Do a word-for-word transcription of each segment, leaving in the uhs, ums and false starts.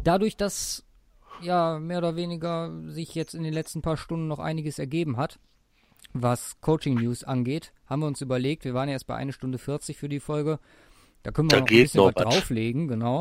dadurch, dass ja mehr oder weniger sich jetzt in den letzten paar Stunden noch einiges ergeben hat, was Coaching-News angeht, haben wir uns überlegt, wir waren ja erst bei eine Stunde vierzig für die Folge, da können wir da noch ein bisschen noch was was drauflegen, genau.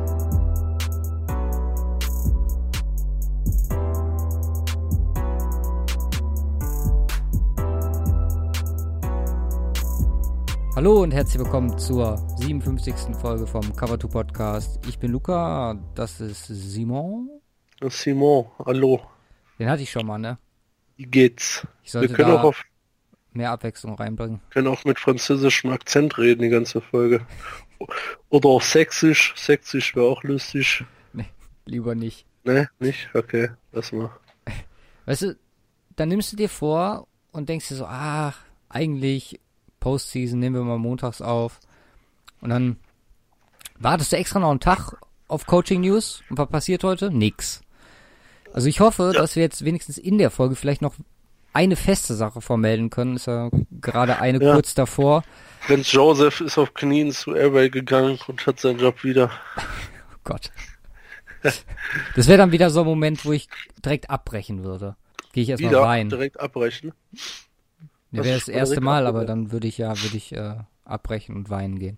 Hallo und herzlich willkommen zur siebenundfünfzigsten Folge vom Cover zwei Podcast. Ich bin Luca, das ist Simon. Simon, hallo. Den hatte ich schon mal, ne? Wie geht's? Ich sollte Wir können da auch auf, mehr Abwechslung reinbringen. können auch mit französischem Akzent reden, die ganze Folge. Oder auch sächsisch. Sächsisch wäre auch lustig. Nee, lieber nicht. Ne, nicht? Okay, lass mal. Weißt du, dann nimmst du dir vor und denkst dir so, ach, eigentlich Postseason nehmen wir mal montags auf. Und dann wartest du extra noch einen Tag auf Coaching News. Und was passiert heute? Nix. Also ich hoffe, ja. dass wir jetzt wenigstens in der Folge vielleicht noch eine feste Sache vermelden können. Ist ja gerade eine ja. kurz davor. Prinz Joseph ist auf Knien zu Airway gegangen und hat seinen Job wieder. Oh Gott. Das wäre dann wieder so ein Moment, wo ich direkt abbrechen würde. Gehe ich erstmal rein. Direkt abbrechen? Ja, wäre das erste Mal, aber dann würde ich ja, würde ich äh, abbrechen und weinen gehen.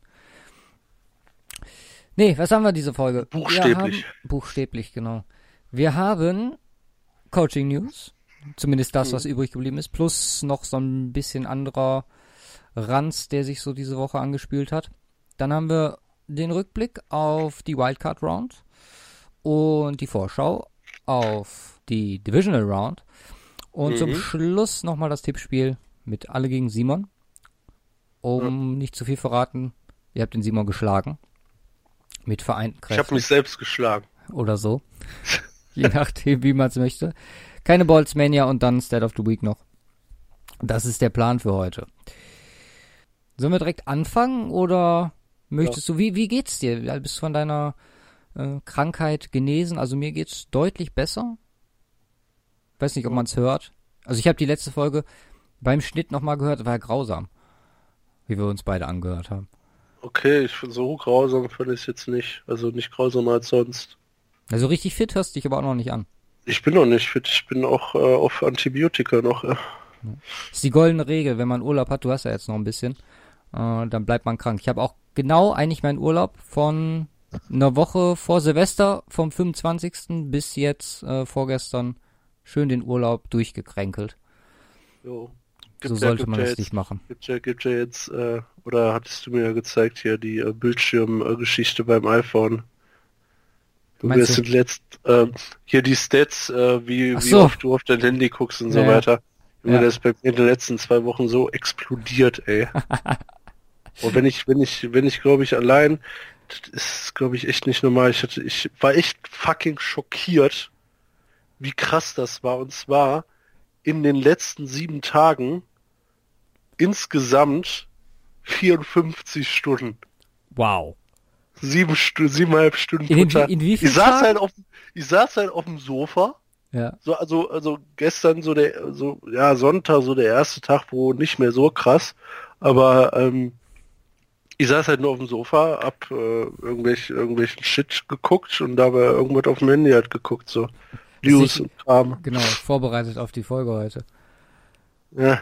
Nee, was haben wir diese Folge? Buchstäblich. Wir haben, buchstäblich, genau. Wir haben Coaching News, zumindest das, was hm. übrig geblieben ist, plus noch so ein bisschen anderer Ranz, der sich so diese Woche angespielt hat. Dann haben wir den Rückblick auf die Wildcard Round und die Vorschau auf die Divisional Round und mhm. zum Schluss nochmal das Tippspiel mit Alle gegen Simon. Um ja. nicht zu viel verraten, ihr habt den Simon geschlagen. Mit vereinten Kräften. Ich habe mich selbst geschlagen. Oder so. Je nachdem, wie man es möchte. Keine Ballsmania und dann Stat of the Week noch. Das ist der Plan für heute. Sollen wir direkt anfangen oder möchtest ja. du, wie, wie geht's dir? Bist du von deiner äh, Krankheit genesen? Also mir geht's deutlich besser. Weiß nicht, ob man es hört. Also ich habe die letzte Folge beim Schnitt nochmal gehört, war ja grausam, wie wir uns beide angehört haben. Okay, ich finde so grausam finde ich es jetzt nicht. Also nicht grausamer als sonst. Also richtig fit hörst du dich aber auch noch nicht an. Ich bin noch nicht fit, ich bin auch äh, auf Antibiotika noch. Ja. Das ist die goldene Regel, wenn man Urlaub hat, du hast ja jetzt noch ein bisschen, äh, dann bleibt man krank. Ich habe auch genau eigentlich meinen Urlaub von einer Woche vor Silvester, vom fünfundzwanzigsten bis jetzt äh, vorgestern, schön den Urlaub durchgekränkelt. Jo. So sollte man das nicht machen. Gibt ja, gibt ja jetzt, äh, oder hattest du mir ja gezeigt hier, die äh, Bildschirmgeschichte beim iPhone. Du wirst letzt, äh, hier die Stats, äh, wie, so. wie oft du auf dein Handy guckst und ja, so weiter. Ja. Das ist bei mir in den letzten zwei Wochen so explodiert, ey. Und wenn ich, wenn ich, wenn ich glaube ich allein, das ist glaube ich echt nicht normal. Ich hatte, ich war echt fucking schockiert, wie krass das war. Und zwar in den letzten sieben Tagen insgesamt vierundfünfzig Stunden. Wow. Sieben Stunden, siebeneinhalb Stunden in, in, in wie viel ich saß halt auf, ich saß halt auf dem Sofa. Ja. So, also, also gestern so der, so, ja, Sonntag, so der erste Tag, wo nicht mehr so krass, aber, ähm, ich saß halt nur auf dem Sofa, hab, äh, irgendwelch, irgendwelchen Shit geguckt und dabei irgendwas auf dem Handy halt geguckt, so. News und Kram. Genau, vorbereitet auf die Folge heute. Ja.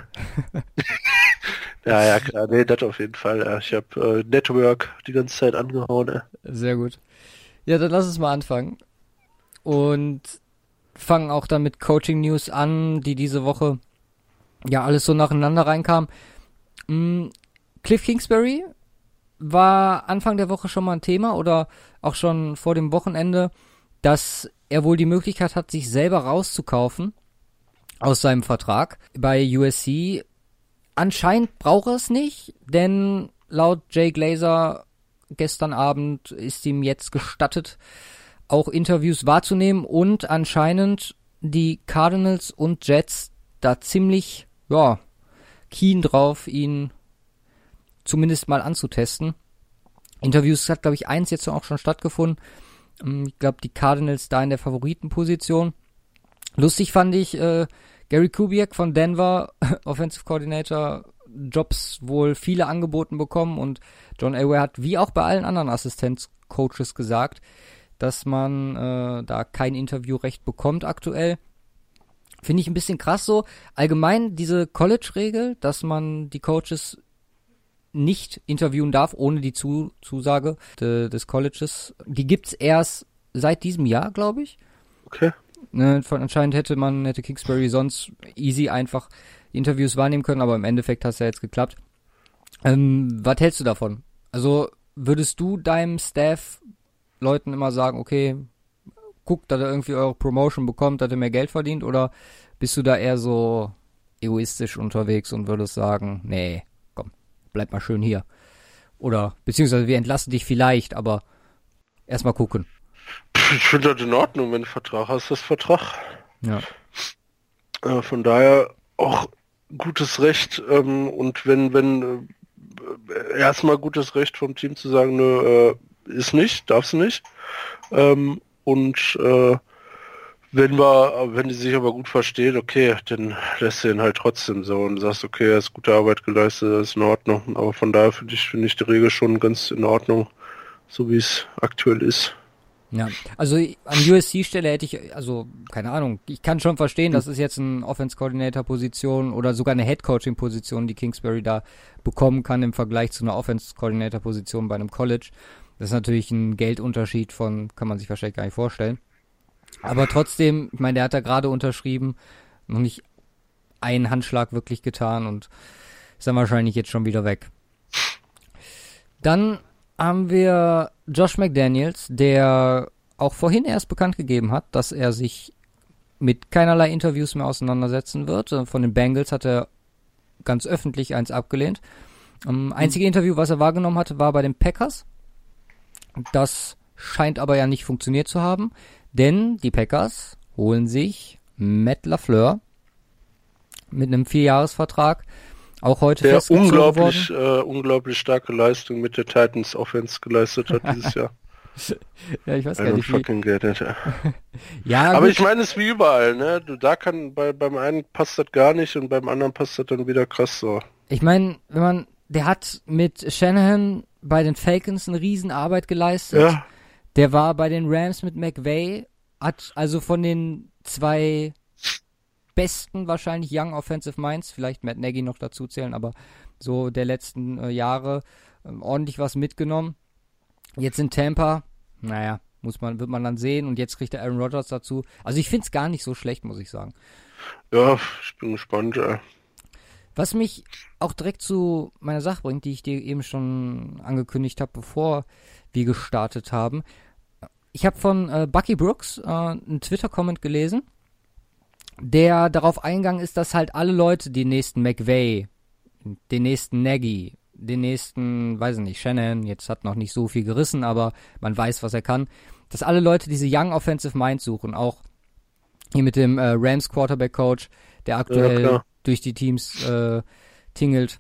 ja, ja, klar, nee, das auf jeden Fall. Ja. Ich habe äh, Network die ganze Zeit angehauen. Ja. Sehr gut. Ja, dann lass uns mal anfangen. Und fangen auch dann mit Coaching News an, die diese Woche ja alles so nacheinander reinkam. Mhm. Cliff Kingsbury war Anfang der Woche schon mal ein Thema oder auch schon vor dem Wochenende, dass er wohl die Möglichkeit hat, sich selber rauszukaufen aus seinem Vertrag bei U S C. Anscheinend braucht er es nicht, denn laut Jay Glazer gestern Abend ist ihm jetzt gestattet, auch Interviews wahrzunehmen und anscheinend die Cardinals und Jets da ziemlich, ja, keen drauf, ihn zumindest mal anzutesten. Interviews hat, glaube ich, eins jetzt auch schon stattgefunden. Ich glaube, die Cardinals da in der Favoritenposition. Lustig fand ich, äh, Gary Kubiak von Denver, Offensive Coordinator, Jobs wohl viele angeboten bekommen und John Elway hat, wie auch bei allen anderen Assistenzcoaches gesagt, dass man äh, da kein Interviewrecht bekommt aktuell. Finde ich ein bisschen krass so. Allgemein diese College-Regel, dass man die Coaches nicht interviewen darf, ohne die Zu- Zusage de- des Colleges. Die gibt's erst seit diesem Jahr, glaube ich. Okay. Ne, von, anscheinend hätte man, hätte Kingsbury sonst easy einfach die Interviews wahrnehmen können, aber im Endeffekt hat es ja jetzt geklappt. Ähm, was hältst du davon? Also würdest du deinem Staff Leuten immer sagen, okay, guckt, dass ihr irgendwie eure Promotion bekommt, dass ihr mehr Geld verdient, oder bist du da eher so egoistisch unterwegs und würdest sagen, nee, komm, bleib mal schön hier. Oder, beziehungsweise wir entlassen dich vielleicht, aber erstmal gucken. Ich finde das in Ordnung, wenn du Vertrag hast, das Vertrag. Ja. Äh, von daher auch gutes Recht ähm, und wenn, wenn äh, erstmal gutes Recht vom Team zu sagen, nö, äh, ist nicht, darfst du nicht. Ähm, und äh, wenn wir, wenn die sich aber gut verstehen, okay, dann lässt du ihn halt trotzdem so und sagst, okay, er ist gute Arbeit geleistet, das ist in Ordnung. Aber von daher finde ich, finde ich die Regel schon ganz in Ordnung, so wie es aktuell ist. Ja, also an U S C-Stelle hätte ich, also keine Ahnung, ich kann schon verstehen, das ist jetzt eine Offense-Coordinator-Position oder sogar eine Head-Coaching-Position, die Kingsbury da bekommen kann im Vergleich zu einer Offense-Coordinator-Position bei einem College. Das ist natürlich ein Geldunterschied von, kann man sich wahrscheinlich gar nicht vorstellen. Aber trotzdem, ich meine, der hat da gerade unterschrieben, noch nicht einen Handschlag wirklich getan und ist dann wahrscheinlich jetzt schon wieder weg. Dann haben wir Josh McDaniels, der auch vorhin erst bekannt gegeben hat, dass er sich mit keinerlei Interviews mehr auseinandersetzen wird. Von den Bengals hat er ganz öffentlich eins abgelehnt. Ähm, einzige Interview, was er wahrgenommen hatte, war bei den Packers. Das scheint aber ja nicht funktioniert zu haben, denn die Packers holen sich Matt LaFleur mit einem Vierjahresvertrag. Auch heute der festgezogen unglaublich, worden. Äh, unglaublich starke Leistung mit der Titans Offense geleistet hat dieses Jahr. Ja, ich weiß I gar don't nicht, wie... fucking get it. Ja, Aber gut. ich meine, es ist wie überall, ne? Du, da kann, bei, beim einen passt das gar nicht und beim anderen passt das dann wieder krass so. Ich meine, wenn man, der hat mit Shanahan bei den Falcons eine Riesenarbeit geleistet. Ja. Der war bei den Rams mit McVay, hat also von den zwei besten wahrscheinlich Young Offensive Minds, vielleicht Matt Nagy noch dazu zählen, aber so der letzten äh, Jahre ähm, ordentlich was mitgenommen. Jetzt in Tampa, naja, muss man, wird man dann sehen, und jetzt kriegt er Aaron Rodgers dazu. Also ich find's gar nicht so schlecht, muss ich sagen. Ja, ich bin gespannt, ey. Was mich auch direkt zu meiner Sache bringt, die ich dir eben schon angekündigt habe, bevor wir gestartet haben. Ich habe von äh, Bucky Brooks äh, einen Twitter-Comment gelesen, der darauf eingegangen ist, dass halt alle Leute den nächsten McVay, den nächsten Nagy, den nächsten, weiß ich nicht, Shanahan, jetzt hat noch nicht so viel gerissen, aber man weiß, was er kann, dass alle Leute diese Young Offensive Minds suchen, auch hier mit dem äh, Rams Quarterback Coach, der aktuell Ja, durch die Teams äh, tingelt.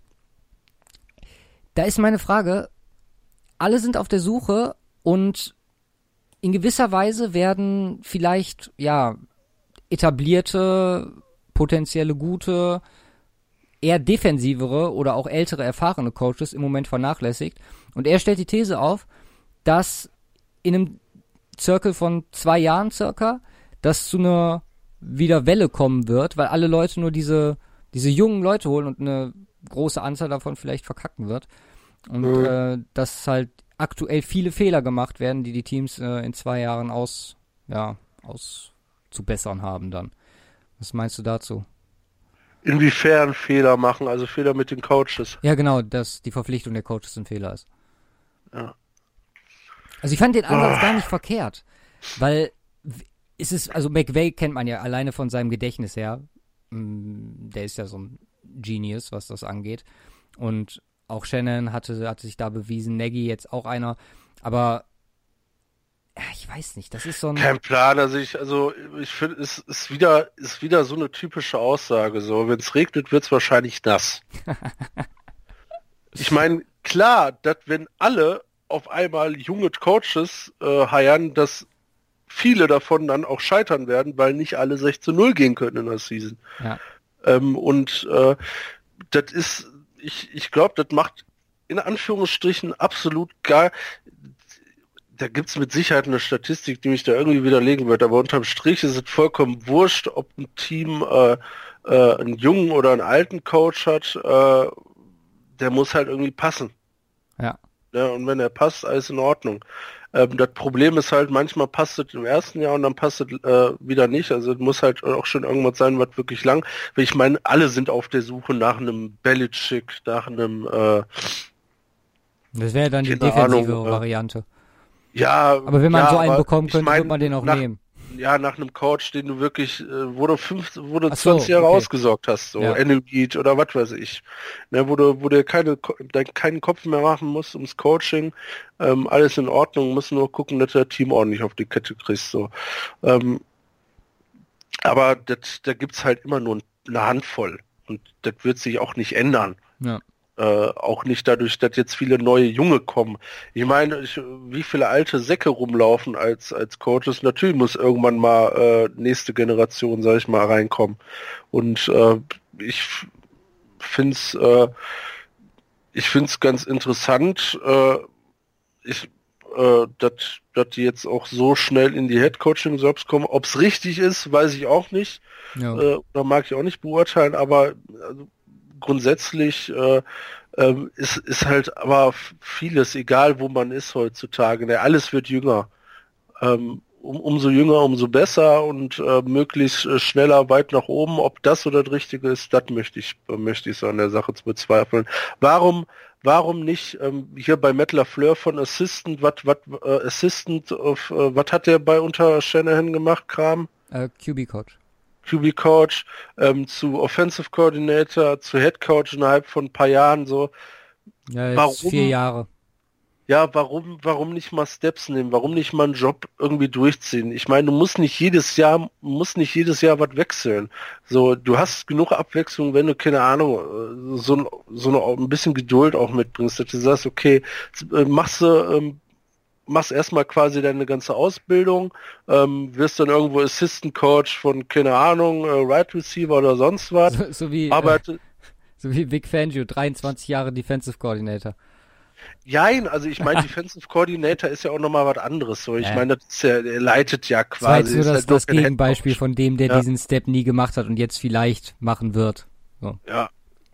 Da ist meine Frage, alle sind auf der Suche und in gewisser Weise werden vielleicht, ja, etablierte, potenzielle gute, eher defensivere oder auch ältere, erfahrene Coaches im Moment vernachlässigt. Und er stellt die These auf, dass in einem Circle von zwei Jahren circa, dass zu einer wieder Welle kommen wird, weil alle Leute nur diese, diese jungen Leute holen und eine große Anzahl davon vielleicht verkacken wird. Und Mhm. äh, dass halt aktuell viele Fehler gemacht werden, die die Teams äh, in zwei Jahren aus, ja, auszubessern haben dann. Was meinst du dazu? Inwiefern Fehler machen, also Fehler mit den Coaches. Ja, genau, dass die Verpflichtung der Coaches ein Fehler ist. Ja. Also ich fand den Ansatz Ah. gar nicht verkehrt, weil w- es ist, also McVay kennt man ja alleine von seinem Gedächtnis her. Mm, Der ist ja so ein Genius, was das angeht. Und auch Shannon hatte, hatte sich da bewiesen, Nagy jetzt auch einer. Aber ja, ich weiß nicht, das ist so ein... Kein Plan, also ich, also ich finde, es ist wieder, ist wieder so eine typische Aussage, so, wenn es regnet, wird es wahrscheinlich nass. Ich meine, klar, dass wenn alle auf einmal junge Coaches äh, heiern, dass viele davon dann auch scheitern werden, weil nicht alle sechzehn zu null gehen können in der Season. Ja. Ähm, und äh, das ist, ich, ich glaube, das macht in Anführungsstrichen absolut gar, da gibt's mit Sicherheit eine Statistik, die mich da irgendwie widerlegen wird, aber unterm Strich ist es vollkommen wurscht, ob ein Team äh, äh, einen jungen oder einen alten Coach hat, äh, der muss halt irgendwie passen. Ja. Ja, und wenn er passt, alles in Ordnung. Ähm, das Problem ist halt, manchmal passt es im ersten Jahr und dann passt es äh, wieder nicht. Also es muss halt auch schon irgendwas sein, was wirklich lang. Weil ich meine, alle sind auf der Suche nach einem Belichick, nach einem äh, Das wäre dann die keine defensive Ahnung, äh, Variante. ja, Aber wenn man ja, so einen aber bekommen ich könnte, mein, würde man den auch nach, nehmen. Ja, nach einem Coach, den du wirklich, äh, wo du fünf, wo du Ach so, zwanzig Jahre okay. ausgesorgt hast, so Ja. Enelbeat oder was weiß ich. Ne, wo du, wo du keine, Ko- dein- keinen Kopf mehr machen musst ums Coaching, ähm, alles in Ordnung, musst nur gucken, dass du das Team ordentlich auf die Kette kriegst, so. Ähm, aber das, da gibt's halt immer nur eine Handvoll und das wird sich auch nicht ändern. Ja. Äh, auch nicht dadurch, dass jetzt viele neue Junge kommen. Ich meine, ich, wie viele alte Säcke rumlaufen als als Coaches. Natürlich muss irgendwann mal äh, nächste Generation, sag ich mal, reinkommen. Und äh, ich finde es äh, ich find's ganz interessant, äh, ich, äh, dass dass die jetzt auch so schnell in die Head-Coaching-Jobs kommen. Ob es richtig ist, weiß ich auch nicht. Ja. Äh, oder mag ich auch nicht beurteilen, aber also, grundsätzlich äh, ähm, ist, ist halt aber vieles, egal wo man ist heutzutage, ne, alles wird jünger. Ähm, um, umso jünger, umso besser und äh, möglichst äh, schneller weit nach oben. Ob das oder das Richtige ist, das möchte ich, äh, möchte ich so an der Sache zu bezweifeln. Warum, warum nicht ähm, hier bei Matt LaFleur von Assistant, was, was, äh, Assistant auf, äh, was hat der bei unter Shanahan gemacht, Kram? Äh, Q B-Coach. Q B-Coach, ähm, zu Offensive Coordinator, zu Head Coach innerhalb von ein paar Jahren so. Ja, jetzt Warum? vier Jahre. Ja, warum, warum nicht mal Steps nehmen? Warum nicht mal einen Job irgendwie durchziehen? Ich meine, du musst nicht jedes Jahr, musst nicht jedes Jahr was wechseln. So, du hast genug Abwechslung, wenn du, keine Ahnung, so, ein- so eine, ein bisschen Geduld auch mitbringst, dass du sagst, okay, jetzt, äh, machst du, ähm, machst erstmal quasi deine ganze Ausbildung, ähm, wirst dann irgendwo Assistant Coach von, keine Ahnung, äh, Right Receiver oder sonst was. So, so wie äh, Arbeit, so wie Vic Fangio, dreiundzwanzig Jahre Defensive Coordinator. Jein, also ich meine, Defensive Coordinator ist ja auch nochmal was anderes. So, ich Ja. meine, das ist ja, der leitet ja Das war jetzt quasi. so ist das, halt nur das kein Gegenbeispiel Headcoach. von dem, der Ja. diesen Step nie gemacht hat und jetzt vielleicht machen wird. So. Ja,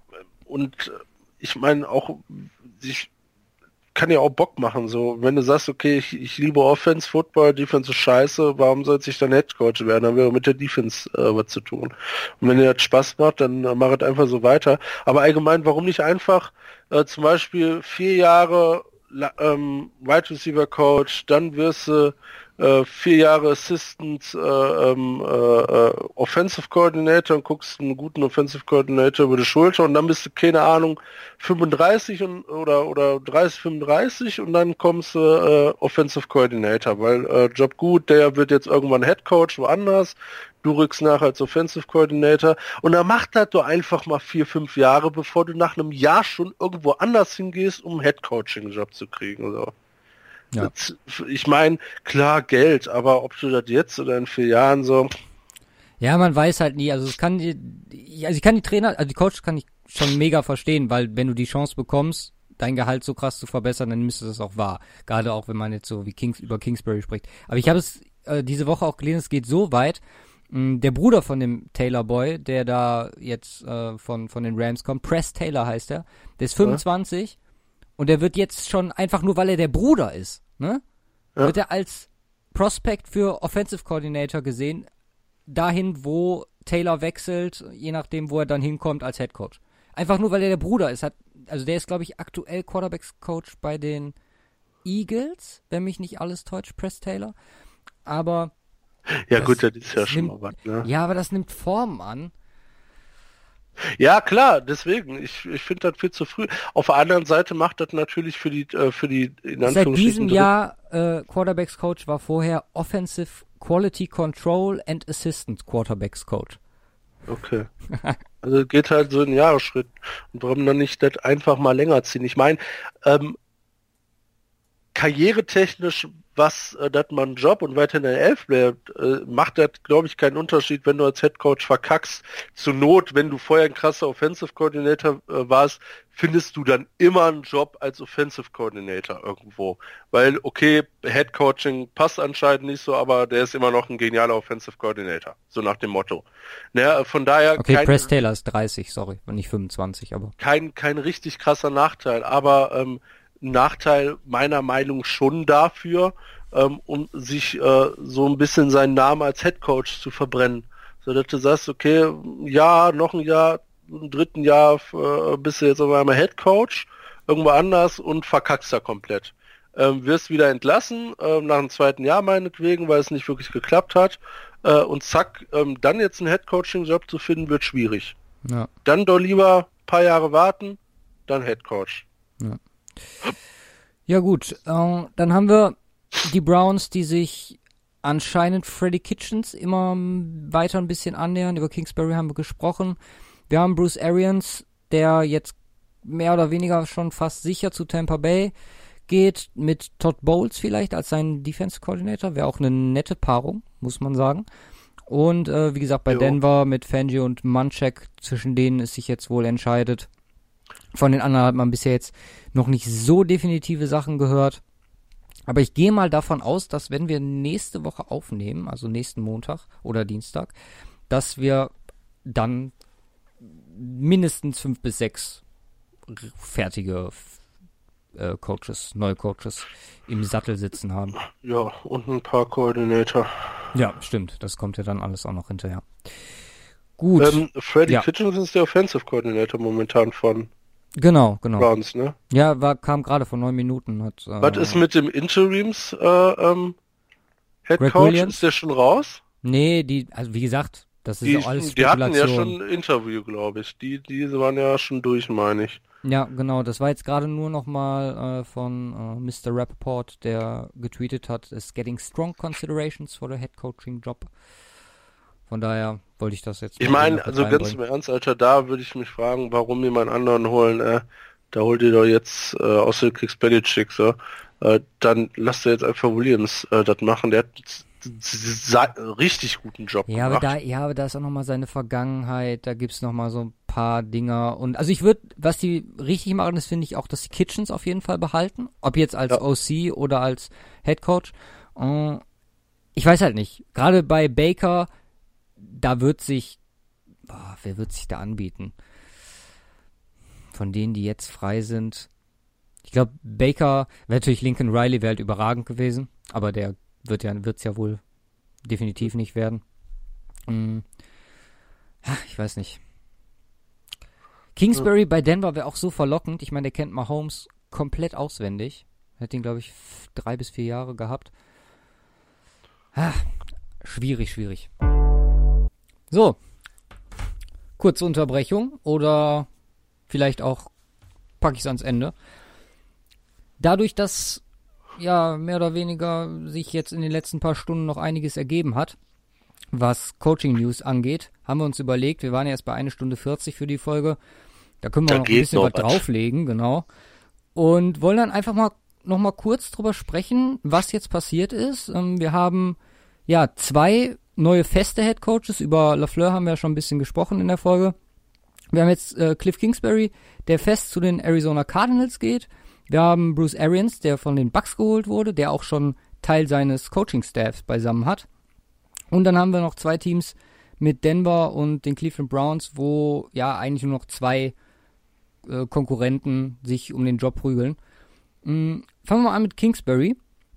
und äh, ich meine auch, ich kann ja auch Bock machen. So, wenn du sagst, okay, ich, ich liebe Offense, Football, Defense ist scheiße, warum soll ich dann Headcoach werden? Dann wäre mit der Defense äh, was zu tun. Und wenn dir das Spaß macht, dann äh, mach es einfach so weiter. Aber allgemein, warum nicht einfach äh, zum Beispiel vier Jahre la- ähm, Wide Receiver Coach, dann wirst du äh, vier Jahre Assistant äh, ähm, äh, äh, Offensive Coordinator und guckst einen guten Offensive Coordinator über die Schulter und dann bist du, keine Ahnung, fünfunddreißig und, oder oder dreißig, fünfunddreißig und dann kommst du äh, Offensive Coordinator, weil äh, Job gut, der wird jetzt irgendwann Head Coach woanders, du rückst nach als Offensive Coordinator und dann mach das doch einfach mal vier, fünf Jahre, bevor du nach einem Jahr schon irgendwo anders hingehst, um einen Head Coaching Job zu kriegen. So. Ja. Das, ich meine, klar Geld, aber ob du das jetzt oder in vier Jahren so, Ja, man weiß halt nie, also es kann die, also ich kann die Trainer, also die Coaches kann ich schon mega verstehen, weil wenn du die Chance bekommst, dein Gehalt so krass zu verbessern, dann nimmst du das auch wahr. Gerade auch, wenn man jetzt so wie Kings, über Kingsbury spricht. Aber ich habe es äh, diese Woche auch gelesen, es geht so weit, mh, der Bruder von dem Taylor Boy, der da jetzt äh, von, von den Rams kommt, Press Taylor heißt er, der ist fünfundzwanzig und der wird jetzt schon einfach nur, weil er der Bruder ist, ne? Ja. Wird er als Prospect für Offensive Coordinator gesehen, dahin, wo Taylor wechselt, je nachdem, wo er dann hinkommt als Head Coach. Einfach nur, weil er der Bruder ist. Hat, also der ist, glaube ich, aktuell Quarterbacks-Coach bei den Eagles, wenn mich nicht alles täuscht, Press Taylor. Aber ja Das- gut, das ist ja das schon nimmt- mal was, ne? ja, aber das nimmt Form an. Ja, klar, deswegen. Ich, ich finde das viel zu früh. Auf der anderen Seite macht das natürlich für die, äh, für die, in Seit Anführungsstrichen, diesem Dritt- Jahr äh, Quarterbacks-Coach war vorher Offensive Quality Control and Assistant Quarterbacks-Coach. Okay. Also geht halt so in Jahresschritt. Und warum dann nicht das einfach mal länger ziehen? Ich meine, ähm, karrieretechnisch, was äh, das man Job und weiter in der Elf bleibt, äh, macht das, glaube ich, keinen Unterschied, wenn du als Headcoach verkackst. Zur Not, wenn du vorher ein krasser Offensive Coordinator äh, warst, findest du dann immer einen Job als Offensive Coordinator irgendwo. Weil, okay, Headcoaching passt anscheinend nicht so, aber der ist immer noch ein genialer Offensive Coordinator. So nach dem Motto. Naja, von daher... Okay, kein, Press Taylor ist dreißig, sorry, nicht fünfundzwanzig, aber... Kein, kein richtig krasser Nachteil, aber ähm, Nachteil meiner Meinung schon dafür, ähm, um sich äh, so ein bisschen seinen Namen als Headcoach zu verbrennen. So dass du sagst, okay, ja, noch ein Jahr, im dritten Jahr äh, bist du jetzt auf einmal Headcoach, irgendwo anders und verkackst da komplett. Ähm, wirst wieder entlassen, ähm, nach dem zweiten Jahr meinetwegen, weil es nicht wirklich geklappt hat. Äh, und zack, ähm, dann jetzt einen Headcoaching-Job zu finden, wird schwierig. Ja. Dann doch lieber ein paar Jahre warten, dann Headcoach. Ja. Ja gut, äh, dann haben wir die Browns, die sich anscheinend Freddie Kitchens immer weiter ein bisschen annähern. Über Kingsbury haben wir gesprochen. Wir haben Bruce Arians, der jetzt mehr oder weniger schon fast sicher zu Tampa Bay geht, mit Todd Bowles vielleicht als sein Defense Coordinator. Wäre auch eine nette Paarung, muss man sagen. Und äh, wie gesagt, bei jo. Denver mit Fangio und Munchak, zwischen denen es sich jetzt wohl entscheidet. Von den anderen hat man bisher jetzt noch nicht so definitive Sachen gehört. Aber ich gehe mal davon aus, dass wenn wir nächste Woche aufnehmen, also nächsten Montag oder Dienstag, dass wir dann mindestens fünf bis sechs fertige äh, Coaches, neue Coaches im Sattel sitzen haben. Ja, und ein paar Koordinator. Ja, stimmt. Das kommt ja dann alles auch noch hinterher. Gut. Ähm, Freddie ja. Kitchens ist der Offensive Coordinator momentan von Genau, genau. Browns, ne? Ja, war, kam gerade vor neun Minuten. Hat, äh, Was ist mit dem Interims äh, ähm, Head Greg Coach? Williams? Ist der schon raus? Nee, die, also wie gesagt, das ist die, auch alles Die Spekulation. hatten ja schon ein Interview, glaube ich. Die, die waren ja schon durch, meine ich. Ja, genau. Das war jetzt gerade nur noch mal äh, von äh, Mister Rappaport, der getweetet hat, is getting strong considerations for the head coaching job. Von daher wollte ich das jetzt... Ich meine, also ganz im Ernst, Alter, da würde ich mich fragen, warum jemand anderen holen, äh, da holt ihr doch jetzt, äh, außer du kriegst Belichick, so, äh, dann lasst ihr jetzt einfach Williams äh, das machen, der hat einen richtig guten Job ja, gemacht. Aber da, ja, aber da ist auch nochmal seine Vergangenheit, da gibt's nochmal so ein paar Dinger und, also ich würde, was die richtig machen, das finde ich auch, dass die Kitchens auf jeden Fall behalten, ob jetzt als ja. O C oder als Head Coach, äh, ich weiß halt nicht, gerade bei Baker, da wird sich, boah, wer wird sich da anbieten? Von denen, die jetzt frei sind. Ich glaube, Baker, wäre natürlich Lincoln Riley, wäre halt überragend gewesen, aber der wird ja, wird's ja wohl definitiv nicht werden. Hm. Ja, ich weiß nicht. Kingsbury bei Denver wäre auch so verlockend. Ich meine, der kennt Mahomes komplett auswendig. Hat ihn, glaube ich, f- drei bis vier Jahre gehabt. Ah, schwierig, schwierig. So, kurze Unterbrechung oder vielleicht auch packe ich es ans Ende. Dadurch, dass ja mehr oder weniger sich jetzt in den letzten paar Stunden noch einiges ergeben hat, was Coaching-News angeht, haben wir uns überlegt, wir waren ja erst bei eine Stunde vierzig für die Folge, da können wir da noch ein bisschen noch was drauflegen, genau, und wollen dann einfach mal noch mal kurz drüber sprechen, was jetzt passiert ist. Ähm, wir haben ja zwei neue feste Headcoaches, über LaFleur haben wir ja schon ein bisschen gesprochen in der Folge. Wir haben jetzt äh, Cliff Kingsbury, der fest zu den Arizona Cardinals geht. Wir haben Bruce Arians, der von den Bucks geholt wurde, der auch schon Teil seines Coaching-Staffs beisammen hat. Und dann haben wir noch zwei Teams mit Denver und den Cleveland Browns, wo ja eigentlich nur noch zwei äh, Konkurrenten sich um den Job prügeln. Mhm. Fangen wir mal an mit Kingsbury.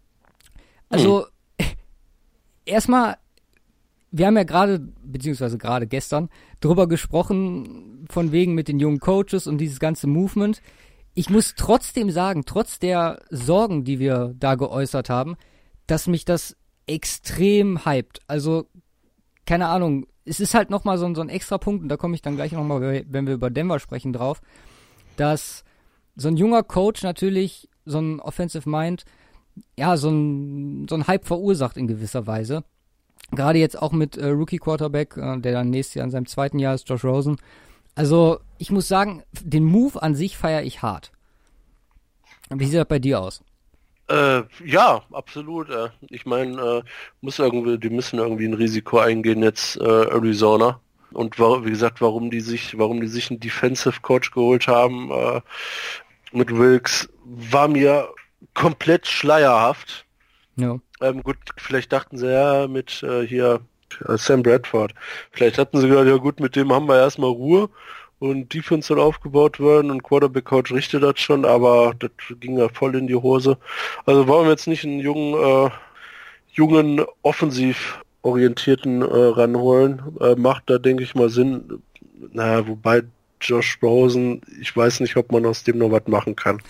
Also, hm. erstmal, wir haben ja gerade, beziehungsweise gerade gestern, drüber gesprochen, von wegen mit den jungen Coaches und dieses ganze Movement. Ich muss trotzdem sagen, trotz der Sorgen, die wir da geäußert haben, dass mich das extrem hypt. Also, keine Ahnung, es ist halt nochmal so, so ein extra Punkt, und da komme ich dann gleich nochmal, wenn wir über Denver sprechen, drauf, dass so ein junger Coach natürlich, so ein Offensive Mind, ja, so ein, so ein Hype verursacht in gewisser Weise. Gerade jetzt auch mit äh, Rookie-Quarterback, äh, der dann nächstes Jahr in seinem zweiten Jahr ist, Josh Rosen. Also, ich muss sagen, den Move an sich feiere ich hart. Wie sieht das bei dir aus? Äh, ja, absolut. Äh. Ich meine, äh, muss irgendwie, die müssen irgendwie ein Risiko eingehen jetzt, äh, Arizona. Und wa- wie gesagt, warum die sich, warum die sich einen Defensive Coach geholt haben äh, mit Wilkes, war mir komplett schleierhaft. Ja. Ähm, gut, vielleicht dachten sie ja mit äh, hier äh, Sam Bradford. Vielleicht hatten sie gedacht, ja gut, mit dem haben wir erstmal Ruhe und Defense soll aufgebaut werden und Quarterback Coach richtet das schon, aber das ging ja voll in die Hose. Also warum jetzt nicht einen jungen, äh, jungen, offensiv orientierten äh, ranholen, äh, macht da denke ich mal Sinn. Naja, wobei Josh Rosen, ich weiß nicht, ob man aus dem noch was machen kann.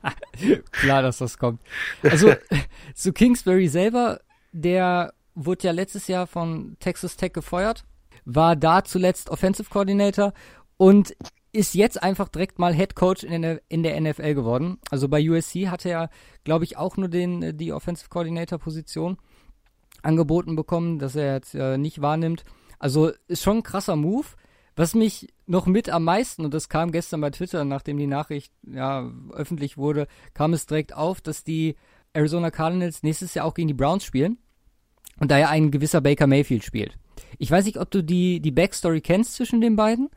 Klar, dass das kommt. Also, zu Kingsbury selber, der wurde ja letztes Jahr von Texas Tech gefeuert, war da zuletzt Offensive Coordinator und ist jetzt einfach direkt mal Head Coach in der, in der N F L geworden. Also bei U S C hatte er, glaube ich, auch nur den, die Offensive Coordinator Position angeboten bekommen, dass er jetzt äh, nicht wahrnimmt. Also ist schon ein krasser Move. Was mich noch mit am meisten, und das kam gestern bei Twitter, nachdem die Nachricht ja öffentlich wurde, kam es direkt auf, dass die Arizona Cardinals nächstes Jahr auch gegen die Browns spielen und da ja ein gewisser Baker Mayfield spielt. Ich weiß nicht, ob du die, die Backstory kennst zwischen den beiden,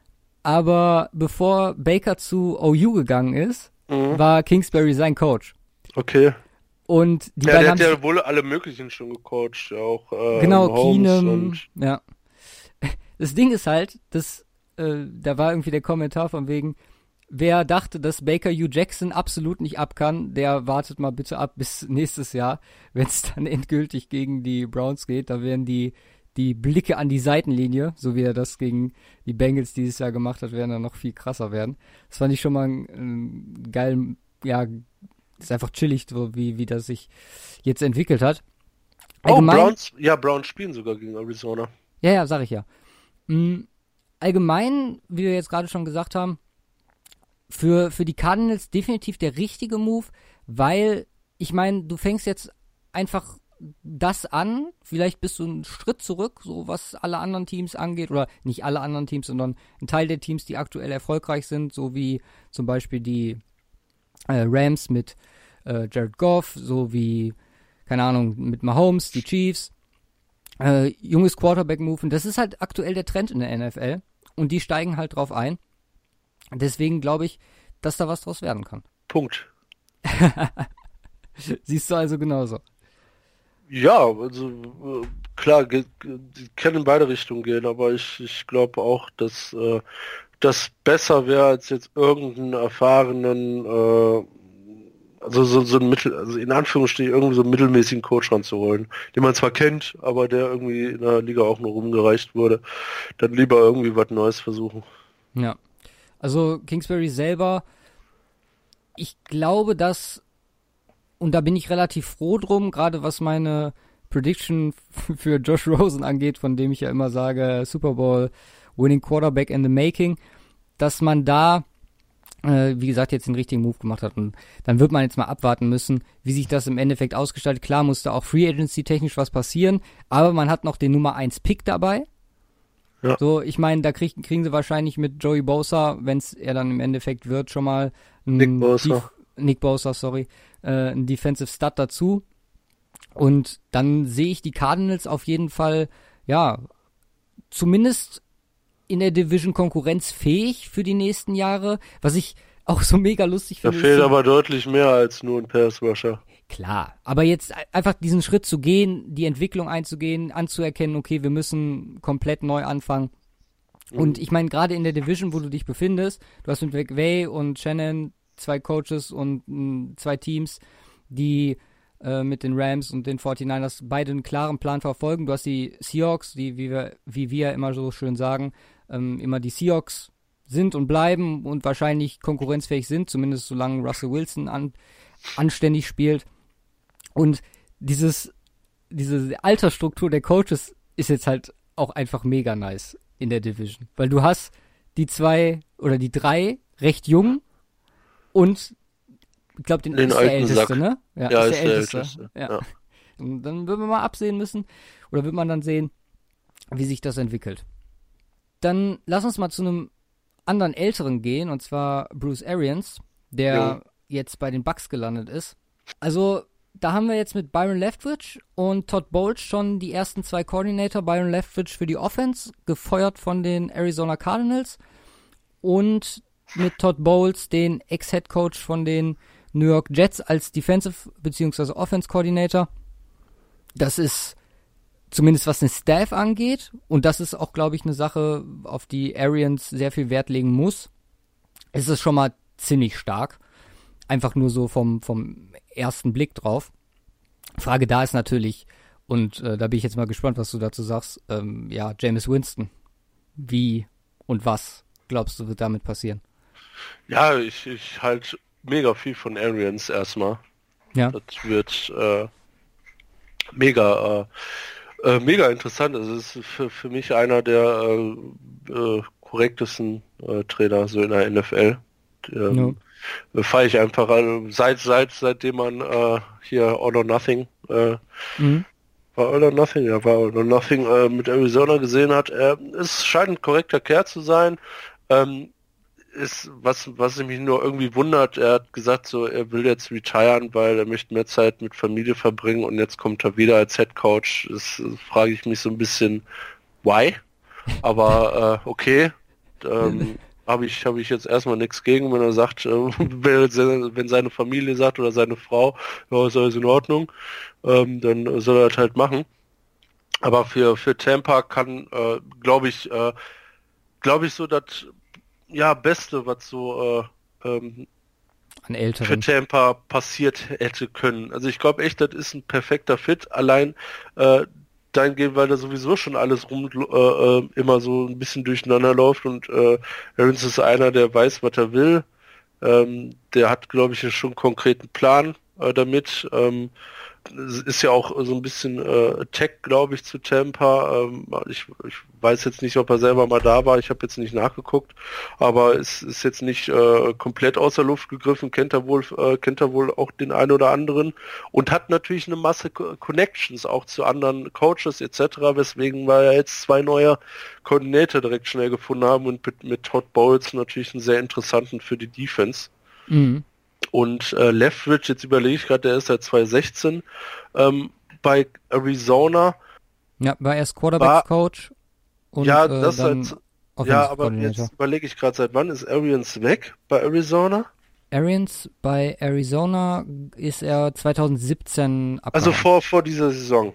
aber bevor Baker zu O U gegangen ist, mhm. war Kingsbury sein Coach. Okay. Und die ja, beiden der haben hat ja wohl alle möglichen schon gecoacht, auch äh, genau, Holmes Keenum, und ja. Das Ding ist halt, dass, äh, da war irgendwie der Kommentar von wegen, wer dachte, dass Baker Hugh Jackson absolut nicht ab kann, der wartet mal bitte ab bis nächstes Jahr, wenn es dann endgültig gegen die Browns geht. Da werden die, die Blicke an die Seitenlinie, so wie er das gegen die Bengals dieses Jahr gemacht hat, werden dann noch viel krasser werden. Das fand ich schon mal ein, ein geil, ja, ist einfach chillig, so wie, wie das sich jetzt entwickelt hat. Allgemein, oh, Browns, ja, Browns spielen sogar gegen Arizona. Ja, ja, sag ich ja. Mhm. Allgemein, wie wir jetzt gerade schon gesagt haben, für, für die Cardinals definitiv der richtige Move, weil, ich meine, du fängst jetzt einfach das an, vielleicht bist du einen Schritt zurück, so was alle anderen Teams angeht, oder nicht alle anderen Teams, sondern ein Teil der Teams, die aktuell erfolgreich sind, so wie zum Beispiel die äh, Rams mit äh, Jared Goff, so wie, keine Ahnung, mit Mahomes, die Chiefs, äh, junges Quarterback-Move, und das ist halt aktuell der Trend in der N F L und die steigen halt drauf ein. Deswegen glaube ich, dass da was draus werden kann. Punkt. Siehst du also genauso? Ja, also klar, die können in beide Richtungen gehen, aber ich, ich glaube auch, dass äh, das besser wäre, als jetzt irgendeinen erfahrenen, äh, also so, so ein Mittel, also in Anführungsstrichen irgendwie so einen mittelmäßigen Coach ranzuholen, den man zwar kennt, aber der irgendwie in der Liga auch nur rumgereicht wurde. Dann lieber irgendwie was Neues versuchen. Ja. Also Kingsbury selber, ich glaube, dass, und da bin ich relativ froh drum, gerade was meine Prediction für Josh Rosen angeht, von dem ich ja immer sage, Super Bowl Winning Quarterback in the Making, dass man da, äh, wie gesagt, jetzt den richtigen Move gemacht hat. Und dann wird man jetzt mal abwarten müssen, wie sich das im Endeffekt ausgestaltet. Klar musste auch Free Agency technisch was passieren, aber man hat noch den Nummer eins Pick dabei. Ja. So, ich meine, da krieg, kriegen sie wahrscheinlich mit Joey Bosa, wenn es er dann im Endeffekt wird, schon mal Nick Bosa, Def- Nick Bosa, sorry, äh, ein Defensive Stud dazu. Und dann sehe ich die Cardinals auf jeden Fall, ja, zumindest in der Division konkurrenzfähig für die nächsten Jahre, was ich auch so mega lustig finde. Da fehlt aber deutlich mehr als nur ein Pass-Rusher. Klar, aber jetzt einfach diesen Schritt zu gehen, die Entwicklung einzugehen, anzuerkennen, okay, wir müssen komplett neu anfangen. Mhm. Und ich meine, gerade in der Division, wo du dich befindest, du hast mit McVay und Shannon zwei Coaches und mh, zwei Teams, die äh, mit den Rams und den forty-niners beide einen klaren Plan verfolgen. Du hast die Seahawks, die, wie wir, wie wir immer so schön sagen, ähm, immer die Seahawks sind und bleiben und wahrscheinlich konkurrenzfähig sind, zumindest solange Russell Wilson an, anständig spielt. Und dieses, diese Altersstruktur der Coaches ist jetzt halt auch einfach mega nice in der Division. Weil du hast die zwei oder die drei recht jung und ich glaube, den, den ist der Älteste, Sack. Ne? Ja, ja, ist, ist der, der Älteste. Älteste. Ja. Ja. Und dann würden wir mal absehen müssen oder wird man dann sehen, wie sich das entwickelt. Dann lass uns mal zu einem anderen Älteren gehen, und zwar Bruce Arians, der jo. jetzt bei den Bucks gelandet ist. Also, da haben wir jetzt mit Byron Leftwich und Todd Bowles schon die ersten zwei Coordinator. Byron Leftwich für die Offense, gefeuert von den Arizona Cardinals. Und mit Todd Bowles, den Ex-Head-Coach von den New York Jets als Defensive- bzw. Offense-Coordinator. Das ist zumindest was den Staff angeht. Und das ist auch, glaube ich, eine Sache, auf die Arians sehr viel Wert legen muss. Es ist schon mal ziemlich stark. Einfach nur so vom, vom ersten Blick drauf. Frage da ist natürlich, und äh, da bin ich jetzt mal gespannt, was du dazu sagst, ähm, ja, Jameis Winston. Wie und was glaubst du, wird damit passieren? Ja, ich, ich halt mega viel von Arians erstmal. Ja. Das wird äh, mega äh, äh, mega interessant. Also es ist für, für mich einer der äh, äh, korrektesten äh, Trainer so in der N F L. Ähm, ja. Fahre ich einfach also seit seit seitdem man äh, hier All or Nothing äh, mhm. war All or Nothing, ja war All or Nothing äh, mit Arizona gesehen hat. Äh, es scheint ein korrekter Kerl zu sein. Ähm, ist was was mich nur irgendwie wundert. Er hat gesagt, so er will jetzt retiren, weil er möchte mehr Zeit mit Familie verbringen und jetzt kommt er wieder als Head Coach. Das, das frage ich mich so ein bisschen, why? Aber äh, okay. Ähm, habe ich habe ich jetzt erstmal nichts gegen, wenn er sagt, äh, wenn seine Familie sagt oder seine Frau, ja, ist alles in Ordnung, ähm, dann soll er das halt machen. Aber für für Tampa kann, äh, glaube ich, äh, glaube ich so, dass ja Beste, was so äh, ähm, An Älteren für Tampa passiert hätte können. Also ich glaube echt, das ist ein perfekter Fit. Allein äh, dahingehend, weil da sowieso schon alles rum äh, immer so ein bisschen durcheinander läuft und äh, Arians ist einer, der weiß, was er will. Ähm, der hat, glaube ich, schon einen konkreten Plan äh, damit. Ähm, ist ja auch so ein bisschen äh, Tech, glaube ich, zu Tampa. Ähm, ich, ich weiß jetzt nicht, ob er selber mal da war. Ich habe jetzt nicht nachgeguckt, aber es ist jetzt nicht äh, komplett außer Luft gegriffen. Kennt er wohl, äh, kennt er wohl auch den einen oder anderen und hat natürlich eine Masse Co- Connections auch zu anderen Coaches et cetera. Weswegen wir ja jetzt zwei neue Koordinator direkt schnell gefunden haben und mit, mit Todd Bowles natürlich einen sehr interessanten für die Defense. Mhm. Und äh, Leftwich, jetzt überlege ich gerade, der ist seit zwanzig sechzehn ähm, bei Arizona. Ja, war erst Quarterbacks-Coach und ja, äh, das dann seit, ja, aber jetzt überlege ich gerade, seit wann ist Arians weg bei Arizona? Arians bei Arizona ist er zwanzig siebzehn abgehauen. Also vor vor dieser Saison.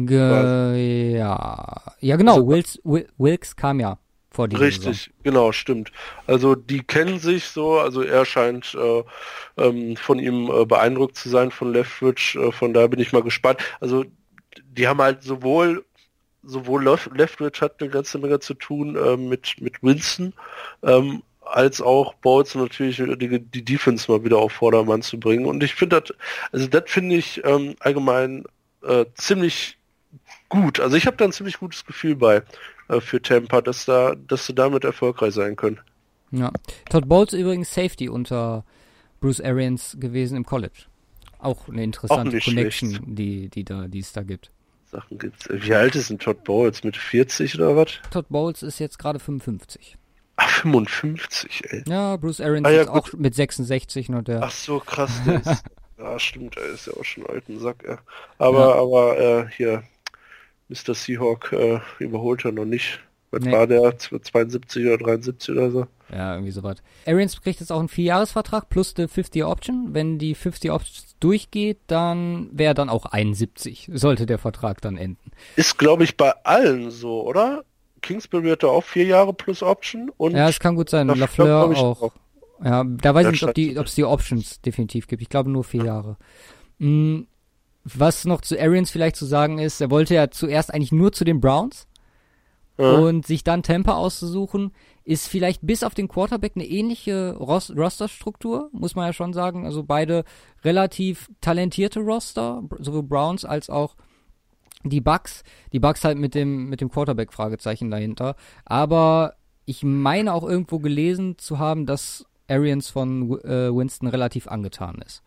Ge- ja, ja genau, also, Wilkes, Wilkes kam ja. Vor Richtig, Saison. Genau, stimmt. Also die kennen sich so, also er scheint äh, ähm, von ihm äh, beeindruckt zu sein von Leftwich, äh, von daher bin ich mal gespannt. Also die haben halt sowohl sowohl Leftwich hat eine ganze Menge zu tun äh, mit mit Winston, ähm, als auch Bowles natürlich die, die Defense mal wieder auf Vordermann zu bringen. Und ich finde das, also das finde ich ähm, allgemein äh, ziemlich gut. Also ich habe da ein ziemlich gutes Gefühl bei äh, für Tampa, dass da, dass sie damit erfolgreich sein können. Ja. Todd Bowles übrigens Safety unter Bruce Arians gewesen im College. Auch eine interessante Auch Connection, schlecht. die, die da, die es da gibt. Sachen gibt's. Wie alt ist denn Todd Bowles? Mit vierzig oder was? Todd Bowles ist jetzt gerade fünfundfünfzig. Ach, fünfundfünfzig, ey. Ja, Bruce Arians ah, ja, ist gut. Auch mit sechsundsechzig noch der. Ach so, krass, der ist. Ja, stimmt, er ist ja auch schon alten Sack, ja. Aber, ja. aber, äh, hier, Mister Seahawk äh, überholt er noch nicht. Was nee. war der? zweiundsiebzig oder dreiundsiebzig oder so? Ja, irgendwie sowas. Arians kriegt jetzt auch einen Vierjahresvertrag plus eine fünfzig-Year-Option. Wenn die fünfzig-Option durchgeht, dann wäre dann auch einundsiebzig, sollte der Vertrag dann enden. Ist, glaube ich, bei allen so, oder? Kingsbury hat da auch vier Jahre plus Option. Und ja, es kann gut sein. LaFleur auch. auch. Ja, da weiß ich nicht, ob die, ob es die Options definitiv gibt. Ich glaube nur vier Jahre. Mhm. Was noch zu Arians vielleicht zu sagen ist, er wollte ja zuerst eigentlich nur zu den Browns ja. und sich dann Tampa auszusuchen, ist vielleicht bis auf den Quarterback eine ähnliche Ros- Rosterstruktur, muss man ja schon sagen. Also beide relativ talentierte Roster, sowohl Browns als auch die Bucks. Die Bucks halt mit dem, mit dem Quarterback-Fragezeichen dahinter. Aber ich meine auch irgendwo gelesen zu haben, dass Arians von äh, Winston relativ angetan ist.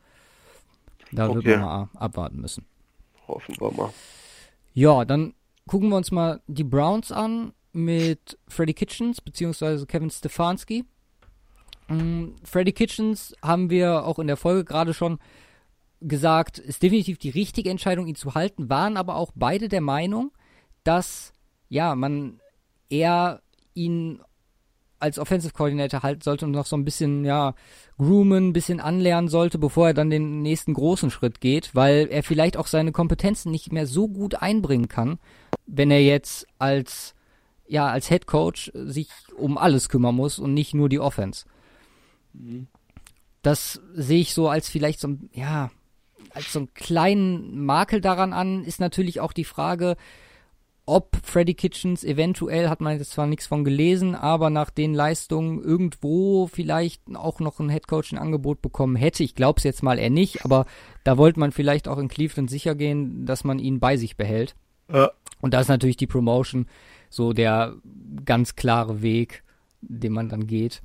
Da okay. wird man mal abwarten müssen. Hoffen wir mal. Ja, dann gucken wir uns mal die Browns an mit Freddie Kitchens beziehungsweise Kevin Stefanski. Ähm, Freddie Kitchens haben wir auch in der Folge gerade schon gesagt, ist definitiv die richtige Entscheidung, ihn zu halten, waren aber auch beide der Meinung, dass, ja, man eher ihn als Offensive Coordinator halten sollte und noch so ein bisschen, ja, groomen, ein bisschen anlernen sollte, bevor er dann den nächsten großen Schritt geht, weil er vielleicht auch seine Kompetenzen nicht mehr so gut einbringen kann, wenn er jetzt als, ja, als Head Coach sich um alles kümmern muss und nicht nur die Offense. Mhm. Das sehe ich so als vielleicht so ein, ja, als so einen kleinen Makel daran an, ist natürlich auch die Frage, ob Freddie Kitchens eventuell, hat man jetzt zwar nichts von gelesen, aber nach den Leistungen irgendwo vielleicht auch noch ein Headcoaching-Angebot bekommen hätte. Ich glaube es jetzt mal eher nicht, aber da wollte man vielleicht auch in Cleveland sicher gehen, dass man ihn bei sich behält. Ja. Und da ist natürlich die Promotion so der ganz klare Weg, den man dann geht.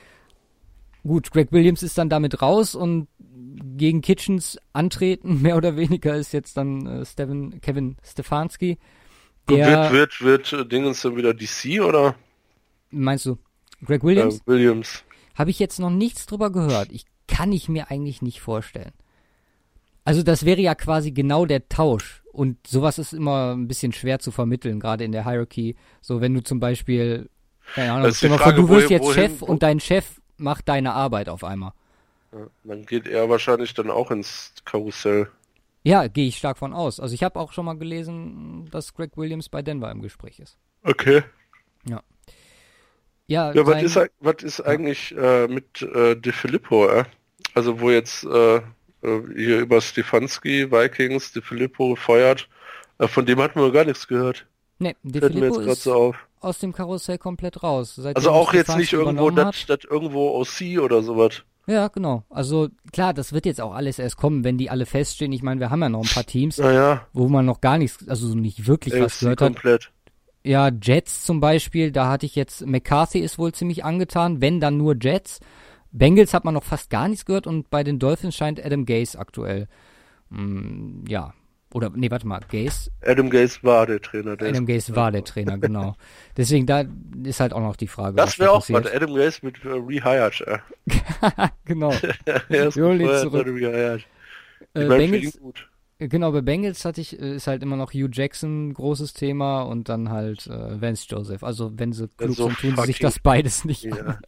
Gut, Greg Williams ist dann damit raus und gegen Kitchens antreten, mehr oder weniger, ist jetzt dann äh, Steven, Kevin Stefanski. Der, wird, wird, wird Dingens dann wieder D C, oder? Meinst du Greg Williams? Äh, Williams. Habe ich jetzt noch nichts drüber gehört. Ich kann ich mir eigentlich nicht vorstellen. Also das wäre ja quasi genau der Tausch. Und sowas ist immer ein bisschen schwer zu vermitteln, gerade in der Hierarchy. So, wenn du zum Beispiel, keine Ahnung, stell mal vor, du wirst jetzt wohin, Chef wo? Und dein Chef macht deine Arbeit auf einmal. Ja, dann geht er wahrscheinlich dann auch ins Karussell. Ja, gehe ich stark von aus. Also ich habe auch schon mal gelesen, dass Greg Williams bei Denver im Gespräch ist. Okay. Ja. Ja, ja was, ist, was ist eigentlich ja. äh, mit äh, De Filippo, äh? Also wo jetzt äh, hier über Stefanski, Vikings, De Filippo gefeuert, äh, von dem hatten wir gar nichts gehört. Nee, De Filippo ist so auf. aus dem Karussell komplett raus. Seitdem also auch jetzt nicht irgendwo, das irgendwo O C oder sowas. Ja, genau. Also klar, das wird jetzt auch alles erst kommen, wenn die alle feststehen. Ich meine, wir haben ja noch ein paar Teams, ja. wo man noch gar nichts, also nicht wirklich A F C was gehört komplett. hat. Ja, Jets zum Beispiel, da hatte ich jetzt, McCarthy ist wohl ziemlich angetan, wenn dann nur Jets. Bengals hat man noch fast gar nichts gehört und bei den Dolphins scheint Adam Gase aktuell, mh, ja, oder, nee, warte mal, Gase? Adam Gase war der Trainer. Der Adam Gase war der Trainer, genau. Deswegen, da ist halt auch noch die Frage, das wäre auch mal Adam Gase mit uh, rehired, äh. Genau. Er ist zurück. Rehired. Äh, Bengals, gut. Genau, bei Bengals hatte ich, ist halt immer noch Hugh Jackson großes Thema und dann halt äh, Vance Joseph. Also, wenn sie klug so sind, tun sie sich das beides nicht ja. an.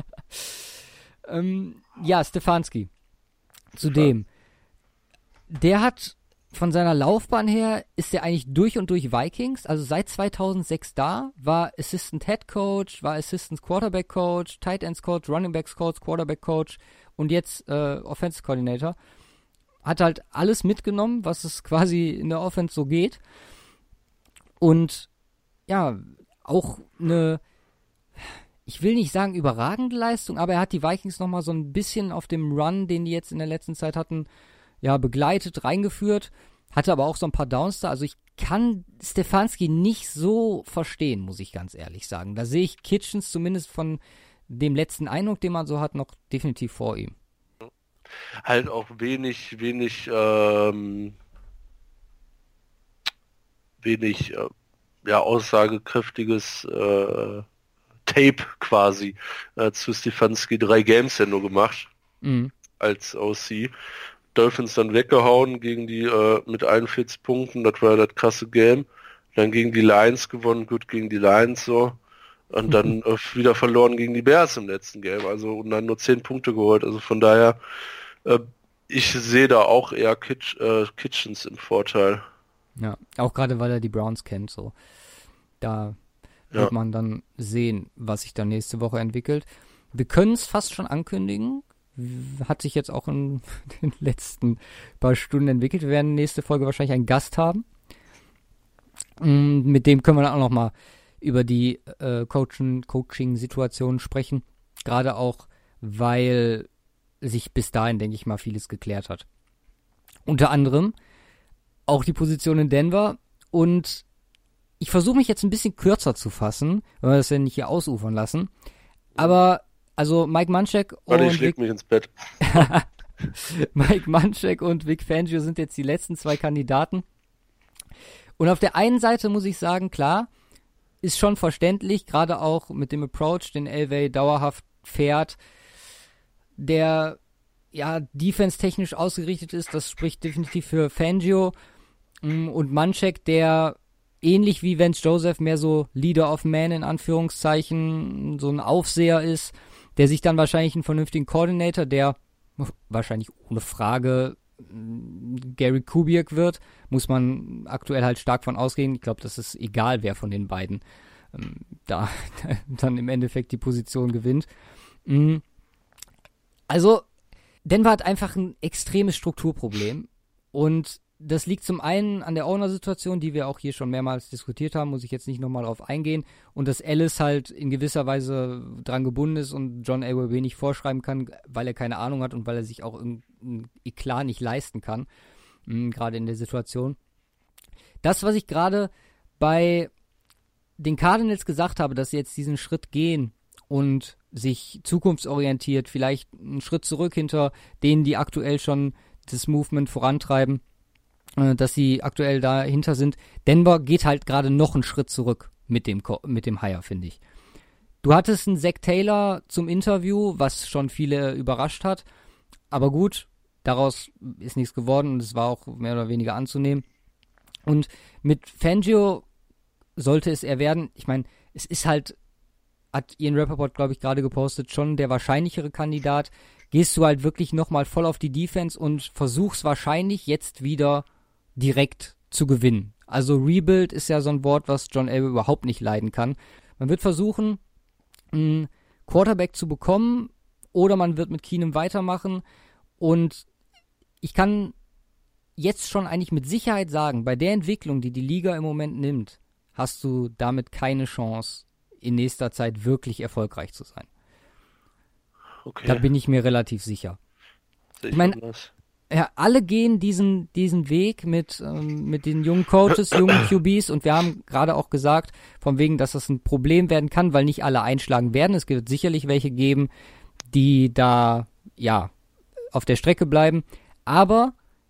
ähm, ja, Stefanski. Zudem. Der hat von seiner Laufbahn her ist er eigentlich durch und durch Vikings, also seit zweitausendsechs da, war Assistant Head Coach, war Assistant Quarterback Coach, Tight Ends Coach, Running Backs Coach, Quarterback Coach und jetzt äh, Offensive Coordinator. Hat halt alles mitgenommen, was es quasi in der Offense so geht. Und ja, auch eine, ich will nicht sagen überragende Leistung, aber er hat die Vikings nochmal so ein bisschen auf dem Run, den die jetzt in der letzten Zeit hatten, ja, begleitet, reingeführt, hatte aber auch so ein paar Downs da. Also ich kann Stefanski nicht so verstehen, muss ich ganz ehrlich sagen. Da sehe ich Kitchens zumindest von dem letzten Eindruck, den man so hat, noch definitiv vor ihm. Halt auch wenig, wenig, ähm, wenig, äh, ja, aussagekräftiges äh, Tape quasi äh, zu Stefanski. Drei Games ja nur gemacht mhm. als O C. Dolphins dann weggehauen gegen die äh, mit einundvierzig Punkten, das war das krasse Game. Dann gegen die Lions gewonnen, gut gegen die Lions so. Und dann äh, wieder verloren gegen die Bears im letzten Game, also und dann nur zehn Punkte geholt. Also von daher, äh, ich sehe da auch eher Kitch, äh, Kitchens im Vorteil. Ja, auch gerade weil er die Browns kennt, so. Da ja. wird man dann sehen, was sich dann nächste Woche entwickelt. Wir können es fast schon ankündigen. Hat sich jetzt auch in den letzten paar Stunden entwickelt. Wir werden nächste Folge wahrscheinlich einen Gast haben. Mit dem können wir dann auch nochmal über die äh, Coaching, Coaching-Situationen sprechen. Gerade auch, weil sich bis dahin, denke ich mal, vieles geklärt hat. Unter anderem auch die Position in Denver. Und ich versuche mich jetzt ein bisschen kürzer zu fassen, wenn wir das ja nicht hier ausufern lassen. Aber also Mike Munchak und Warte, ich leg mich ins Bett. Mike Munchak und Vic Fangio sind jetzt die letzten zwei Kandidaten. Und auf der einen Seite muss ich sagen, klar, ist schon verständlich, gerade auch mit dem Approach, den Elway dauerhaft fährt, der ja, defense-technisch ausgerichtet ist. Das spricht definitiv für Fangio mh, und Manchek, der ähnlich wie Vance Joseph mehr so Leader of Man in Anführungszeichen, so ein Aufseher ist, der sich dann wahrscheinlich einen vernünftigen Coordinator, der wahrscheinlich ohne Frage Gary Kubiak wird, muss man aktuell halt stark von ausgehen. Ich glaube, das ist egal, wer von den beiden ähm, da dann im Endeffekt die Position gewinnt. Mhm. Also, Denver hat einfach ein extremes Strukturproblem und das liegt zum einen an der Owner-Situation, die wir auch hier schon mehrmals diskutiert haben, muss ich jetzt nicht nochmal drauf eingehen, und dass Ellis halt in gewisser Weise dran gebunden ist und John Elway wenig vorschreiben kann, weil er keine Ahnung hat und weil er sich auch irgendein Eklat nicht leisten kann, mh, gerade in der Situation. Das, was ich gerade bei den Cardinals gesagt habe, dass sie jetzt diesen Schritt gehen und sich zukunftsorientiert, vielleicht einen Schritt zurück hinter denen, die aktuell schon das Movement vorantreiben, dass sie aktuell dahinter sind. Denver geht halt gerade noch einen Schritt zurück mit dem mit dem Hire, finde ich. Du hattest einen Zach Taylor zum Interview, was schon viele überrascht hat. Aber gut, daraus ist nichts geworden und es war auch mehr oder weniger anzunehmen. Und mit Fangio sollte es eher werden. Ich meine, es ist halt, hat Ian Rappaport, glaube ich, gerade gepostet, schon der wahrscheinlichere Kandidat. Gehst du halt wirklich nochmal voll auf die Defense und versuchst wahrscheinlich jetzt wieder direkt zu gewinnen. Also Rebuild ist ja so ein Wort, was John Elway überhaupt nicht leiden kann. Man wird versuchen, einen Quarterback zu bekommen oder man wird mit Keenum weitermachen, und ich kann jetzt schon eigentlich mit Sicherheit sagen, bei der Entwicklung, die die Liga im Moment nimmt, hast du damit keine Chance, in nächster Zeit wirklich erfolgreich zu sein. Okay. Da bin ich mir relativ sicher. Ich, ich meine, ja, alle gehen diesen diesen Weg mit ähm, mit den jungen Coaches, jungen Q Bs, und wir haben gerade auch gesagt, von wegen, dass das ein Problem werden kann, weil nicht alle einschlagen werden. Es wird sicherlich welche geben, die da ja auf der Strecke bleiben, aber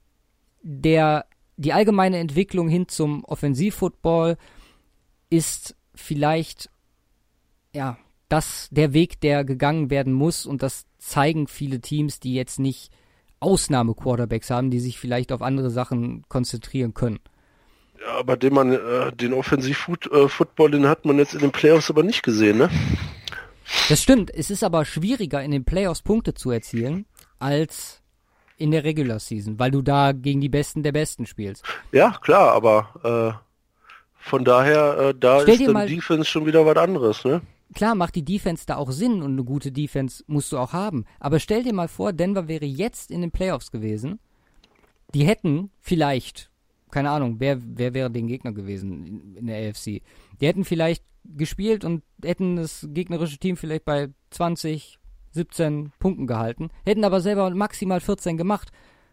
der die allgemeine Entwicklung hin zum Offensivfootball ist vielleicht ja das der Weg, der gegangen werden muss, und das zeigen viele Teams, die jetzt nicht Ausnahme-Quarterbacks haben, die sich vielleicht auf andere Sachen konzentrieren können. Ja, aber den man, äh, den Offensiv-Football, den hat man jetzt in den Playoffs aber nicht gesehen, ne? Das stimmt. Es ist aber schwieriger, in den Playoffs Punkte zu erzielen, als in der Regular Season, weil du da gegen die Besten der Besten spielst. Ja, klar, aber äh, von daher, äh, da Stell ist dann mal, Defense schon wieder was anderes, ne? Klar macht die Defense da auch Sinn, und eine gute Defense musst du auch haben. Aber stell dir mal vor, Denver wäre jetzt in den Playoffs gewesen. Die hätten vielleicht, keine Ahnung, wer, wer wäre den Gegner gewesen in, in der A F C? Die hätten vielleicht gespielt und hätten das gegnerische Team vielleicht bei zwanzig, siebzehn Punkten gehalten, hätten aber selber maximal vierzehn gemacht.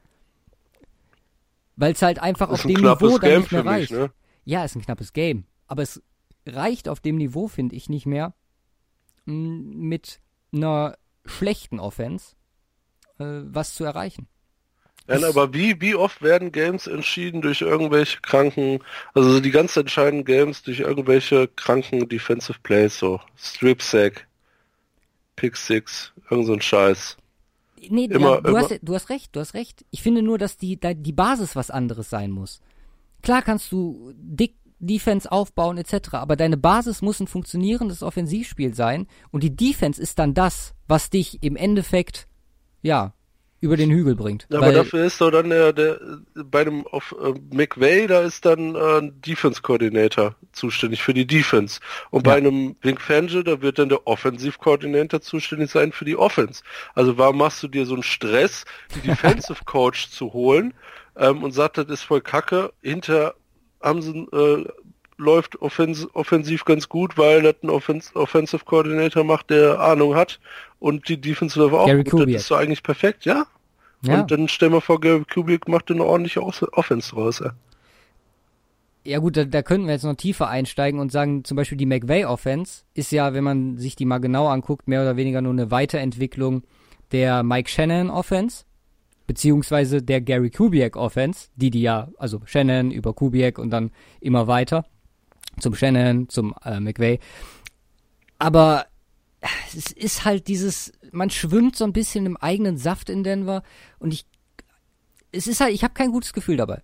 Weil es halt einfach auf dem Niveau dann nicht mehr reicht. Ne? Ja, ist ein knappes Game. Aber es reicht auf dem Niveau, finde ich, nicht mehr, mit einer schlechten Offense äh, was zu erreichen. Ja, aber wie, wie oft werden Games entschieden durch irgendwelche kranken, also die ganz entscheidenden Games durch irgendwelche kranken Defensive Plays, so Strip Sack, Pick Six, irgend so ein Scheiß. Nee, immer, ja, du, immer. Hast, du hast recht, du hast recht. Ich finde nur, dass die, die Basis was anderes sein muss. Klar kannst du dick Defense aufbauen et cetera, aber deine Basis muss ein funktionierendes Offensivspiel sein, und die Defense ist dann das, was dich im Endeffekt, ja, über den Hügel bringt. Ja, aber dafür ist doch dann der, der bei einem auf äh, McVay, da ist dann äh, ein Defense-Coordinator zuständig für die Defense. Und ja. bei einem Vic Fangio, da wird dann der Offensive-Coordinator zuständig sein für die Offense. Also warum machst du dir so einen Stress, die Defensive-Coach zu holen, ähm, und sagt, das ist voll Kacke, hinter haben sie, äh, läuft offens- offensiv ganz gut, weil das ein Offens- Offensive Coordinator macht, der Ahnung hat, und die Defense läuft auch Gary gut. Kubiak. Das ist so eigentlich perfekt, ja? ja? Und dann stell mal vor, Gary Kubiak macht eine ordentliche Offense draus. Ja, ja gut, da, da könnten wir jetzt noch tiefer einsteigen und sagen, zum Beispiel die McVay-Offense ist ja, wenn man sich die mal genau anguckt, mehr oder weniger nur eine Weiterentwicklung der Mike Shanahan-Offense, beziehungsweise der Gary Kubiak Offense, die die ja, also Shanahan über Kubiak und dann immer weiter zum Shanahan, zum äh, McVay. Aber es ist halt dieses, man schwimmt so ein bisschen im eigenen Saft in Denver und ich, es ist halt, ich habe kein gutes Gefühl dabei.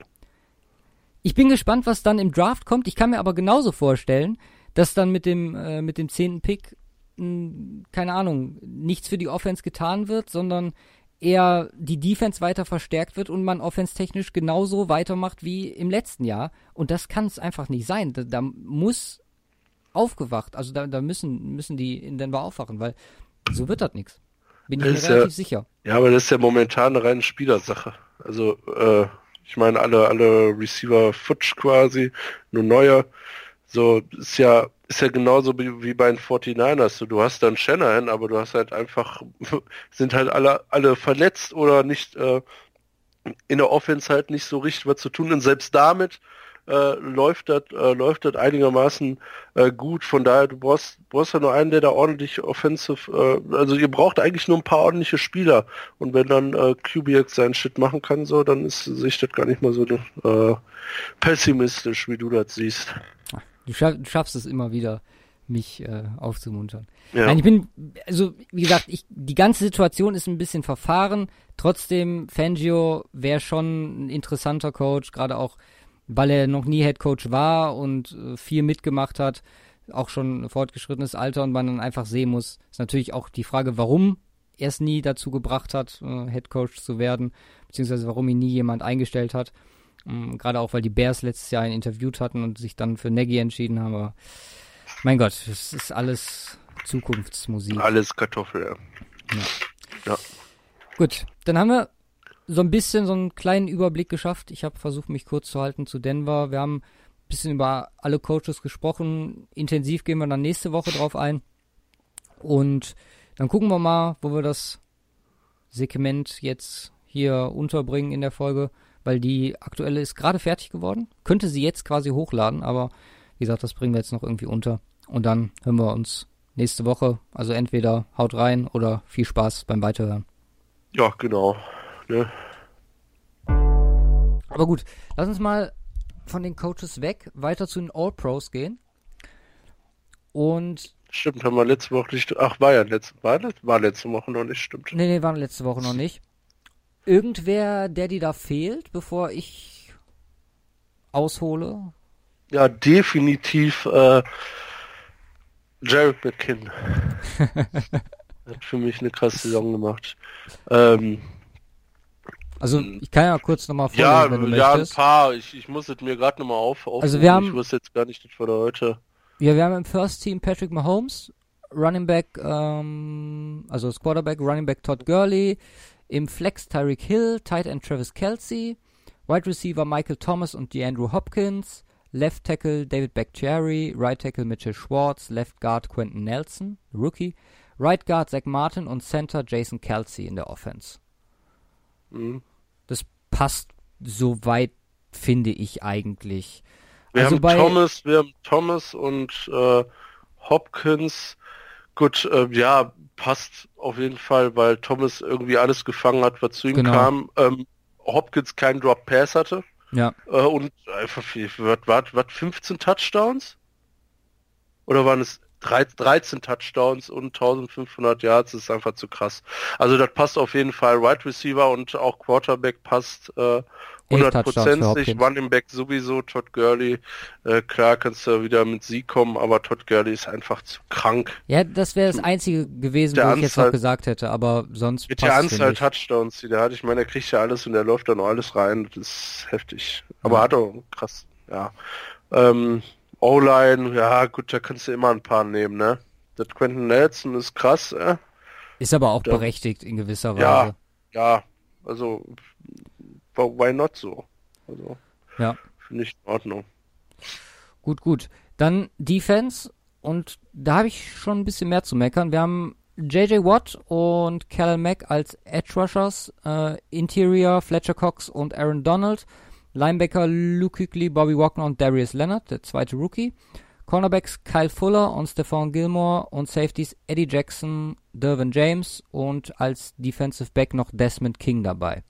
Ich bin gespannt, was dann im Draft kommt. Ich kann mir aber genauso vorstellen, dass dann mit dem, äh, mit dem zehnten Pick, mh, keine Ahnung, nichts für die Offense getan wird, sondern eher die Defense weiter verstärkt wird und man offense-technisch genauso weitermacht wie im letzten Jahr. Und das kann es einfach nicht sein. Da, da muss aufgewacht, also da, da müssen, müssen die in Denver aufwachen, weil so wird das nichts. Bin ich mir relativ ja, sicher. Ja, aber das ist ja momentan eine reine Spielersache. Also, äh, ich meine, alle, alle Receiver futsch quasi, nur neue. So, ist ja, ist ja genauso wie, wie bei den forty-niners. So, du hast dann Shanahan, aber du hast halt einfach, sind halt alle, alle verletzt oder nicht, äh, in der Offense halt nicht so richtig was zu tun. Und selbst damit äh, läuft das äh, läuft das einigermaßen äh, gut. Von daher, du brauchst, brauchst ja nur einen, der da ordentlich offensive, äh, also ihr braucht eigentlich nur ein paar ordentliche Spieler. Und wenn dann äh, Q B X seinen Shit machen kann, so, dann ist sich das gar nicht mal so äh, pessimistisch, wie du das siehst. Du, schaff, du schaffst es immer wieder, mich äh, aufzumuntern. Ja. Nein, ich bin, also wie gesagt, ich, die ganze Situation ist ein bisschen verfahren. Trotzdem, Fangio wäre schon ein interessanter Coach, gerade auch, weil er noch nie Head Coach war und äh, viel mitgemacht hat, auch schon ein fortgeschrittenes Alter und man dann einfach sehen muss, ist natürlich auch die Frage, warum er es nie dazu gebracht hat, äh, Head Coach zu werden, beziehungsweise warum ihn nie jemand eingestellt hat. Ähm, gerade auch, weil die Bears letztes Jahr ihn interviewt hatten und sich dann für Nagy entschieden haben, aber mein Gott, es ist alles Zukunftsmusik. Alles Kartoffel, ja. Ja. Ja. Gut, dann haben wir so ein bisschen so einen kleinen Überblick geschafft. Ich habe versucht, mich kurz zu halten zu Denver. Wir haben ein bisschen über alle Coaches gesprochen. Intensiv gehen wir dann nächste Woche drauf ein. Und dann gucken wir mal, wo wir das Segment jetzt hier unterbringen in der Folge, weil die aktuelle ist gerade fertig geworden. Könnte sie jetzt quasi hochladen, aber wie gesagt, das bringen wir jetzt noch irgendwie unter. Und dann hören wir uns nächste Woche. Also entweder haut rein oder viel Spaß beim Weiterhören. Ja, genau. Ne? Aber gut, lass uns mal von den Coaches weg, weiter zu den All-Pros gehen. Und... Stimmt, haben wir letzte Woche nicht... Ach, war ja letzte, war, war letzte Woche noch nicht, stimmt. Nee, nee, waren letzte Woche noch nicht. Irgendwer, der dir da fehlt, bevor ich aushole? Ja, definitiv äh, Jared McKinn. Hat für mich eine krasse Saison gemacht. Ähm, also, ich kann ja kurz nochmal vorlesen, ja, wenn du ja, möchtest. ein paar. Ich, ich muss es mir gerade nochmal auf, auf. Also wir haben- Ich wusste jetzt gar nicht, das war da heute. Ja, wir haben im First Team Patrick Mahomes, Running Back, ähm, also das Quarterback, Running Back Todd Gurley, im Flex Tyreek Hill, Tight End Travis Kelce, Wide Receiver Michael Thomas und DeAndre Hopkins, Left Tackle David Bakhtiari, Right Tackle Mitchell Schwartz, Left Guard Quentin Nelson, Rookie, Right Guard Zach Martin und Center Jason Kelce in der Offense. Mhm. Das passt soweit, finde ich eigentlich. Wir Also haben bei- Thomas, wir haben Thomas und äh, Hopkins. Gut, äh, ja, passt auf jeden Fall, weil Thomas irgendwie alles gefangen hat, was zu ihm Genau. kam. Ähm, Hopkins keinen Drop Pass hatte. Ja, Äh, und einfach viel, was, was, was, fünfzehn Touchdowns? Oder waren es drei- dreizehn Touchdowns und eintausendfünfhundert Yards? Das ist einfach zu krass. Also das passt auf jeden Fall. Wide Receiver und auch Quarterback passt äh, elf Touchdowns für hundertprozentig. Hopkins. Running Back sowieso. Todd Gurley, äh, klar kannst du wieder mit Sieg kommen, aber Todd Gurley ist einfach zu krank. Ja, das wäre das Einzige gewesen, Der wo ich jetzt noch Anzahl- gesagt hätte, aber sonst Mit der passt Anzahl es Touchdowns, die der hat, ich meine, er kriegt ja alles und er läuft dann auch alles rein. Das ist heftig. Aber Ja. hat auch krass, ja. Ähm, O-Line, ja gut, da kannst du immer ein paar nehmen, ne? Das Quentin Nelson ist krass, äh? Ist aber auch Da- berechtigt in gewisser Weise. Ja, ja, also why not so? Also Ja. finde ich in Ordnung. Gut, gut. Dann Defense und da habe ich schon ein bisschen mehr zu meckern. Wir haben J J Watt und Khalil Mack als Edge Rushers, äh, Interior Fletcher Cox und Aaron Donald, Linebacker Luke Kuechly, Bobby Wagner und Darius Leonard, der zweite Rookie, Cornerbacks Kyle Fuller und Stephon Gilmore und Safeties Eddie Jackson, Dervin James und als Defensive Back noch Desmond King dabei.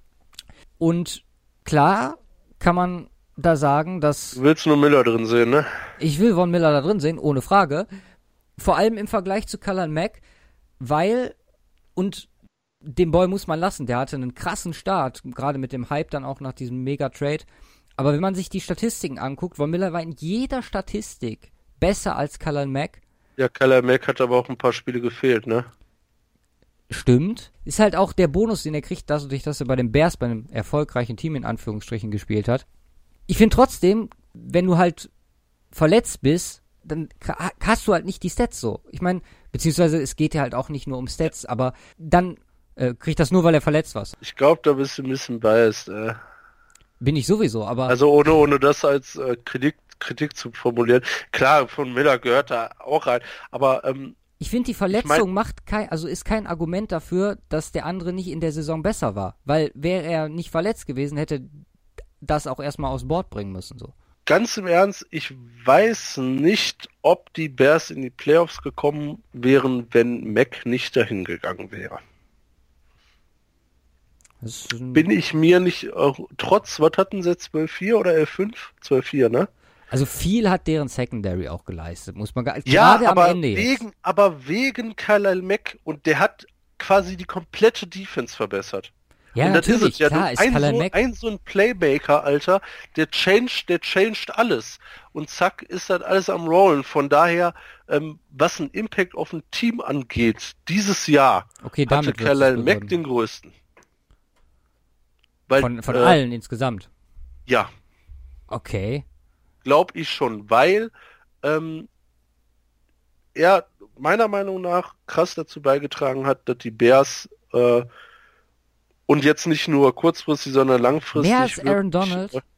Und klar kann man da sagen, dass Du willst nur Miller drin sehen, ne? ich will Von Miller da drin sehen, ohne Frage. vor allem im Vergleich zu Khalil Mack, weil, und dem Boy muss man lassen, der hatte einen krassen Start, gerade mit dem Hype dann auch nach diesem Mega-Trade. Aber wenn man sich die Statistiken anguckt, Von Miller war in jeder Statistik besser als Khalil Mack. Ja, Khalil Mack hat aber auch ein paar Spiele gefehlt, ne? Stimmt. Ist halt auch der Bonus, den er kriegt, dadurch, dass er bei den Bears, bei einem erfolgreichen Team in Anführungsstrichen gespielt hat. Ich finde trotzdem, wenn du halt verletzt bist, dann hast du halt nicht die Stats so. Ich meine, beziehungsweise es geht ja halt auch nicht nur um Stats, aber dann äh, kriegt das nur, weil er verletzt war. Ich glaube, da bist du ein bisschen biased. Äh. Bin ich sowieso, aber... Also ohne, ohne das als äh, Kritik, Kritik zu formulieren. Klar, von Miller gehört da auch rein, aber... Ähm, Ich finde, die Verletzung ich mein, macht kein, also ist kein Argument dafür, dass der andere nicht in der Saison besser war. Weil wäre er nicht verletzt gewesen, hätte das auch erstmal aufs Board bringen müssen. So. Ganz im Ernst, ich weiß nicht, ob die Bears in die Playoffs gekommen wären, wenn Mack nicht dahin gegangen wäre. Bin ich mir nicht, äh, trotz, was hatten sie, zwölf vier oder elf fünf? zwölf vier, ne? Also viel hat deren Secondary auch geleistet, muss man gar, ja, gerade aber am Ende wegen, jetzt. aber wegen Khalil Mack, und der hat quasi die komplette Defense verbessert. Ja, und natürlich, das ist es ja, klar, ist ein, Khalil so, Mack. ein so ein Playmaker, Alter, der changed, der changed alles. Und zack, ist das alles am Rollen. Von daher, ähm, was ein Impact auf ein Team angeht, dieses Jahr, okay, hatte damit Khalil Mack den größten. Weil, von von äh, allen insgesamt? Ja. Okay. Glaube ich schon, weil ähm, er meiner Meinung nach krass dazu beigetragen hat, dass die Bears äh, und jetzt nicht nur kurzfristig, sondern langfristig... Mehr als Aaron wirklich, Donald? Äh,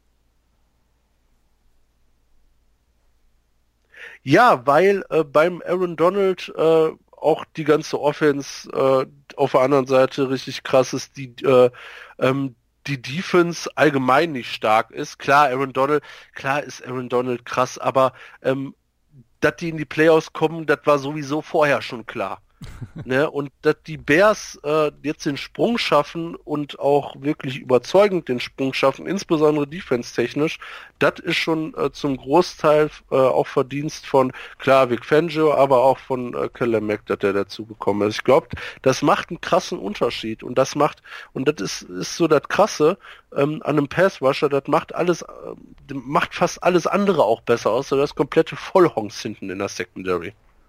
ja, weil äh, beim Aaron Donald äh, auch die ganze Offense äh, auf der anderen Seite richtig krass ist, die äh, ähm, die Defense allgemein nicht stark ist. Klar, Aaron Donald, klar ist Aaron Donald krass, aber ähm, dass die in die Playoffs kommen, das war sowieso vorher schon klar. Ne? Und dass die Bears äh, jetzt den Sprung schaffen und auch wirklich überzeugend den Sprung schaffen, insbesondere defense-technisch, das ist schon äh, zum Großteil äh, auch Verdienst von, klar, Vic Fangio, aber auch von äh, Khalil Mack, dass der dazu gekommen ist. Ich glaube, das macht einen krassen Unterschied und das macht, und das ist, ist so das Krasse ähm, an einem Pass-Rusher, das macht alles, äh, macht fast alles andere auch besser, außer das komplette Vollhongs hinten in der Secondary.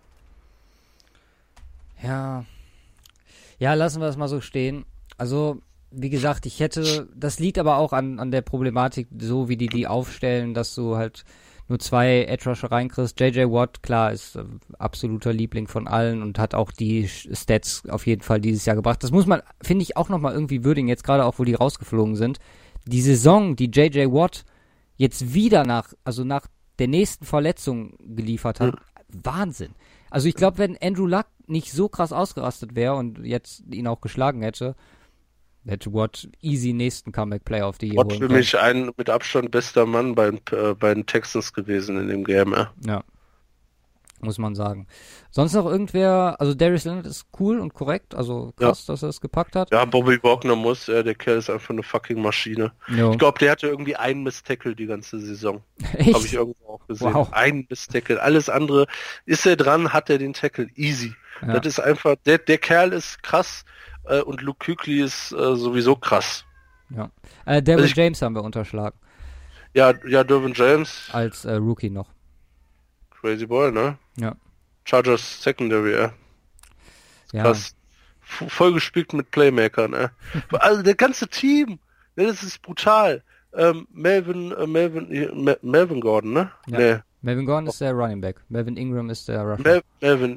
Ja. Ja, lassen wir das mal so stehen. Also, wie gesagt, ich hätte, das liegt aber auch an, an der Problematik, so wie die die aufstellen, dass du halt nur zwei Edge-Rusher reinkriegst. J J Watt, klar, ist äh, absoluter Liebling von allen und hat auch die Stats auf jeden Fall dieses Jahr gebracht. Das muss man, finde ich, auch nochmal irgendwie würdigen, jetzt gerade auch, wo die rausgeflogen sind. Die Saison, die J J Watt jetzt wieder nach, also nach der nächsten Verletzung geliefert hat, mhm. Wahnsinn. Also ich glaube, wenn Andrew Luck nicht so krass ausgerastet wäre und jetzt ihn auch geschlagen hätte, hätte Watt easy nächsten Comeback-Player auf die Watt für mich ein mit Abstand bester Mann bei, äh, bei den Texans gewesen in dem Game. Ja. ja, muss man sagen. Sonst noch irgendwer, also Darius Leonard ist cool und korrekt, also krass, ja. dass er es gepackt hat. Ja, Bobby Wagner muss, ja, der Kerl ist einfach eine fucking Maschine. Jo. Ich glaube, der hatte irgendwie einen Miss-Tackle die ganze Saison. Echt? Habe ich irgendwo auch gesehen. Wow. Ein Miss-Tackle. Alles andere, ist er dran, hat er den Tackle. Easy. Ja. Das ist einfach, der, der Kerl ist krass äh, und Luke Kuechly ist äh, sowieso krass. Ja. Äh, Derwin also James haben wir unterschlagen. Ja, ja, Derwin James. Als äh, Rookie noch. Crazy Boy, ne? Ja. Chargers Secondary, ja. Ja. Krass. V- voll gespielt mit Playmakern, ne? Also der ganze Team, ne, das ist brutal. Ähm, Melvin, äh, Melvin, äh, Melvin Gordon, ne? Ja. Nee. Melvin Gordon ist der Running Back. Melvin Ingram ist der Rusher. Mel- Melvin.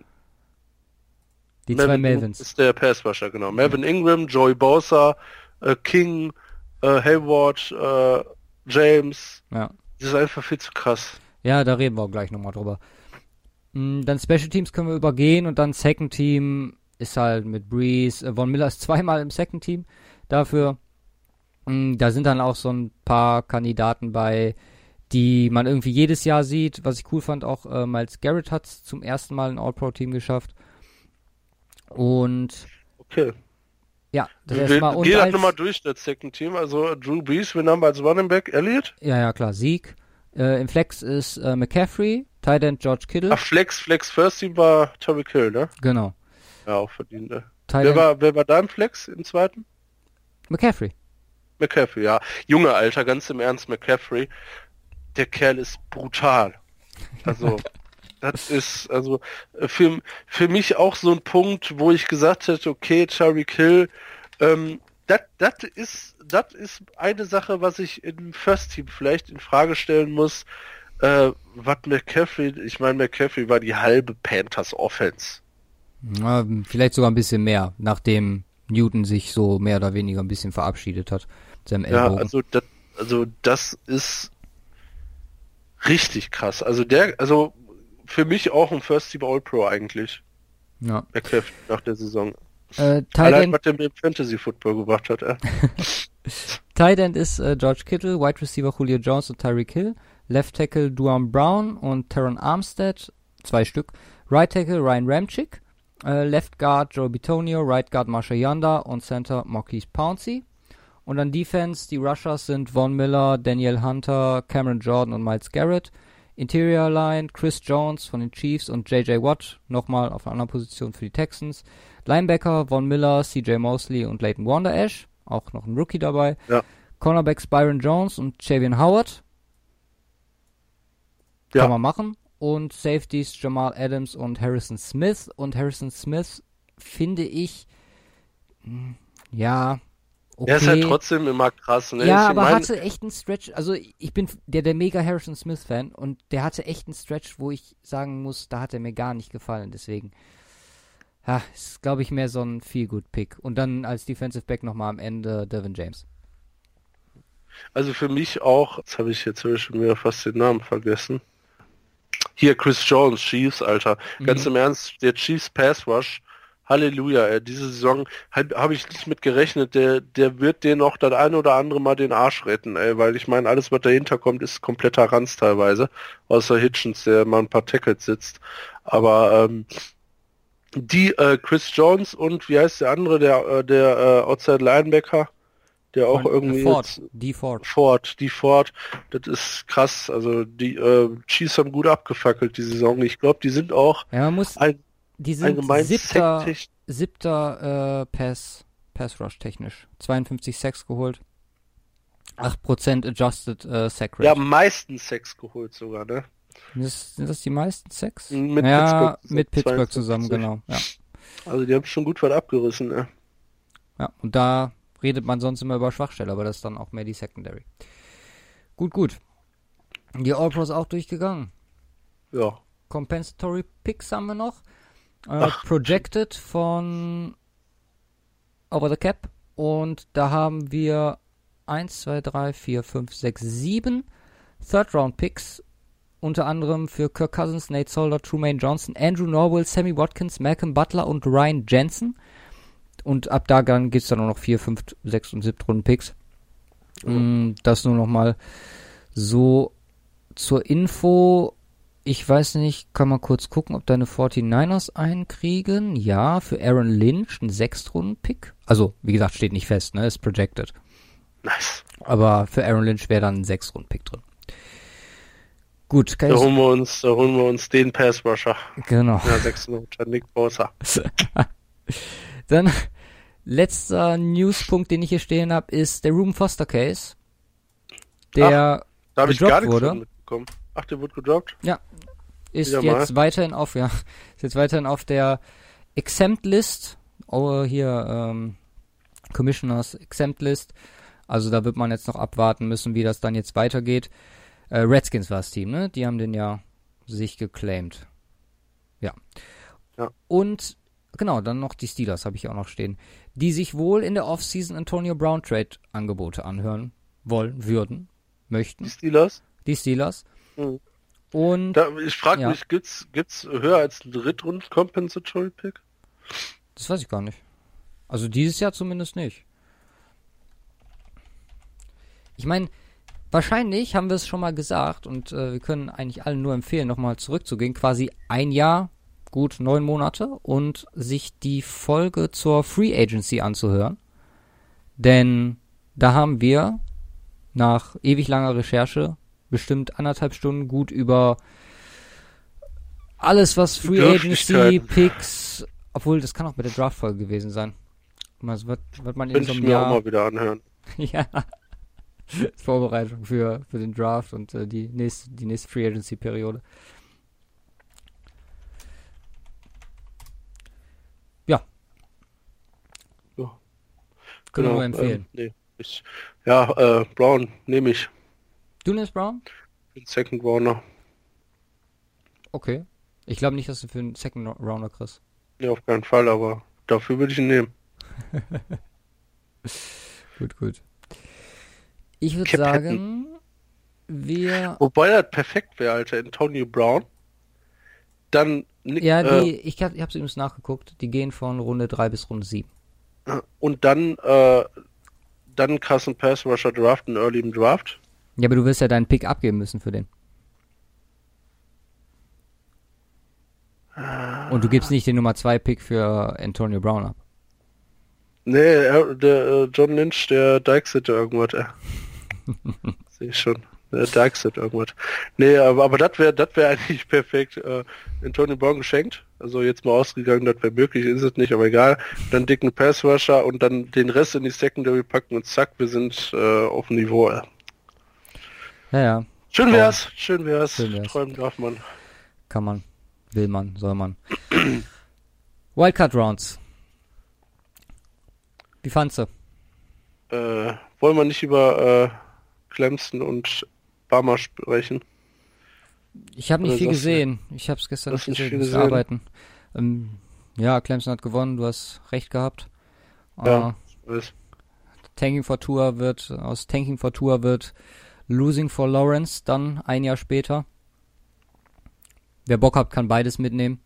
Die Melvin zwei Melvins. Ist der Pass-Rusher, genau. Melvin Ingram, Joey Bosa, äh, King, äh, Hayward, äh, James. Ja. Das ist einfach viel zu krass. Ja, da reden wir auch gleich nochmal drüber. Mhm, dann Special Teams können wir übergehen und dann Second Team ist halt mit Breeze. Äh, Von Miller ist zweimal im Second Team dafür. Mhm, da sind dann auch so ein paar Kandidaten bei, die man irgendwie jedes Jahr sieht. Was ich cool fand, auch äh, Myles Garrett hat es zum ersten Mal ein All-Pro-Team geschafft. Und okay. Ja, das wir, erste Mal. Wir und gehen als, halt nochmal durch das Second Team. Also Drew Brees, wir haben als Running Back Elliott. Ja, ja, klar, Sieg. Äh, Im Flex ist äh, McCaffrey, Tight End George Kittle. Ach, Flex, Flex First Team war Tyreek Hill, ne? Genau. Ja, auch verdient, ne? Tight Wer End war, wer war da im Flex im zweiten? McCaffrey. McCaffrey, ja. Junge, Alter, ganz im Ernst, McCaffrey. Der Kerl ist brutal. Also, das ist, also, für, für mich auch so ein Punkt, wo ich gesagt hätte, okay, Tyreek Hill, ähm, das, das ist, das ist eine Sache, was ich im First Team vielleicht in Frage stellen muss, äh, was McCaffrey, ich meine, McCaffrey war die halbe Panthers Offense. Ja, vielleicht sogar ein bisschen mehr, nachdem Newton sich so mehr oder weniger ein bisschen verabschiedet hat. Seinem Ellbogen. Ja, also das, also das ist richtig krass. Also der, also für mich auch ein First Team All-Pro eigentlich. Ja. McCaffrey nach der Saison. Äh, Tight Allein, End, was der mit dem Fantasy Football gebracht hat. Äh. Tight End ist äh, George Kittle, Wide Receiver Julio Jones und Tyreek Hill, Left Tackle Duane Brown und Teron Armstead, zwei Stück, Right Tackle Ryan Ramczyk, äh, Left Guard Joe Bitonio, Right Guard Marshall Yanda und Center Marquise Pouncey. Und dann Defense, die Rushers sind Von Miller, Daniel Hunter, Cameron Jordan und Myles Garrett. Interior Line Chris Jones von den Chiefs und J J Watt, nochmal auf einer anderen Position für die Texans. Linebacker Von Miller, C J Mosley und Leighton Vander Esch, auch noch ein Rookie dabei. Ja. Cornerbacks Byron Jones und Javion Howard. Ja. Kann man machen. Und Safeties Jamal Adams und Harrison Smith. Und Harrison Smith finde ich, mh, ja, okay. Er ist halt trotzdem immer krass. Ne? Ja, ich aber mein, hatte echt einen Stretch, also ich bin der, der mega Harrison Smith-Fan und der hatte echt einen Stretch, wo ich sagen muss, da hat er mir gar nicht gefallen, deswegen ja, ist, glaube ich, mehr so ein Feel-Good-Pick. Und dann als Defensive Back nochmal am Ende Derwin James. Also für mich auch, jetzt habe ich jetzt hab ich schon wieder fast den Namen vergessen. Hier, Chris Jones, Chiefs, Alter. Ganz Mhm. im Ernst, der Chiefs Pass Rush, Halleluja, ey. Diese Saison habe hab ich nicht mit gerechnet. Der, der wird den noch das ein oder andere Mal den Arsch retten, ey. Weil ich meine, alles, was dahinter kommt, ist kompletter Ranz teilweise. Außer Hitchens, der mal ein paar Tackles sitzt. Aber ähm, die äh, Chris Jones und wie heißt der andere, der, äh, der äh, Outside Linebacker, der auch Von, äh, irgendwie Ford, jetzt, die Ford. Ford, die Ford, das ist krass. Also die äh, Chiefs haben gut abgefackelt die Saison. Ich glaube, die sind auch Ja, man muss, ein, die sind allgemein siebter, sektisch. siebter äh, Pass, Pass Rush technisch. zweiundfünfzig Sacks geholt. acht Prozent Adjusted äh, Sack Rate. Ja, meistens Sex geholt sogar, ne? Das, sind das die meisten Sacks? Mit ja, Pittsburgh mit Pittsburgh zweiundfünfzig. zusammen, genau. Ja. Also die haben schon gut was abgerissen, ne? ja, und da redet man sonst immer über Schwachstelle, aber das ist dann auch mehr die Secondary. Gut, gut. Die All-Pros auch durchgegangen. Ja. Compensatory Picks haben wir noch. Äh, Ach. Projected von Over the Cap. Und da haben wir eins, zwei, drei, vier, fünf, sechs, sieben Third-Round-Picks. Unter anderem für Kirk Cousins, Nate Solder, Trumaine Johnson, Andrew Norwell, Sammy Watkins, Malcolm Butler und Ryan Jensen. Und ab da dann geht's dann nur noch vier, fünf, sechs und sieben Runden Picks. Mhm. Das nur noch mal so zur Info. Ich weiß nicht, kann mal kurz gucken, ob deine forty-niners einkriegen. Ja, für Aaron Lynch ein sechs Runden Pick. Also, wie gesagt, steht nicht fest, ne, ist projected. Nice. Aber für Aaron Lynch wäre dann ein sechs Runden Pick drin. Gut, kann Da ich... holen wir uns, da holen wir uns den Pass Rusher. Genau. Ja, sechs Minuten, Nick Bosa. Dann letzter Newspunkt, den ich hier stehen habe, ist der Ruben Foster Case, der Da habe ich gedroppt gar nichts wurde. von mitbekommen. Ach, der wurde gedroppt? ist Wieder jetzt mal. weiterhin auf, ja, ist jetzt weiterhin auf der Exempt List, oh, hier ähm, Commissioners Exempt List. Also da wird man jetzt noch abwarten müssen, wie das dann jetzt weitergeht. Äh, Redskins war das Team, ne? Die haben den ja sich geclaimed. Ja. Ja. Und genau, dann noch die Steelers habe ich hier auch noch stehen, die sich wohl in der Offseason Antonio Brown Trade Angebote anhören wollen, würden, möchten. Die Steelers? Die Steelers. Mhm. Und Da, ich frage Ja. mich, gibt's, gibt's höher als ein Drittrunden Compensatory Pick? das weiß ich gar nicht. Also dieses Jahr zumindest nicht. Ich meine, wahrscheinlich haben wir es schon mal gesagt und äh, wir können eigentlich allen nur empfehlen, nochmal zurückzugehen. Quasi ein Jahr, gut neun Monate und sich die Folge zur Free Agency anzuhören. Denn da haben wir nach ewig langer Recherche bestimmt anderthalb Stunden gut über alles, was Free Agency, Begrifflichkeiten. Picks, obwohl, das kann auch bei der Draft-Folge gewesen sein. Das wird, wird man in Könnte so ich einem mir auch Jahr... mal wieder anhören. Ja, Vorbereitung für, für den Draft und äh, die nächste, die nächste Free Agency-Periode. Ja. Ja. Können wir Genau, nur empfehlen. Ähm, nee, ich, ja, äh, Brown nehme ich. Du nimmst Brown? Den Second Rounder. Okay. Ich glaube nicht, dass du für einen Second Rounder kriegst. Ja, auf keinen Fall, aber dafür würde ich ihn nehmen. Gut, gut. Ich würde Cap sagen, wir... Wobei das perfekt wäre, Alter. Antonio Brown. Dann Nick, Ja, äh, die, ich habe ich hab's übrigens nachgeguckt. Die gehen von Runde drei bis Runde sieben. und dann, äh, dann Carson Pass Rusher draften, early im Draft. Ja, aber du wirst ja deinen Pick abgeben müssen für den. Und du gibst nicht den Nummer zwei Pick für Antonio Brown ab. Nee, er, der äh, John Lynch, der Dykes-Hit irgendwas, äh. Sehe ich schon. Der Dykes-Hit irgendwas. Nee, aber, aber das wäre das wäre eigentlich perfekt. Äh, Antonio Brown geschenkt. Also jetzt mal ausgegangen, das wäre möglich, ist es nicht, aber egal. Dann dicken Pass-Rusher und dann den Rest in die Secondary packen und zack, wir sind äh, auf dem Niveau. Äh. Ja, ja. Schön wär's, schön wär's. Schön wär's. Träumen darf man. Kann man. Will man, soll man. Wildcard Rounds. Wie fandst du? Äh, wollen wir nicht über äh, Clemson und Bama sprechen? Ich habe nicht Oder viel sagst du- gesehen. Ich habe es gestern hast nicht nicht gesehen. viel Ich gesehen? arbeiten. Ähm, ja, Clemson hat gewonnen. Du hast recht gehabt. Ja. Äh, Weiß. Tanking for Tour wird, aus Tanking for Tour wird Losing for Lawrence dann ein Jahr später. Wer Bock hat, kann beides mitnehmen.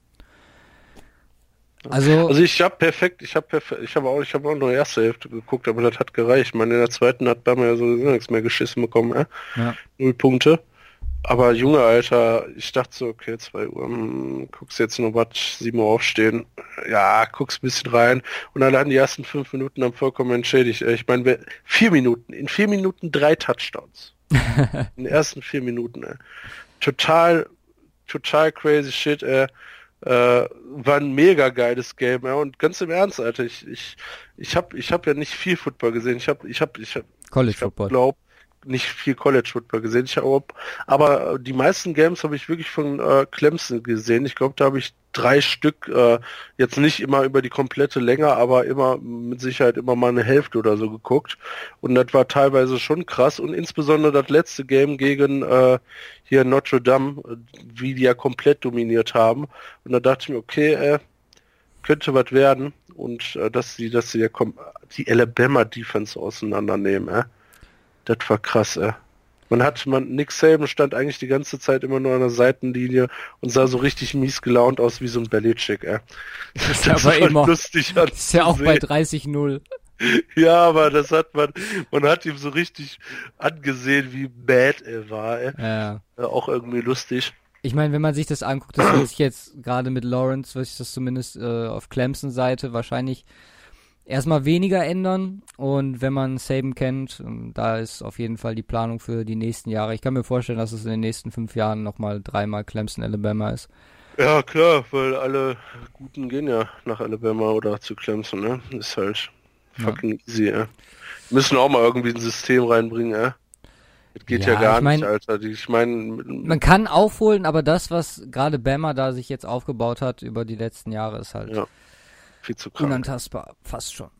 Also, Also ich habe perfekt, ich habe perfekt, ich habe auch, ich habe auch nur die erste Hälfte geguckt, aber das hat gereicht. Ich meine, in der zweiten hat Bama ja sowieso nichts mehr geschissen bekommen, äh? ja. Null Punkte. Aber Junge, Alter, ich dachte so, okay, zwei Uhr, hm, guckst jetzt noch was, sieben Uhr aufstehen. Ja, guckst ein bisschen rein. Und allein die ersten fünf Minuten haben vollkommen entschädigt. Äh, Ich meine, wer- vier Minuten, in vier Minuten drei Touchdowns. In den ersten vier Minuten, ey. Total, total crazy shit, ey. Äh, war ein mega geiles Game, ja. Und ganz im Ernst, Alter, ich, ich, ich hab, ich hab ja nicht viel Football gesehen. Ich hab, ich hab, ich hab, College ich hab, Football. glaub, nicht viel College Football gesehen. Ich hab, aber die meisten Games habe ich wirklich von äh, Clemson gesehen. Ich glaube, da habe ich drei Stück, äh, jetzt nicht immer über die komplette Länge, aber immer mit Sicherheit immer mal eine Hälfte oder so geguckt. Und das war teilweise schon krass. Und insbesondere das letzte Game gegen äh, hier Notre Dame, äh, wie die ja komplett dominiert haben. Und da dachte ich mir, okay, äh, könnte was werden. Und äh, dass sie, dass sie ja kom- die Alabama Defense auseinandernehmen, äh. Das war krass, ey. Man hat, man, Nick Saban stand eigentlich die ganze Zeit immer nur an der Seitenlinie und sah so richtig mies gelaunt aus wie so ein Belichick, ey. ist ja aber immer, lustig ist ja auch bei anzusehen. dreißig null. Ja, aber das hat man, man hat ihm so richtig angesehen, wie bad er war, ey. Ja. Ja, auch irgendwie lustig. Ich meine, wenn man sich das anguckt, das wird sich jetzt gerade mit Lawrence, wird sich das zumindest äh, auf Clemson-Seite wahrscheinlich erstmal weniger ändern. Und wenn man Saban kennt, ähm, da ist auf jeden Fall die Planung für die nächsten Jahre. Ich kann mir vorstellen, dass es in den nächsten fünf Jahren nochmal dreimal Clemson, Alabama ist. Ja, klar, weil alle Guten gehen ja nach Alabama oder zu Clemson, ne? Ist halt Ja. fucking easy, ey. Müssen auch mal irgendwie ein System reinbringen, ey. Das geht ja, Ja, gar ich mein- nicht, Alter. Die, ich meine, Man kann aufholen, aber das, was gerade Bama da sich jetzt aufgebaut hat über die letzten Jahre, ist halt Ja, viel zu krank. unantastbar. Fast schon.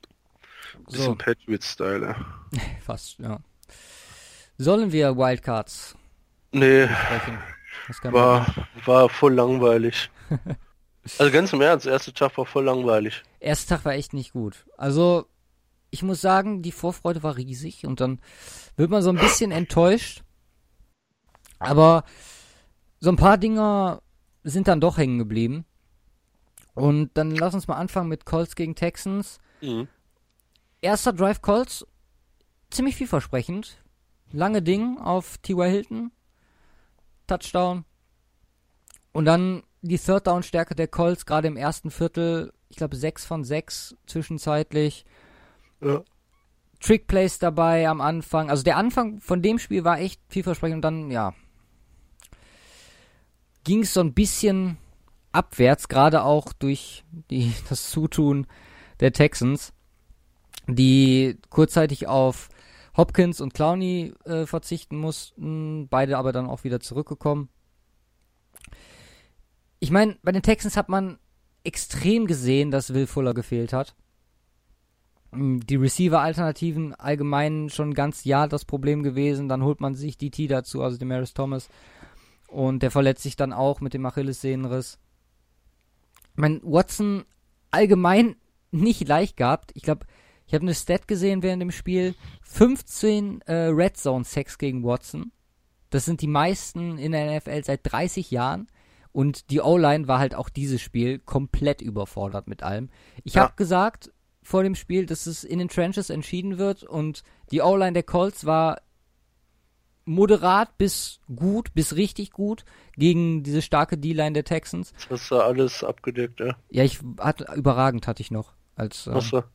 Bisschen So, Patriots-Style, ey. fast, ja. Sollen wir Wildcards Nee, sprechen? Das kann man war, war voll langweilig. Also ganz im Ernst, der erste Tag war voll langweilig. Erster Tag war echt nicht gut. Also, ich muss sagen, die Vorfreude war riesig und dann wird man so ein bisschen enttäuscht. Aber so ein paar Dinger sind dann doch hängen geblieben. Und dann lass uns mal anfangen mit Colts gegen Texans. Mhm. Erster Drive Colts, ziemlich vielversprechend. Lange Ding auf T Y. Hilton. Touchdown. Und dann die Third Down Stärke der Colts, gerade im ersten Viertel. Ich glaube sechs von sechs zwischenzeitlich. Ja. Trick-Plays dabei am Anfang. Also der Anfang von dem Spiel war echt vielversprechend und dann, ja. ging es so ein bisschen abwärts, gerade auch durch die, das Zutun der Texans, die kurzzeitig auf Hopkins und Clowney äh, verzichten mussten, beide aber dann auch wieder zurückgekommen. Ich meine, bei den Texans hat man extrem gesehen, dass Will Fuller gefehlt hat. Die Receiver-Alternativen allgemein schon ganz Jahr das Problem gewesen. Dann holt man sich D T dazu, also Demaryius Thomas. Und der verletzt sich dann auch mit dem Achillessehnenriss. Ich meine, Watson allgemein nicht leicht gehabt. Ich glaube, ich habe eine Stat gesehen während dem Spiel. fünfzehn äh, Red Zone Sacks gegen Watson. Das sind die meisten in der N F L seit dreißig Jahren. Und die O-Line war halt auch dieses Spiel komplett überfordert mit allem. Ich ja. habe gesagt vor dem Spiel, dass es in den Trenches entschieden wird. Und die O-Line der Colts war moderat bis gut, bis richtig gut gegen diese starke D-Line der Texans. Das hast du alles abgedeckt, ja? Ja, ich hatte, überragend hatte ich noch. Als, ähm, Ach so.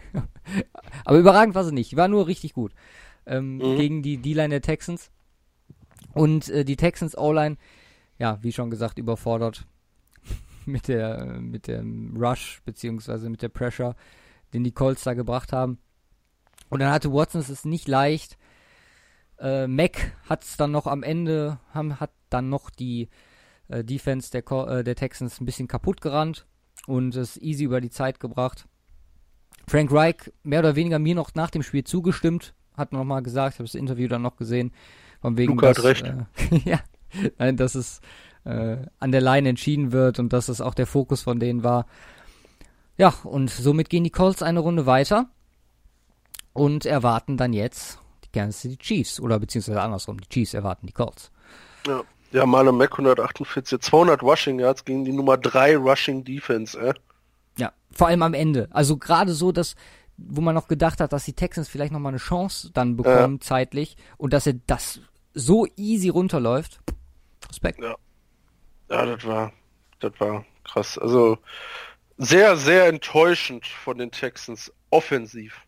aber überragend war sie nicht. War nur richtig gut. Ähm, mhm. Gegen die D-Line der Texans. Und äh, die Texans O-Line, ja, wie schon gesagt, überfordert mit der mit dem Rush, beziehungsweise mit der Pressure, den die Colts da gebracht haben. Und dann hatte Watson es nicht leicht. Äh, Mack hat es dann noch am Ende, haben, hat dann noch die äh, Defense der, äh, der Texans ein bisschen kaputt gerannt und es easy über die Zeit gebracht. Frank Reich mehr oder weniger mir noch nach dem Spiel zugestimmt, hat nochmal gesagt, ich habe das Interview dann noch gesehen, von wegen, Luca dass, hat recht. Äh, ja, nein, dass es äh, an der Line entschieden wird und dass es auch der Fokus von denen war. Ja, und somit gehen die Colts eine Runde weiter und erwarten dann jetzt die Kansas City Chiefs, oder beziehungsweise andersrum, die Chiefs erwarten die Colts. Ja, ja, Marlon Mack hundertachtundvierzig, zweihundert Rushing Yards gegen die Nummer drei Rushing Defense, äh. Ja, vor allem am Ende. Also gerade so, dass, wo man noch gedacht hat, dass die Texans vielleicht nochmal eine Chance dann bekommen, ja. zeitlich, und dass er das so easy runterläuft. Respekt. Ja, ja, das war, das war krass. Also sehr, sehr enttäuschend von den Texans, offensiv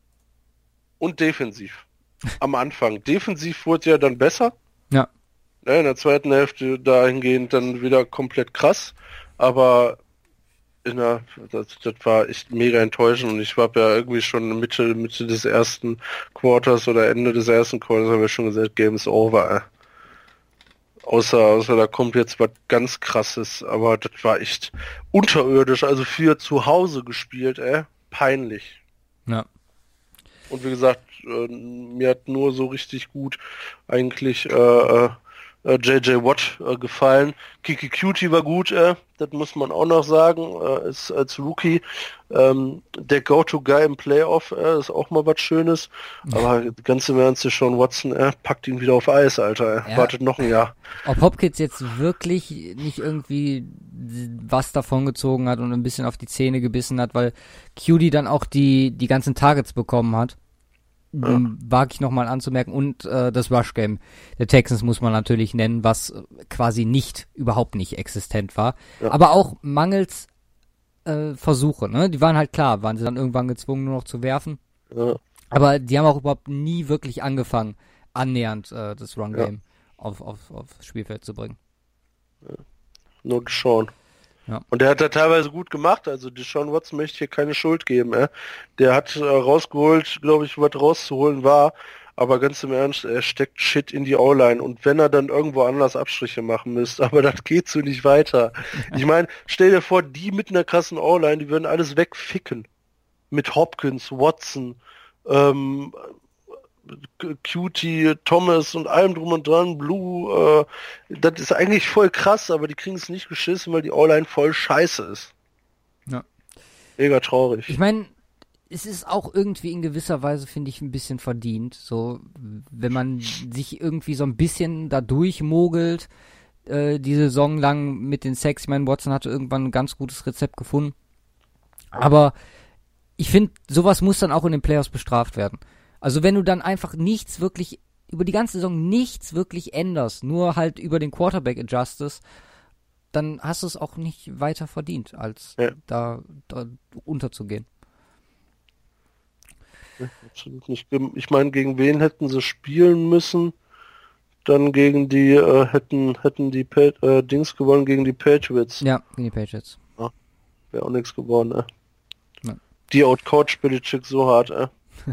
und defensiv. Am Anfang. Defensiv wurde ja dann besser. Ja. ja. In der zweiten Hälfte dahingehend dann wieder komplett krass. Aber in der, das, das war echt mega enttäuschend. Und ich war ja irgendwie schon Mitte, Mitte des ersten Quarters oder Ende des ersten Quarters, haben wir schon gesagt, Game is over. Ey. Außer, außer da kommt jetzt was ganz Krasses. Aber das war echt unterirdisch. Also für zu Hause gespielt, ey. Peinlich. Ja. Und wie gesagt, äh, mir hat nur so richtig gut eigentlich äh, äh, J J Watt äh, gefallen. Kiki Cutie war gut, äh, das muss man auch noch sagen, äh, ist als Rookie ähm, der Go-To-Guy im Playoff, äh, ist auch mal was Schönes. Aber ganz im Ernst, Sean Watson, äh, packt ihn wieder auf Eis, Alter. Äh. Ja. Wartet noch ein Jahr. Ob Hopkins jetzt wirklich nicht irgendwie was davon gezogen hat und ein bisschen auf die Zähne gebissen hat, weil Cutie dann auch die, die ganzen Targets bekommen hat. Ja. Wage ich nochmal anzumerken. Und äh, das Rush-Game der Texans muss man natürlich nennen, was quasi nicht, überhaupt nicht existent war. Ja. Aber auch mangels äh, Versuche, ne? Die waren halt klar, waren sie dann irgendwann gezwungen, nur noch zu werfen. Ja. Aber die haben auch überhaupt nie wirklich angefangen, annähernd äh, das Run-Game ja. auf, auf, aufs Spielfeld zu bringen. Ja. Nur Deshaun. Ja. Und der hat da teilweise gut gemacht, also Deshaun Watson möchte ich hier keine Schuld geben, äh. Der hat äh, rausgeholt, glaube ich, was rauszuholen war, aber ganz im Ernst, er steckt Shit in die O-Line und wenn er dann irgendwo anders Abstriche machen müsste, aber das geht so nicht weiter. Ich meine, stell dir vor, die mit einer krassen O-Line, die würden alles wegficken. Mit Hopkins, Watson, ähm, Cutie, Thomas und allem drum und dran, Blue, äh, das ist eigentlich voll krass, aber die kriegen es nicht geschissen, weil die O-Line voll scheiße ist. Ja. Mega traurig. Ich meine, es ist auch irgendwie in gewisser Weise, finde ich, ein bisschen verdient, so, wenn man sich irgendwie so ein bisschen da durchmogelt, äh, die Saison lang mit den Sacks. Ich meine, Watson hatte irgendwann ein ganz gutes Rezept gefunden, aber ich finde, sowas muss dann auch in den Playoffs bestraft werden. Also wenn du dann einfach nichts wirklich, über die ganze Saison nichts wirklich änderst, nur halt über den Quarterback adjustest, dann hast du es auch nicht weiter verdient, als ja. da, da unterzugehen. Ja, absolut nicht. Ich meine, gegen wen hätten sie spielen müssen, dann gegen die, äh, hätten, hätten die pa äh, Dings gewonnen gegen die Patriots. Ja, gegen die Patriots. Ja, wäre auch nichts geworden, ey. Ja. Die outcoach Belichick so hart, ey.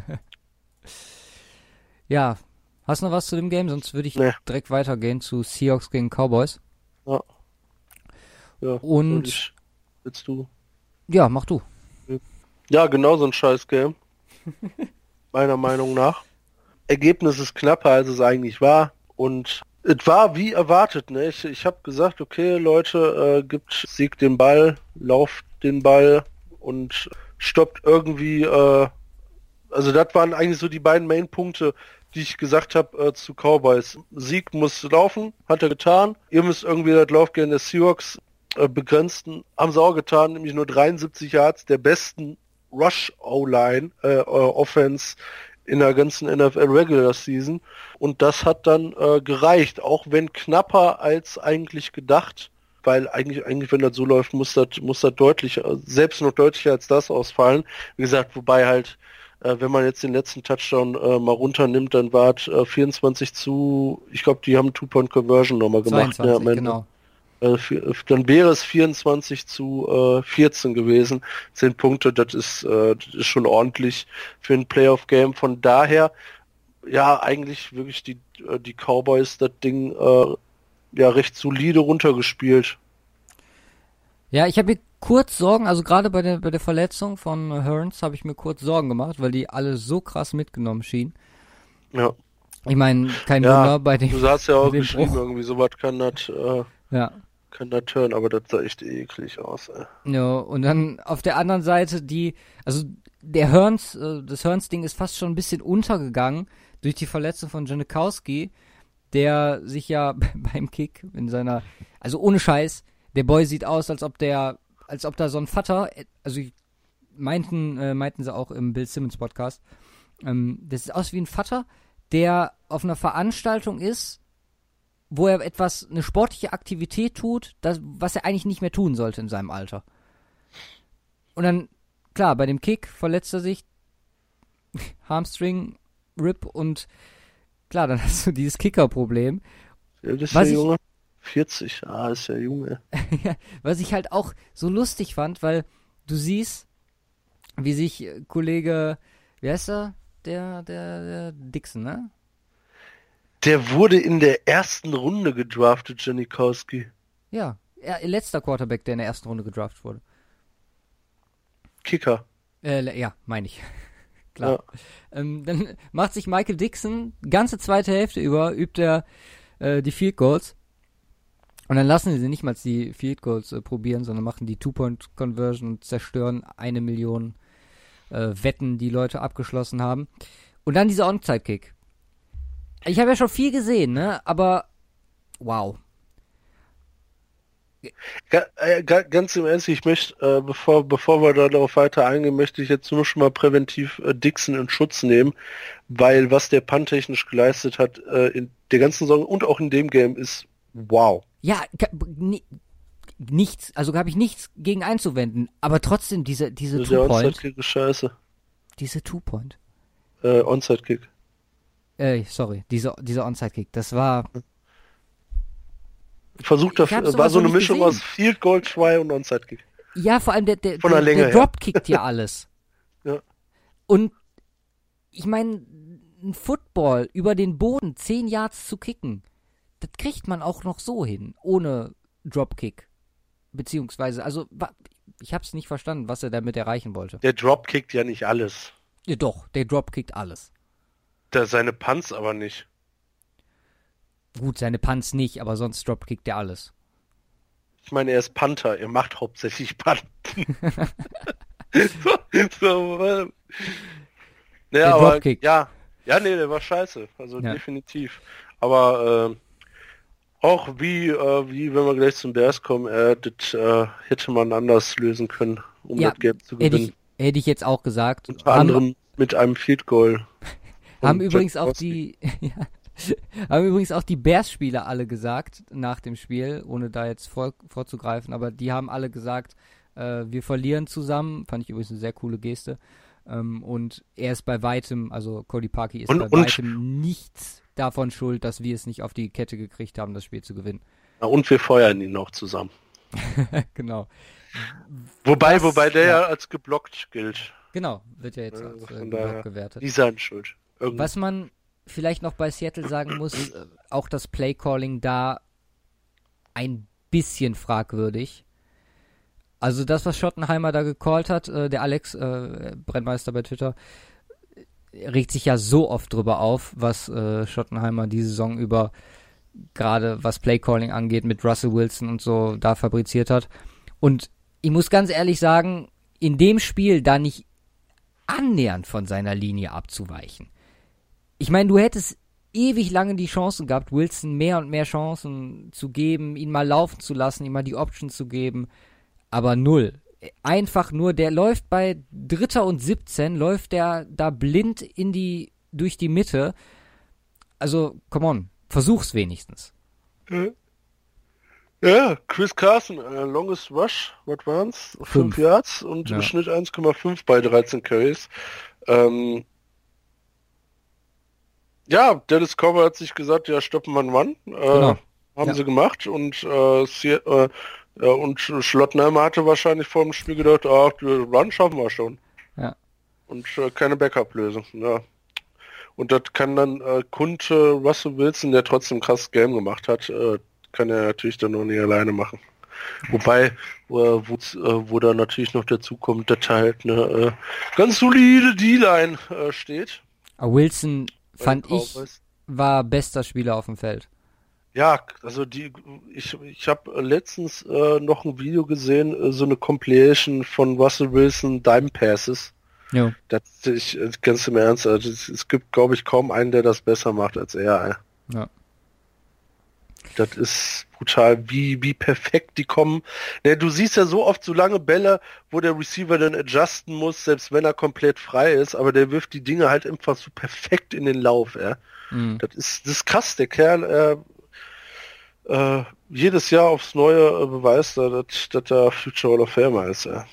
Ja, hast du noch was zu dem Game? Sonst würde ich nee. direkt weitergehen zu Seahawks gegen Cowboys. Ja. Ja, und ich, willst du? Ja, mach du. Ja, genau so ein Scheiß-Game. Meiner Meinung nach. Ergebnis ist knapper, als es eigentlich war. Und es war wie erwartet, ne? Ich, ich habe gesagt, okay, Leute, äh, gibt Sieg den Ball, lauft den Ball und stoppt irgendwie, äh, also das waren eigentlich so die beiden Main-Punkte, die ich gesagt habe äh, zu Cowboys. Sieg muss laufen, hat er getan. Ihr müsst irgendwie das Laufgehen der Seahawks äh, begrenzen. Haben sie auch getan, nämlich nur dreiundsiebzig Yards der besten Rush-O-Line, äh, Offense in der ganzen N F L Regular Season. Und das hat dann äh, gereicht, auch wenn knapper als eigentlich gedacht. Weil eigentlich, eigentlich, wenn das so läuft, muss das, muss das deutlich, selbst noch deutlicher als das ausfallen. Wie gesagt, wobei halt, äh, wenn man jetzt den letzten Touchdown äh, mal runternimmt, dann war es äh, vierundzwanzig zu, ich glaube, die haben Two-Point-Conversion nochmal gemacht. zweiundzwanzig, Ne, genau. Äh, für, dann wäre es vierundzwanzig zu äh, vierzehn gewesen. Zehn Punkte, das ist, äh, das ist schon ordentlich für ein Playoff-Game. Von daher, ja, eigentlich wirklich die, äh, die Cowboys das Ding äh, ja recht solide runtergespielt. Ja, ich habe mir kurz Sorgen, also gerade bei der bei der Verletzung von Hearns habe ich mir kurz Sorgen gemacht, weil die alle so krass mitgenommen schienen. Ja. Ich meine, kein ja, Wunder bei dem. Du hast ja auch dem geschrieben, Bruch. irgendwie sowas kann das äh, Ja. kann das turn, aber das sah echt eklig aus, ey. Ja, und dann auf der anderen Seite die, also der Hearns, äh, das Hearns-Ding ist fast schon ein bisschen untergegangen durch die Verletzung von Janikowski, der sich ja beim Kick in seiner, also ohne Scheiß, der Boy sieht aus, als ob der, als ob da so ein Vater, also meinten, äh, meinten sie auch im Bill Simmons Podcast, ähm, das sieht aus wie ein Vater, der auf einer Veranstaltung ist, wo er etwas, eine sportliche Aktivität tut, das, was er eigentlich nicht mehr tun sollte in seinem Alter. Und dann, klar, bei dem Kick verletzt er sich, Hamstring, Rip und klar, dann hast du dieses Kicker-Problem. Ja, das ist Was der ich- Junge. vierzig, ah, ist ja Junge. Ja, was ich halt auch so lustig fand, weil du siehst, wie sich äh, Kollege, wie heißt er? Der, der, der Dixon, ne? Der wurde in der ersten Runde gedraftet, Janikowski. Ja, er, letzter Quarterback, der in der ersten Runde gedraft wurde. Kicker. Äh, le- ja, meine ich. Klar. Ja. Ähm, dann macht sich Michael Dixon, ganze zweite Hälfte über, übt er äh, die Field Goals. Und dann lassen sie nicht mal die Field Goals äh, probieren, sondern machen die Two-Point-Conversion und zerstören eine Million äh, Wetten, die Leute abgeschlossen haben. Und dann dieser Onside-Kick. Ich habe ja schon viel gesehen, ne? Aber wow. Ga, äh, ga, ganz im Ernst, ich möchte, äh, bevor, bevor wir darauf weiter eingehen, möchte ich jetzt nur schon mal präventiv äh, Dixon in Schutz nehmen, weil was der Punt technisch geleistet hat äh, in der ganzen Saison und auch in dem Game ist wow. Ja, ka- ni- nichts, also habe ich nichts gegen einzuwenden, aber trotzdem diese, diese Also der Two-Point, Onside-Kick ist scheiße. diese Two-Point, Äh, Onside-Kick. äh, sorry, dieser, dieser Onside-Kick, das war, Versucht Ich hab war sowas so noch eine nicht Mischung gesehen. aus Field Goal, Try und Onside-Kick. ja, vor allem der, der, Von der, der Länge der her. Drop kickt ja alles. Ja. Und ich meine, ein Football über den Boden zehn Yards zu kicken, das kriegt man auch noch so hin, ohne Dropkick. Beziehungsweise, also, wa- ich hab's nicht verstanden, was er damit erreichen wollte. Der Drop kickt ja nicht alles. Ja doch, der Drop kickt alles. Der, seine Punts aber nicht. Gut, seine Punts nicht, aber sonst dropkickt er alles. Ich meine, er ist Panther, er macht hauptsächlich Punten. so, so, äh, Der ja, aber, Dropkick. ja, ja, nee, der war scheiße, also Ja. definitiv. Aber äh, auch wie, äh, wie, wenn wir gleich zum Bears kommen, äh, das äh, hätte man anders lösen können, um Ja, das Game zu Hätte gewinnen. ich, hätte ich jetzt auch gesagt. Unter Haben, anderem mit einem Field Goal. haben von übrigens auch Janikowski. die, ja, haben übrigens auch die Bears-Spieler alle gesagt nach dem Spiel, ohne da jetzt vor, vorzugreifen, aber die haben alle gesagt, äh, wir verlieren zusammen. Fand ich übrigens eine sehr coole Geste. Ähm, und er ist bei weitem, also Cody Parkey ist Und- bei und- weitem nichts davon schuld, dass wir es nicht auf die Kette gekriegt haben, das Spiel zu gewinnen. Ja, und wir feuern ihn noch zusammen. Genau. Wobei, das, wobei der ja. ja als geblockt gilt. Genau, wird ja jetzt Ja, als äh, von geblockt daher, gewertet. Die seien schuld. Irgend- Was man vielleicht noch bei Seattle sagen muss, äh, auch das Playcalling da ein bisschen fragwürdig. Also das, was Schottenheimer da gecallt hat, äh, der Alex, äh, Brennmeister bei Twitter, regt sich ja so oft drüber auf, was äh, Schottenheimer die Saison über, gerade was Playcalling angeht, mit Russell Wilson und so da fabriziert hat. Und ich muss ganz ehrlich sagen, in dem Spiel da nicht annähernd von seiner Linie abzuweichen. Ich meine, du hättest ewig lange die Chancen gehabt, Wilson mehr und mehr Chancen zu geben, ihn mal laufen zu lassen, ihm mal die Option zu geben, aber null. Einfach nur, der läuft bei Dritter und siebzehn, läuft der da blind in die, durch die Mitte. Also, come on, versuch's wenigstens. Ja, Chris Carson, äh, longest rush, was waren's? Fünf Yards und Ja. im Schnitt eins Komma fünf bei dreizehn Carries. Ähm, ja, Dallas Cowboy hat sich gesagt, ja, stoppen wir Run. Äh, Genau. Haben Ja. sie gemacht und äh, Sie, äh, ja, und Schlottenheimer hatte wahrscheinlich vor dem Spiel gedacht, ach, den Run schaffen wir schon. Ja. Und äh, keine Backup-Lösung. Ja. Und das kann dann äh, Kund äh, Russell Wilson, der trotzdem krass Game gemacht hat, äh, kann er natürlich dann noch nicht alleine machen. Wobei, wo, wo, äh, wo da natürlich noch dazu kommt, dass halt eine äh, ganz solide D-Line äh, steht. Aber Wilson, bei fand den ich, Cowboys. war bester Spieler auf dem Feld. Ja, also die, ich, ich habe letztens äh, noch ein Video gesehen, äh, so eine Compilation von Russell Wilson Dime Passes. Ja. Das, ich, ganz im Ernst, also es, es gibt, glaube ich, kaum einen, der das besser macht als er. Ey. Ja. Das ist brutal, wie, wie perfekt die kommen. Ne, du siehst ja so oft so lange Bälle, wo der Receiver dann adjusten muss, selbst wenn er komplett frei ist, aber der wirft die Dinge halt einfach so perfekt in den Lauf. Ey. Mhm. Das ist, das ist krass, der Kerl, äh, äh, jedes Jahr aufs Neue äh, beweist er, dass, dass er Future Hall of Famer ist. Ey.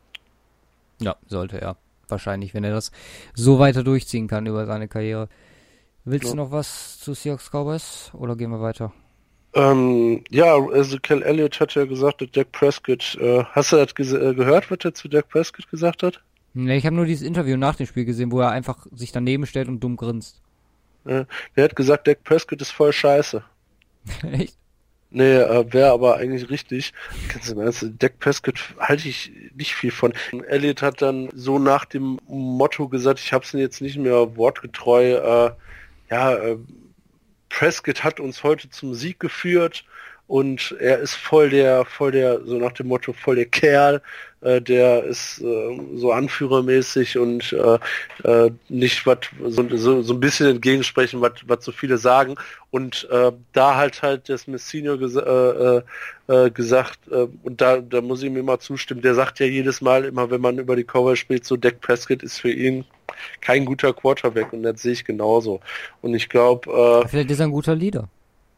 Ja, sollte er. Wahrscheinlich, wenn er das so weiter durchziehen kann über seine Karriere. Willst Ja. du noch was zu Seahawks Cowboys oder gehen wir weiter? Ähm, ja, Ezekiel Elliott hat ja gesagt, dass Dak Prescott, äh, hast du das ges- äh, gehört, was er zu Dak Prescott gesagt hat? Ne, ich habe nur dieses Interview nach dem Spiel gesehen, wo er einfach sich daneben stellt und dumm grinst. Äh, der hat gesagt, Dak Prescott ist voll scheiße. Echt? Nee, äh, wäre aber eigentlich richtig. Ganz im Ernst, Dak Prescott halte ich nicht viel von. Elliott hat dann so nach dem Motto gesagt, ich habe es jetzt nicht mehr wortgetreu, äh, ja, äh, Prescott hat uns heute zum Sieg geführt und er ist voll der, voll der, so nach dem Motto, voll der Kerl, äh, der ist äh, so anführermäßig und äh, äh, nicht was, so, so, so ein bisschen entgegensprechen, was was so viele sagen. Und äh, da halt halt das Messino ges äh, äh, gesagt, äh, und da, da muss ich ihm immer zustimmen, der sagt ja jedes Mal, immer wenn man über die Cowboys spielt, so Dak Prescott ist für ihn kein guter Quarterback und das sehe ich genauso. Und ich glaube, äh, Vielleicht ist er ein guter Leader.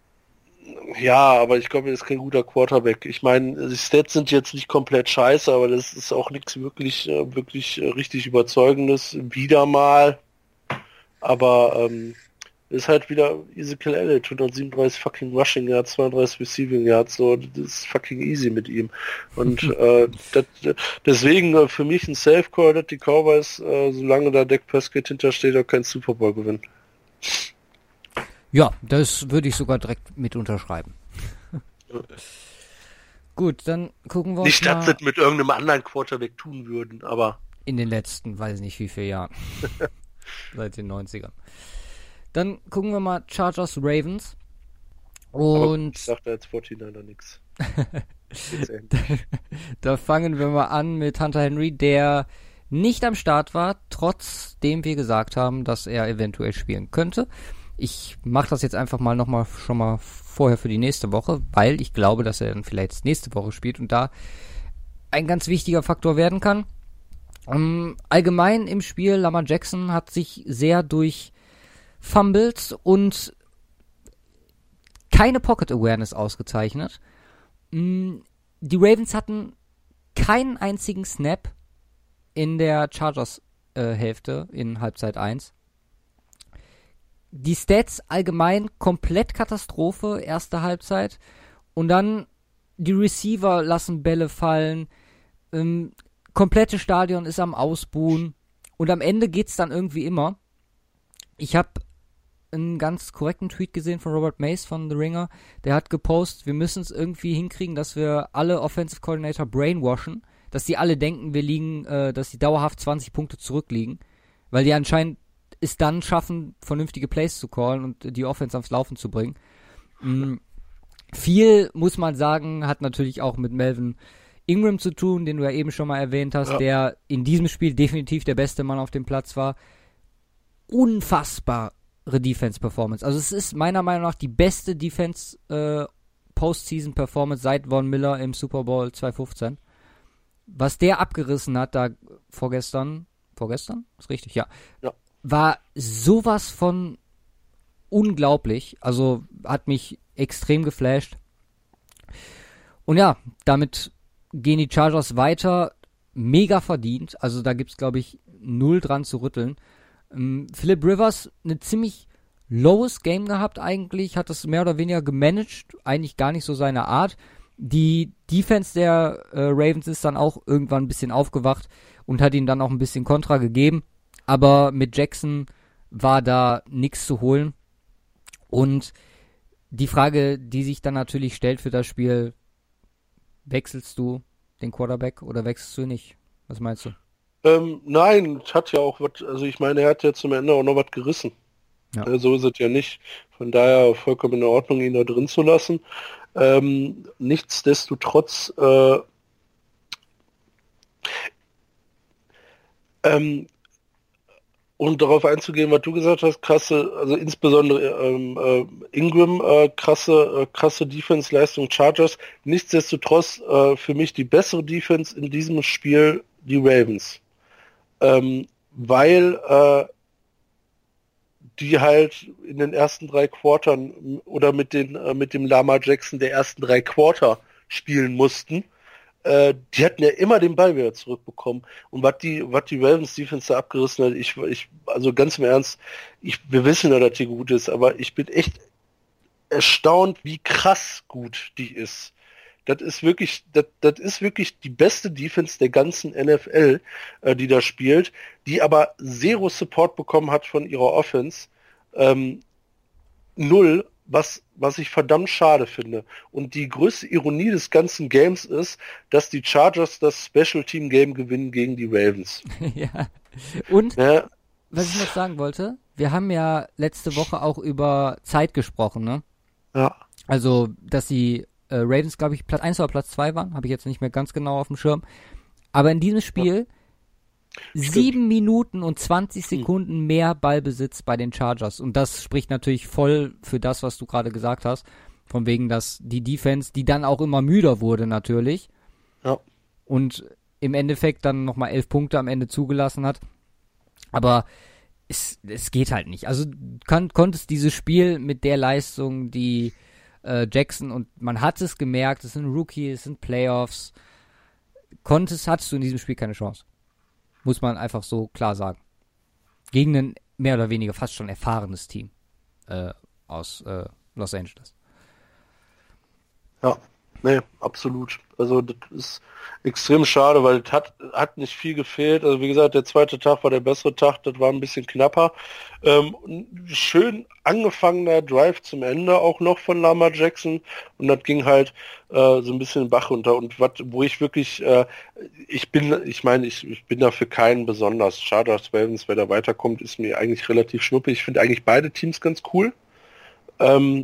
ja, aber ich glaube, er ist kein guter Quarterback. Ich meine, die Stats sind jetzt nicht komplett scheiße, aber das ist auch nichts wirklich, äh, wirklich äh, richtig Überzeugendes. Wieder mal. Aber ähm, ist halt wieder Ezekiel Elliott, hundertsiebenunddreißig fucking Rushing Yards, zweiunddreißig Receiving Yards, so, das ist fucking easy mit ihm. Und äh, das, deswegen äh, für mich ein Safe Call, dass die Cowboys, äh, solange da Dak Prescott hintersteht, auch keinen Super Bowl gewinnen. Ja, das würde ich sogar direkt mit unterschreiben. Gut, dann gucken wir uns Nicht, dass mal sie das mit irgendeinem anderen Quarterback tun würden, aber in den letzten, weiß nicht wie viele Jahren. Seit den neunzigern. Dann gucken wir mal Chargers Ravens. Aber Und ich sag da jetzt forty-niner nix. da fangen wir mal an mit Hunter Henry, der nicht am Start war, trotzdem wir gesagt haben, dass er eventuell spielen könnte. Ich mache das jetzt einfach mal nochmal schon mal vorher für die nächste Woche, weil ich glaube, dass er dann vielleicht nächste Woche spielt und da ein ganz wichtiger Faktor werden kann. Um, allgemein im Spiel, Lamar Jackson hat sich sehr durch Fumbles und keine Pocket Awareness ausgezeichnet. Um, die Ravens hatten keinen einzigen Snap in der Chargers äh, Hälfte in Halbzeit eins. die Stats allgemein komplett Katastrophe, erste Halbzeit. Und dann die Receiver lassen Bälle fallen. Ähm, komplette Stadion ist am Ausbuhen. Und am Ende geht's dann irgendwie immer. Ich habe einen ganz korrekten Tweet gesehen von Robert Mace von The Ringer. Der hat gepostet, wir müssen es irgendwie hinkriegen, dass wir alle Offensive Coordinator brainwashen, dass die alle denken, wir liegen, äh, dass die dauerhaft zwanzig Punkte zurückliegen, weil die anscheinend es dann schaffen, vernünftige Plays zu callen und die Offense ans Laufen zu bringen. Mhm. Viel, muss man sagen, hat natürlich auch mit Melvin Ingram zu tun, den du ja eben schon mal erwähnt hast, ja. Der in diesem Spiel definitiv der beste Mann auf dem Platz war. Unfassbare Defense-Performance. Also es ist meiner Meinung nach die beste Defense äh, Postseason-Performance seit Von Miller im Super Bowl zwanzig fünfzehn. Was der abgerissen hat, da vorgestern, vorgestern? Ist richtig, ja. ja. War sowas von unglaublich. Also hat mich extrem geflasht. Und ja, damit gehen die Chargers weiter. Mega verdient. Also da gibt's, glaube ich, null dran zu rütteln. Ähm, Philip Rivers, eine ziemlich lowes Game gehabt eigentlich, hat das mehr oder weniger gemanagt, eigentlich gar nicht so seine Art. Die Defense der äh, Ravens ist dann auch irgendwann ein bisschen aufgewacht und hat ihnen dann auch ein bisschen Kontra gegeben, aber mit Jackson war da nichts zu holen. Und die Frage, die sich dann natürlich stellt für das Spiel, wechselst du den Quarterback oder wechselst du nicht? Was meinst du? Ähm, nein, hat ja auch was, also ich meine, er hat ja zum Ende auch noch was gerissen. Ja. Äh, so ist es ja nicht. Von daher vollkommen in Ordnung, ihn da drin zu lassen. Ähm, nichtsdestotrotz, äh, ähm, um darauf einzugehen, was du gesagt hast, krasse, also insbesondere ähm, äh, Ingram, äh, krasse, äh, krasse Defense-Leistung Chargers. Nichtsdestotrotz äh, für mich die bessere Defense in diesem Spiel die Ravens. Ähm, weil äh, die halt in den ersten drei Quartern oder mit den äh, mit dem Lamar Jackson der ersten drei Quarter spielen mussten. Äh, die hatten ja immer den Ball wieder zurückbekommen. Und was die was die Ravens Defense da abgerissen hat, ich ich also ganz im Ernst, ich wir wissen ja, dass die gut ist, aber ich bin echt erstaunt, wie krass gut die ist. Das ist wirklich, das, das ist wirklich die beste Defense der ganzen N F L, äh, die da spielt, die aber zero Support bekommen hat von ihrer Offense. Ähm, null, was, was ich verdammt schade finde. Und die größte Ironie des ganzen Games ist, dass die Chargers das Special Team Game gewinnen gegen die Ravens. Ja. Und, ja. Was ich noch sagen wollte, wir haben ja letzte Woche auch über Zeit gesprochen, ne? Ja. Also, dass die Äh, Ravens, glaube ich, Platz eins oder Platz zwei waren, habe ich jetzt nicht mehr ganz genau auf dem Schirm. Aber in diesem Spiel ja. sieben Minuten und zwanzig Sekunden mhm. mehr Ballbesitz bei den Chargers. Und das spricht natürlich voll für das, was du gerade gesagt hast. Von wegen, dass die Defense, die dann auch immer müder wurde natürlich. Ja. Und im Endeffekt dann nochmal elf Punkte am Ende zugelassen hat. Aber es, es geht halt nicht. Also kann, konntest dieses Spiel mit der Leistung, die Jackson, und man hat es gemerkt, es sind Rookie, es sind Playoffs, konntest, hattest du in diesem Spiel keine Chance. Muss man einfach so klar sagen. Gegen ein mehr oder weniger fast schon erfahrenes Team äh, aus äh, Los Angeles. Ja, nee, absolut. Also das ist extrem schade, weil es hat, hat nicht viel gefehlt. Also wie gesagt, der zweite Tag war der bessere Tag, das war ein bisschen knapper. Ähm, schön angefangener Drive zum Ende auch noch von Lamar Jackson und das ging halt äh, so ein bisschen den Bach runter. Und wat, wo ich wirklich, äh, ich bin, ich meine, ich, ich bin da für keinen besonders. Schade, dass Ravens, wer da weiterkommt, ist mir eigentlich relativ schnuppig. Ich finde eigentlich beide Teams ganz cool. Ähm,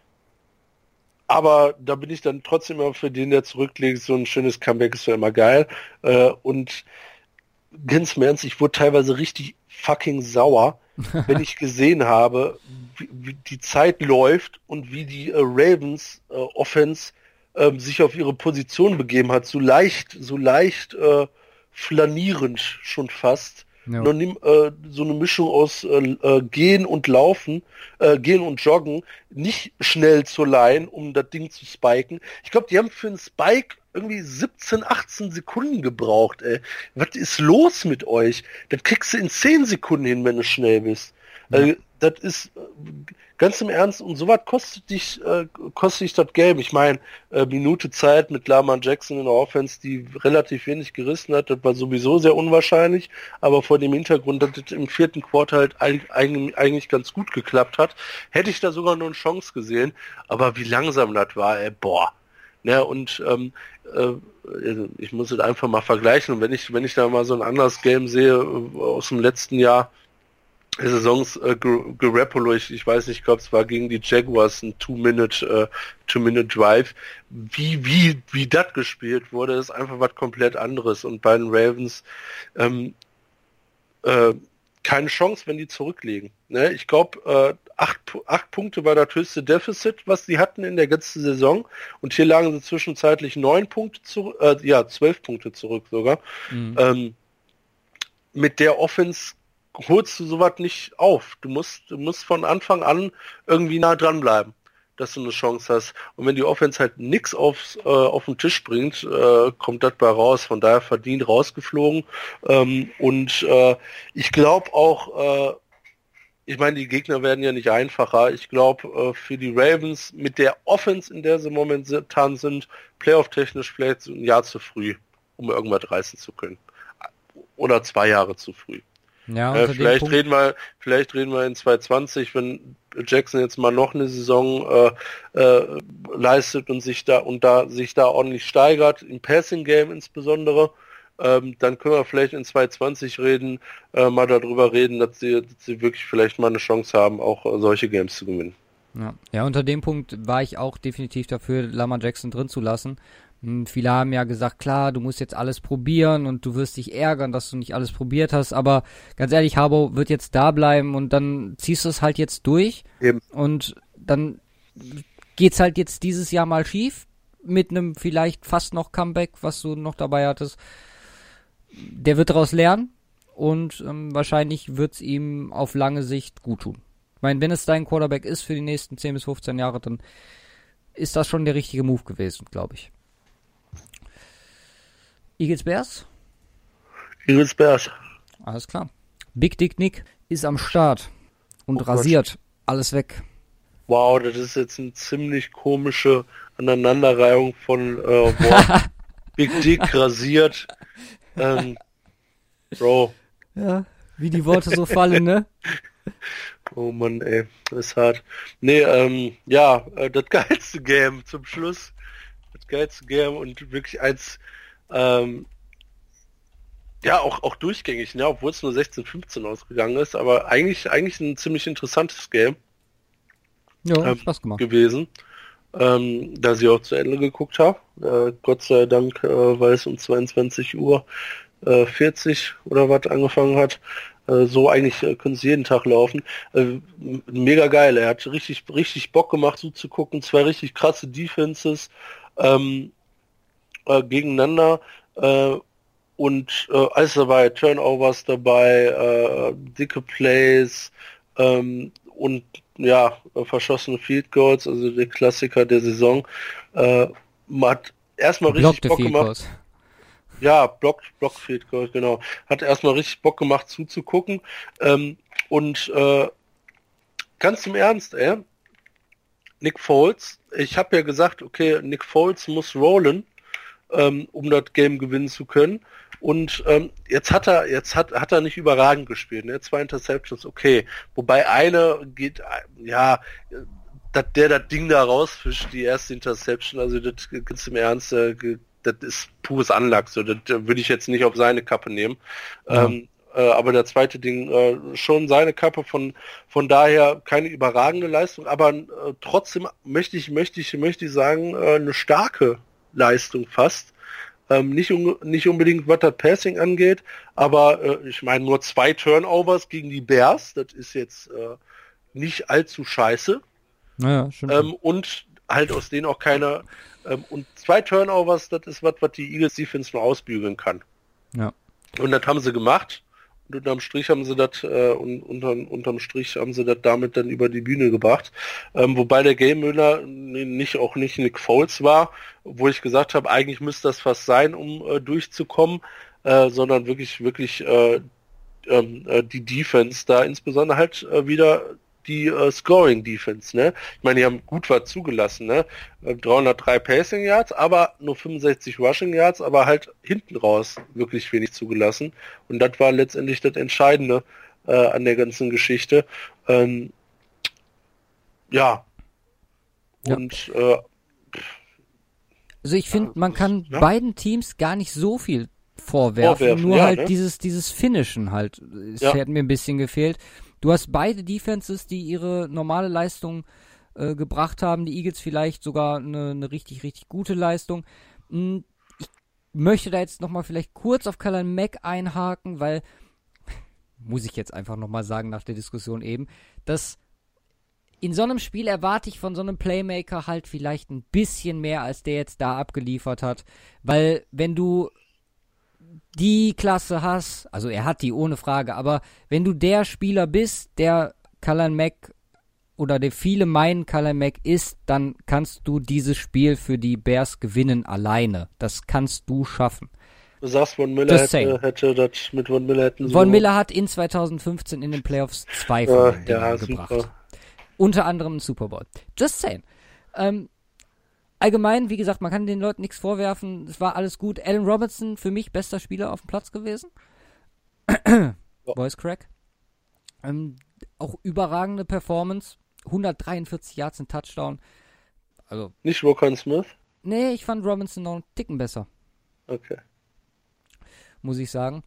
Aber da bin ich dann trotzdem immer für den, der zurücklegt. So ein schönes Comeback ist ja immer geil. Äh, und ganz im Ernst, ich wurde teilweise richtig fucking sauer, wenn ich gesehen habe, wie, wie die Zeit läuft und wie die äh, Ravens äh, Offense äh, sich auf ihre Position begeben hat. So leicht, so leicht äh, flanierend schon fast. Ja. Noch nie, äh, so eine Mischung aus äh, äh, Gehen und Laufen, äh, Gehen und Joggen, nicht schnell zur Line, um das Ding zu spiken. Ich glaube, die haben für einen Spike irgendwie siebzehn, achtzehn Sekunden gebraucht, ey. Was ist los mit euch? Das kriegst du in zehn Sekunden hin, wenn du schnell bist. Ja. Also, das ist ganz im Ernst, und sowas kostet dich, äh, kostet dich das Game. Ich meine, äh, Minute Zeit mit Lamar Jackson in der Offense, die relativ wenig gerissen hat, das war sowieso sehr unwahrscheinlich, aber vor dem Hintergrund, dass das im vierten Quarter halt eigentlich, eigentlich ganz gut geklappt hat, hätte ich da sogar noch eine Chance gesehen, aber wie langsam das war, ey, boah. Ja, und ähm, äh, ich muss es einfach mal vergleichen, und wenn ich, wenn ich da mal so ein anderes Game sehe äh, aus dem letzten Jahr, Saisons äh, Garoppolo, ich, ich weiß nicht, ich glaube, es war gegen die Jaguars ein Two-Minute äh, Two-Minute-Drive. Wie, wie, wie das gespielt wurde, ist einfach was komplett anderes. Und bei den Ravens ähm, äh, keine Chance, wenn die zurücklegen. Ne? Ich glaube, äh, acht, acht Punkte war das höchste Defizit, was sie hatten in der ganzen Saison. Und hier lagen sie zwischenzeitlich neun Punkte zurück, äh, ja, zwölf Punkte zurück sogar. Mhm. Ähm, mit der Offense holst du sowas nicht auf. Du musst, du musst von Anfang an irgendwie nah dran bleiben, dass du eine Chance hast. Und wenn die Offense halt nix aufs, äh, auf den Tisch bringt, äh, kommt das bei raus. Von daher verdient rausgeflogen. Ähm, und äh, ich glaube auch, äh, ich meine, die Gegner werden ja nicht einfacher. Ich glaube, äh, für die Ravens mit der Offense, in der sie momentan sind, playoff-technisch vielleicht ein Jahr zu früh, um irgendwas reißen zu können. Oder zwei Jahre zu früh. Ja, äh, vielleicht reden wir, vielleicht reden wir in zwanzig zwanzig, wenn Jackson jetzt mal noch eine Saison äh, äh, leistet und sich da und da sich da ordentlich steigert, im Passing Game insbesondere, ähm, dann können wir vielleicht in zwanzig zwanzig reden, äh, mal darüber reden, dass sie, dass sie wirklich vielleicht mal eine Chance haben, auch äh, solche Games zu gewinnen. Ja. ja, unter dem Punkt war ich auch definitiv dafür, Lamar Jackson drin zu lassen. Viele haben ja gesagt, klar, du musst jetzt alles probieren und du wirst dich ärgern, dass du nicht alles probiert hast, aber ganz ehrlich, Harbaugh wird jetzt da bleiben und dann ziehst du es halt jetzt durch. Eben. Und dann geht's halt jetzt dieses Jahr mal schief mit einem vielleicht fast noch Comeback, was du noch dabei hattest. Der wird daraus lernen und ähm, wahrscheinlich wird's ihm auf lange Sicht gut tun. Ich meine, wenn es dein Quarterback ist für die nächsten zehn bis fünfzehn Jahre, dann ist das schon der richtige Move gewesen, glaube ich. Eagles Bears? Eagles Bears. Alles klar. Big Dick Nick ist am Start und oh rasiert Gott. Alles weg. Wow, das ist jetzt eine ziemlich komische Aneinanderreihung von äh, Worten. Big Dick rasiert. Ähm, Bro. Ja, wie die Worte so fallen, ne? Oh Mann, ey, das ist hart. Nee, ähm, ja, äh, das geilste Game zum Schluss. Das geilste Game und wirklich eins, ähm, ja, auch, auch durchgängig, ne, obwohl es nur sechzehn fünfzehn ausgegangen ist, aber eigentlich, eigentlich ein ziemlich interessantes Game. Ja, ähm, Spaß gemacht. Gewesen, ähm, da ich auch zu Ende geguckt habe. Äh, Gott sei Dank, äh, weil es um zweiundzwanzig Uhr vierzig oder was angefangen hat. Äh, so eigentlich äh, können sie jeden Tag laufen. Äh, mega geil. Er hat richtig, richtig Bock gemacht, so zu gucken. Zwei richtig krasse Defenses ähm, äh, gegeneinander. Äh, und äh, alles dabei. Turnovers dabei, äh, dicke Plays ähm, und ja, verschossene Field Goals, also der Klassiker der Saison. Äh, man hat erstmal richtig Bock gemacht. Goals. Ja, Block, Blockfield Goal, genau. Hat erstmal richtig Bock gemacht zuzugucken. Ähm, und äh, ganz im Ernst, ey, Nick Foles, ich habe ja gesagt, okay, Nick Foles muss rollen, ähm, um das Game gewinnen zu können. Und ähm, jetzt hat er, jetzt hat, hat er nicht überragend gespielt, ne? Zwei Interceptions, okay. Wobei eine geht, ja, dass der das Ding da rausfischt, die erste Interception, also das ganz im Ernst, äh, das ist pures Anlag, so, das würde ich jetzt nicht auf seine Kappe nehmen. Mhm. Ähm, äh, aber der zweite Ding, äh, schon seine Kappe, von, von daher keine überragende Leistung, aber äh, trotzdem möchte ich, möchte ich, möchte ich sagen, äh, eine starke Leistung fast. Ähm, nicht, un- nicht unbedingt, was das Passing angeht, aber äh, ich meine nur zwei Turnovers gegen die Bears, das ist jetzt äh, nicht allzu scheiße. Naja, stimmt. Ähm, und halt aus denen auch keine, ähm, und zwei Turnovers, das ist was, was die Eagles Defense nur ausbügeln kann. Ja. Und das haben sie gemacht. Und unterm Strich haben sie das, äh, und unterm, unterm Strich haben sie das damit dann über die Bühne gebracht. Ähm, wobei der Game Winner nicht, auch nicht Nick Foles war, wo ich gesagt habe, eigentlich müsste das fast sein, um äh, durchzukommen, äh, sondern wirklich, wirklich äh, äh, die Defense da insbesondere halt äh, wieder die äh, Scoring Defense, ne? Ich meine, die haben gut was zugelassen, ne? dreihundertdrei Passing Yards, aber nur fünfundsechzig Rushing Yards, aber halt hinten raus wirklich wenig zugelassen. Und das war letztendlich das Entscheidende äh, an der ganzen Geschichte. Ähm, ja. ja. Und äh, also ich finde, man kann ja. beiden Teams gar nicht so viel vorwerfen, vorwerfen nur ja, halt ne? dieses dieses Finishen halt. Es Ja. hätte mir ein bisschen gefehlt. Du hast beide Defenses, die ihre normale Leistung äh, gebracht haben. Die Eagles vielleicht sogar eine, eine richtig, richtig gute Leistung. Hm, ich möchte da jetzt nochmal vielleicht kurz auf Khalil Mack einhaken, weil, muss ich jetzt einfach nochmal sagen nach der Diskussion eben, dass in so einem Spiel erwarte ich von so einem Playmaker halt vielleicht ein bisschen mehr, als der jetzt da abgeliefert hat. Weil wenn du die Klasse hast, also er hat die ohne Frage, aber wenn du der Spieler bist, der Khalil Mack oder der viele meinen Khalil Mack ist, dann kannst du dieses Spiel für die Bears gewinnen alleine. Das kannst du schaffen. Du sagst, Von Miller hätte, hätte das mit Von Miller hätten sie Von Miller hat in zwanzig fünfzehn in den Playoffs zwei von den ja, Dingern gebracht. super. Unter anderem einen Super Bowl. Just saying. Ähm, allgemein, wie gesagt, man kann den Leuten nichts vorwerfen. Es war alles gut. Allen Robinson, für mich bester Spieler auf dem Platz gewesen. Ja. Voice Crack. Ähm, auch überragende Performance. hundertdreiundvierzig Yards, ein Touchdown. Also, Nicht Roquan Smith? nee, ich fand Robinson noch einen Ticken besser, Okay. muss ich sagen.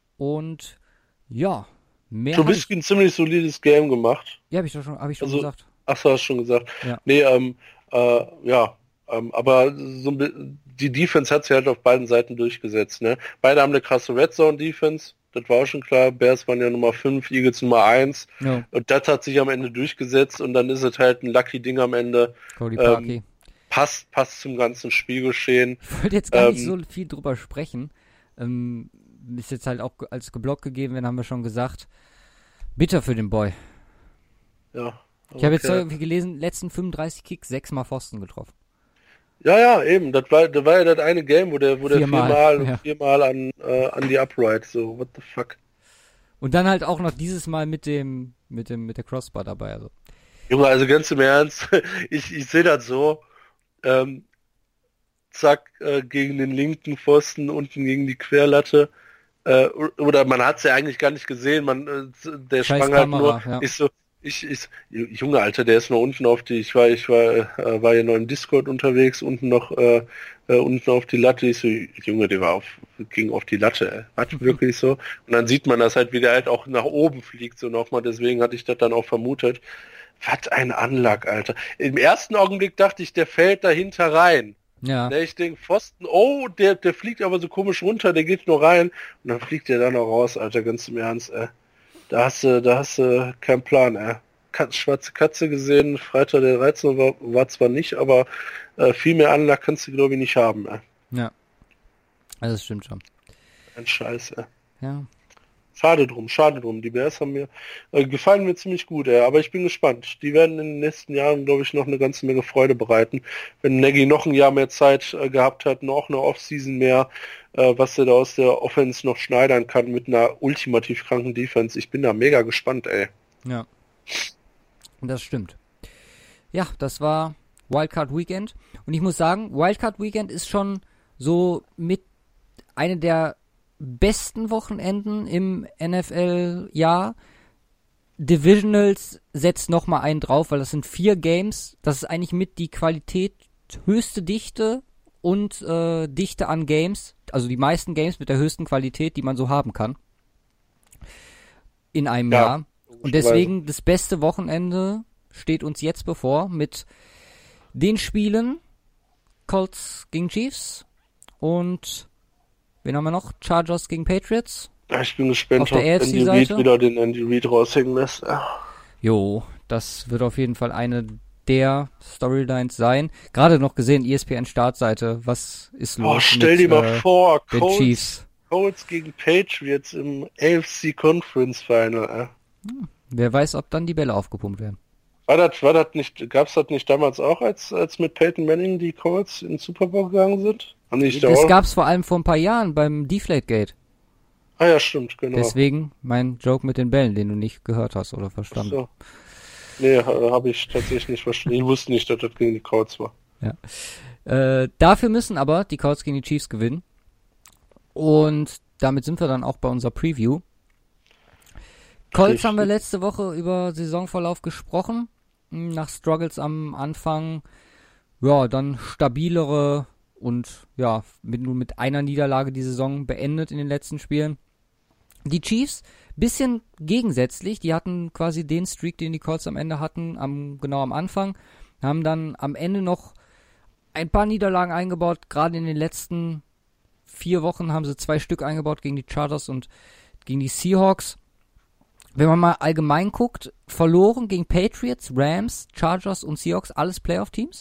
Und ja, mehr. Trubisky ein ziemlich solides Game gemacht. Ja, habe ich doch schon, hab ich schon Also, gesagt. Ach so, hast du schon gesagt. Ja. Nee, ähm, äh, ja, ähm, aber so, ein bi- die Defense hat sich halt auf beiden Seiten durchgesetzt, ne? Beide haben eine krasse Red Zone Defense, das war auch schon klar. Bears waren ja Nummer fünf, Eagles Nummer eins. Ja. Und das hat sich am Ende durchgesetzt und dann ist es halt ein lucky Ding am Ende. Cody Ähm, Parkey. Passt, passt zum ganzen Spielgeschehen. Ich wollte jetzt gar nicht ähm, so viel drüber sprechen. Ähm, ist jetzt halt auch ge- als geblockt gegeben, werden haben wir schon gesagt. Bitter für den Boy. Ja. Ich habe jetzt so okay. irgendwie gelesen, letzten fünfunddreißig Kicks, sechsmal Pfosten getroffen. Ja, ja, eben. Das war, das war ja das eine Game, wo der, wo der Viermal, viermal, ja. viermal an, äh, an die Upright. So, what the fuck. Und dann halt auch noch dieses Mal mit dem, mit dem, mit der Crossbar dabei. Also. Junge, also ganz im Ernst, ich, ich sehe das so, ähm, zack, äh, gegen den linken Pfosten, unten gegen die Querlatte, äh, oder man hat es ja eigentlich gar nicht gesehen, man, äh, der Scheiß sprang halt Kamera, nur, ja. ich so, ich, ich, Junge, Alter, der ist noch unten auf die, ich war, ich war, äh, war ja noch im Discord unterwegs, unten noch, äh, äh, unten auf die Latte, ich so, Junge, der war auf, ging auf die Latte, ey. War wirklich so, und dann sieht man das halt, wie der halt auch nach oben fliegt, so nochmal, deswegen hatte ich das dann auch vermutet. Was ein Anlag, Alter. Im ersten Augenblick dachte ich, der fällt dahinter rein. Ja. Ne, ich denke, Pfosten, oh, der, der fliegt aber so komisch runter, der geht nur rein. Und dann fliegt der da noch raus, Alter, ganz im Ernst, ey. Da hast du, da hast du keinen Plan, ey. Katz, schwarze Katze gesehen, Freitag der dreizehnte war, war zwar nicht, aber äh, viel mehr Anlag kannst du, glaube ich, nicht haben, ey. Ja. Also das stimmt schon. Ein Scheiß, ey. Ja. Schade drum, schade drum. Die Bears haben mir, äh, gefallen mir ziemlich gut, ey. Aber ich bin gespannt. Die werden in den nächsten Jahren, glaube ich, noch eine ganze Menge Freude bereiten. Wenn Nagy noch ein Jahr mehr Zeit äh, gehabt hat, noch eine Offseason mehr, äh, was er da aus der Offense noch schneidern kann mit einer ultimativ kranken Defense. Ich bin da mega gespannt, ey. Ja. Das stimmt. Ja, das war Wildcard Weekend. Und ich muss sagen, Wildcard Weekend ist schon so mit eine der besten Wochenenden im N F L-Jahr. Divisionals setzt nochmal einen drauf, weil das sind vier Games. Das ist eigentlich mit die Qualität höchste Dichte und äh, Dichte an Games. Also die meisten Games mit der höchsten Qualität, die man so haben kann. In einem Ja, Jahr. Und deswegen das beste Wochenende steht uns jetzt bevor mit den Spielen Colts gegen Chiefs und wen haben wir noch? Chargers gegen Patriots. Ja, ich bin gespannt, Auf der ob A F Andy C-Seite? Reid wieder den Andy Reid raushängen lässt. Ja. Jo, das wird auf jeden Fall eine der Storylines sein. Gerade noch gesehen, E S P N-Startseite, was ist los Oh, stell mit dir mal äh, vor, den Colts, Chiefs? Colts gegen Patriots im A F C Conference Final. Ey. Wer weiß, ob dann die Bälle aufgepumpt werden. War das, war das nicht, gab's das nicht damals auch, als, als mit Peyton Manning die Colts in den Super Bowl gegangen sind? Haben die nicht da Das auch? gab's vor allem vor ein paar Jahren beim Deflategate. Ah ja, stimmt, genau. Deswegen mein Joke mit den Bällen, den du nicht gehört hast oder verstanden. So. Nee, habe ich tatsächlich nicht verstanden. Ich wusste nicht, dass das gegen die Colts war. Ja. Äh, dafür müssen aber die Colts gegen die Chiefs gewinnen. Und damit sind wir dann auch bei unserer Preview. Colts Richtig. Haben wir letzte Woche über Saisonverlauf gesprochen. Nach Struggles am Anfang, ja, dann stabilere und ja, mit, nur mit einer Niederlage die Saison beendet in den letzten Spielen. Die Chiefs, bisschen gegensätzlich, die hatten quasi den Streak, den die Colts am Ende hatten, am, genau am Anfang, haben dann am Ende noch ein paar Niederlagen eingebaut, gerade in den letzten vier Wochen haben sie zwei Stück eingebaut gegen die Chargers und gegen die Seahawks. Wenn man mal allgemein guckt, verloren gegen Patriots, Rams, Chargers und Seahawks, alles Playoff-Teams.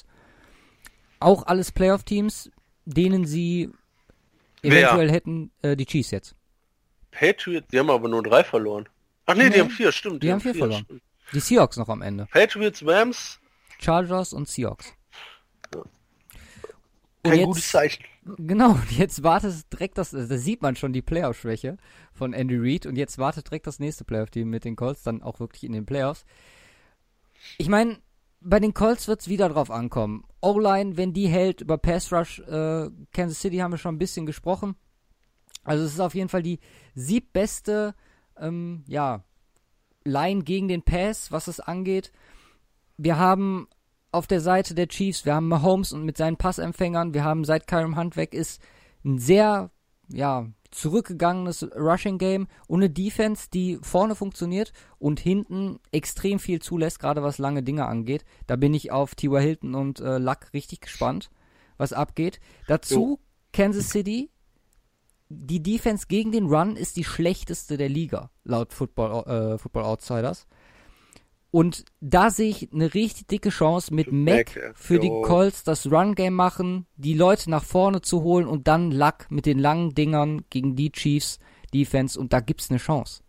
Auch alles Playoff-Teams, denen sie eventuell Wer? hätten, äh, die Chiefs jetzt. Patriots, die haben aber nur drei verloren. Ach nee, nee. die haben vier, stimmt. Die, die haben vier, vier verloren. Stimmt. Die Seahawks noch am Ende. Patriots, Rams, Chargers und Seahawks. Ja. Kein und jetzt, gutes Zeichen. Genau, jetzt wartet direkt das, da sieht man schon die Playoff-Schwäche von Andy Reid und jetzt wartet direkt das nächste Playoff-Team mit den Colts, dann auch wirklich in den Playoffs. Ich meine, bei den Colts wird es wieder drauf ankommen. O-Line, wenn die hält, über Pass-Rush, äh, Kansas City haben wir schon ein bisschen gesprochen. Also es ist auf jeden Fall die siebbeste, ähm, ja, Line gegen den Pass, was es angeht. Wir haben auf der Seite der Chiefs, wir haben Mahomes und mit seinen Passempfängern, wir haben seit Kareem Hunt weg ist ein sehr, ja, zurückgegangenes Rushing-Game und eine Defense, die vorne funktioniert und hinten extrem viel zulässt, gerade was lange Dinge angeht. Da bin ich auf T Y. Hilton und äh, Luck richtig gespannt, was abgeht. Dazu jo. Kansas City, die Defense gegen den Run ist die schlechteste der Liga, laut Football, äh, Football Outsiders. Und da sehe ich eine richtig dicke Chance mit Mac für, für die Colts das Run-Game machen, die Leute nach vorne zu holen und dann Luck mit den langen Dingern gegen die Chiefs Defense und da gibt's eine Chance.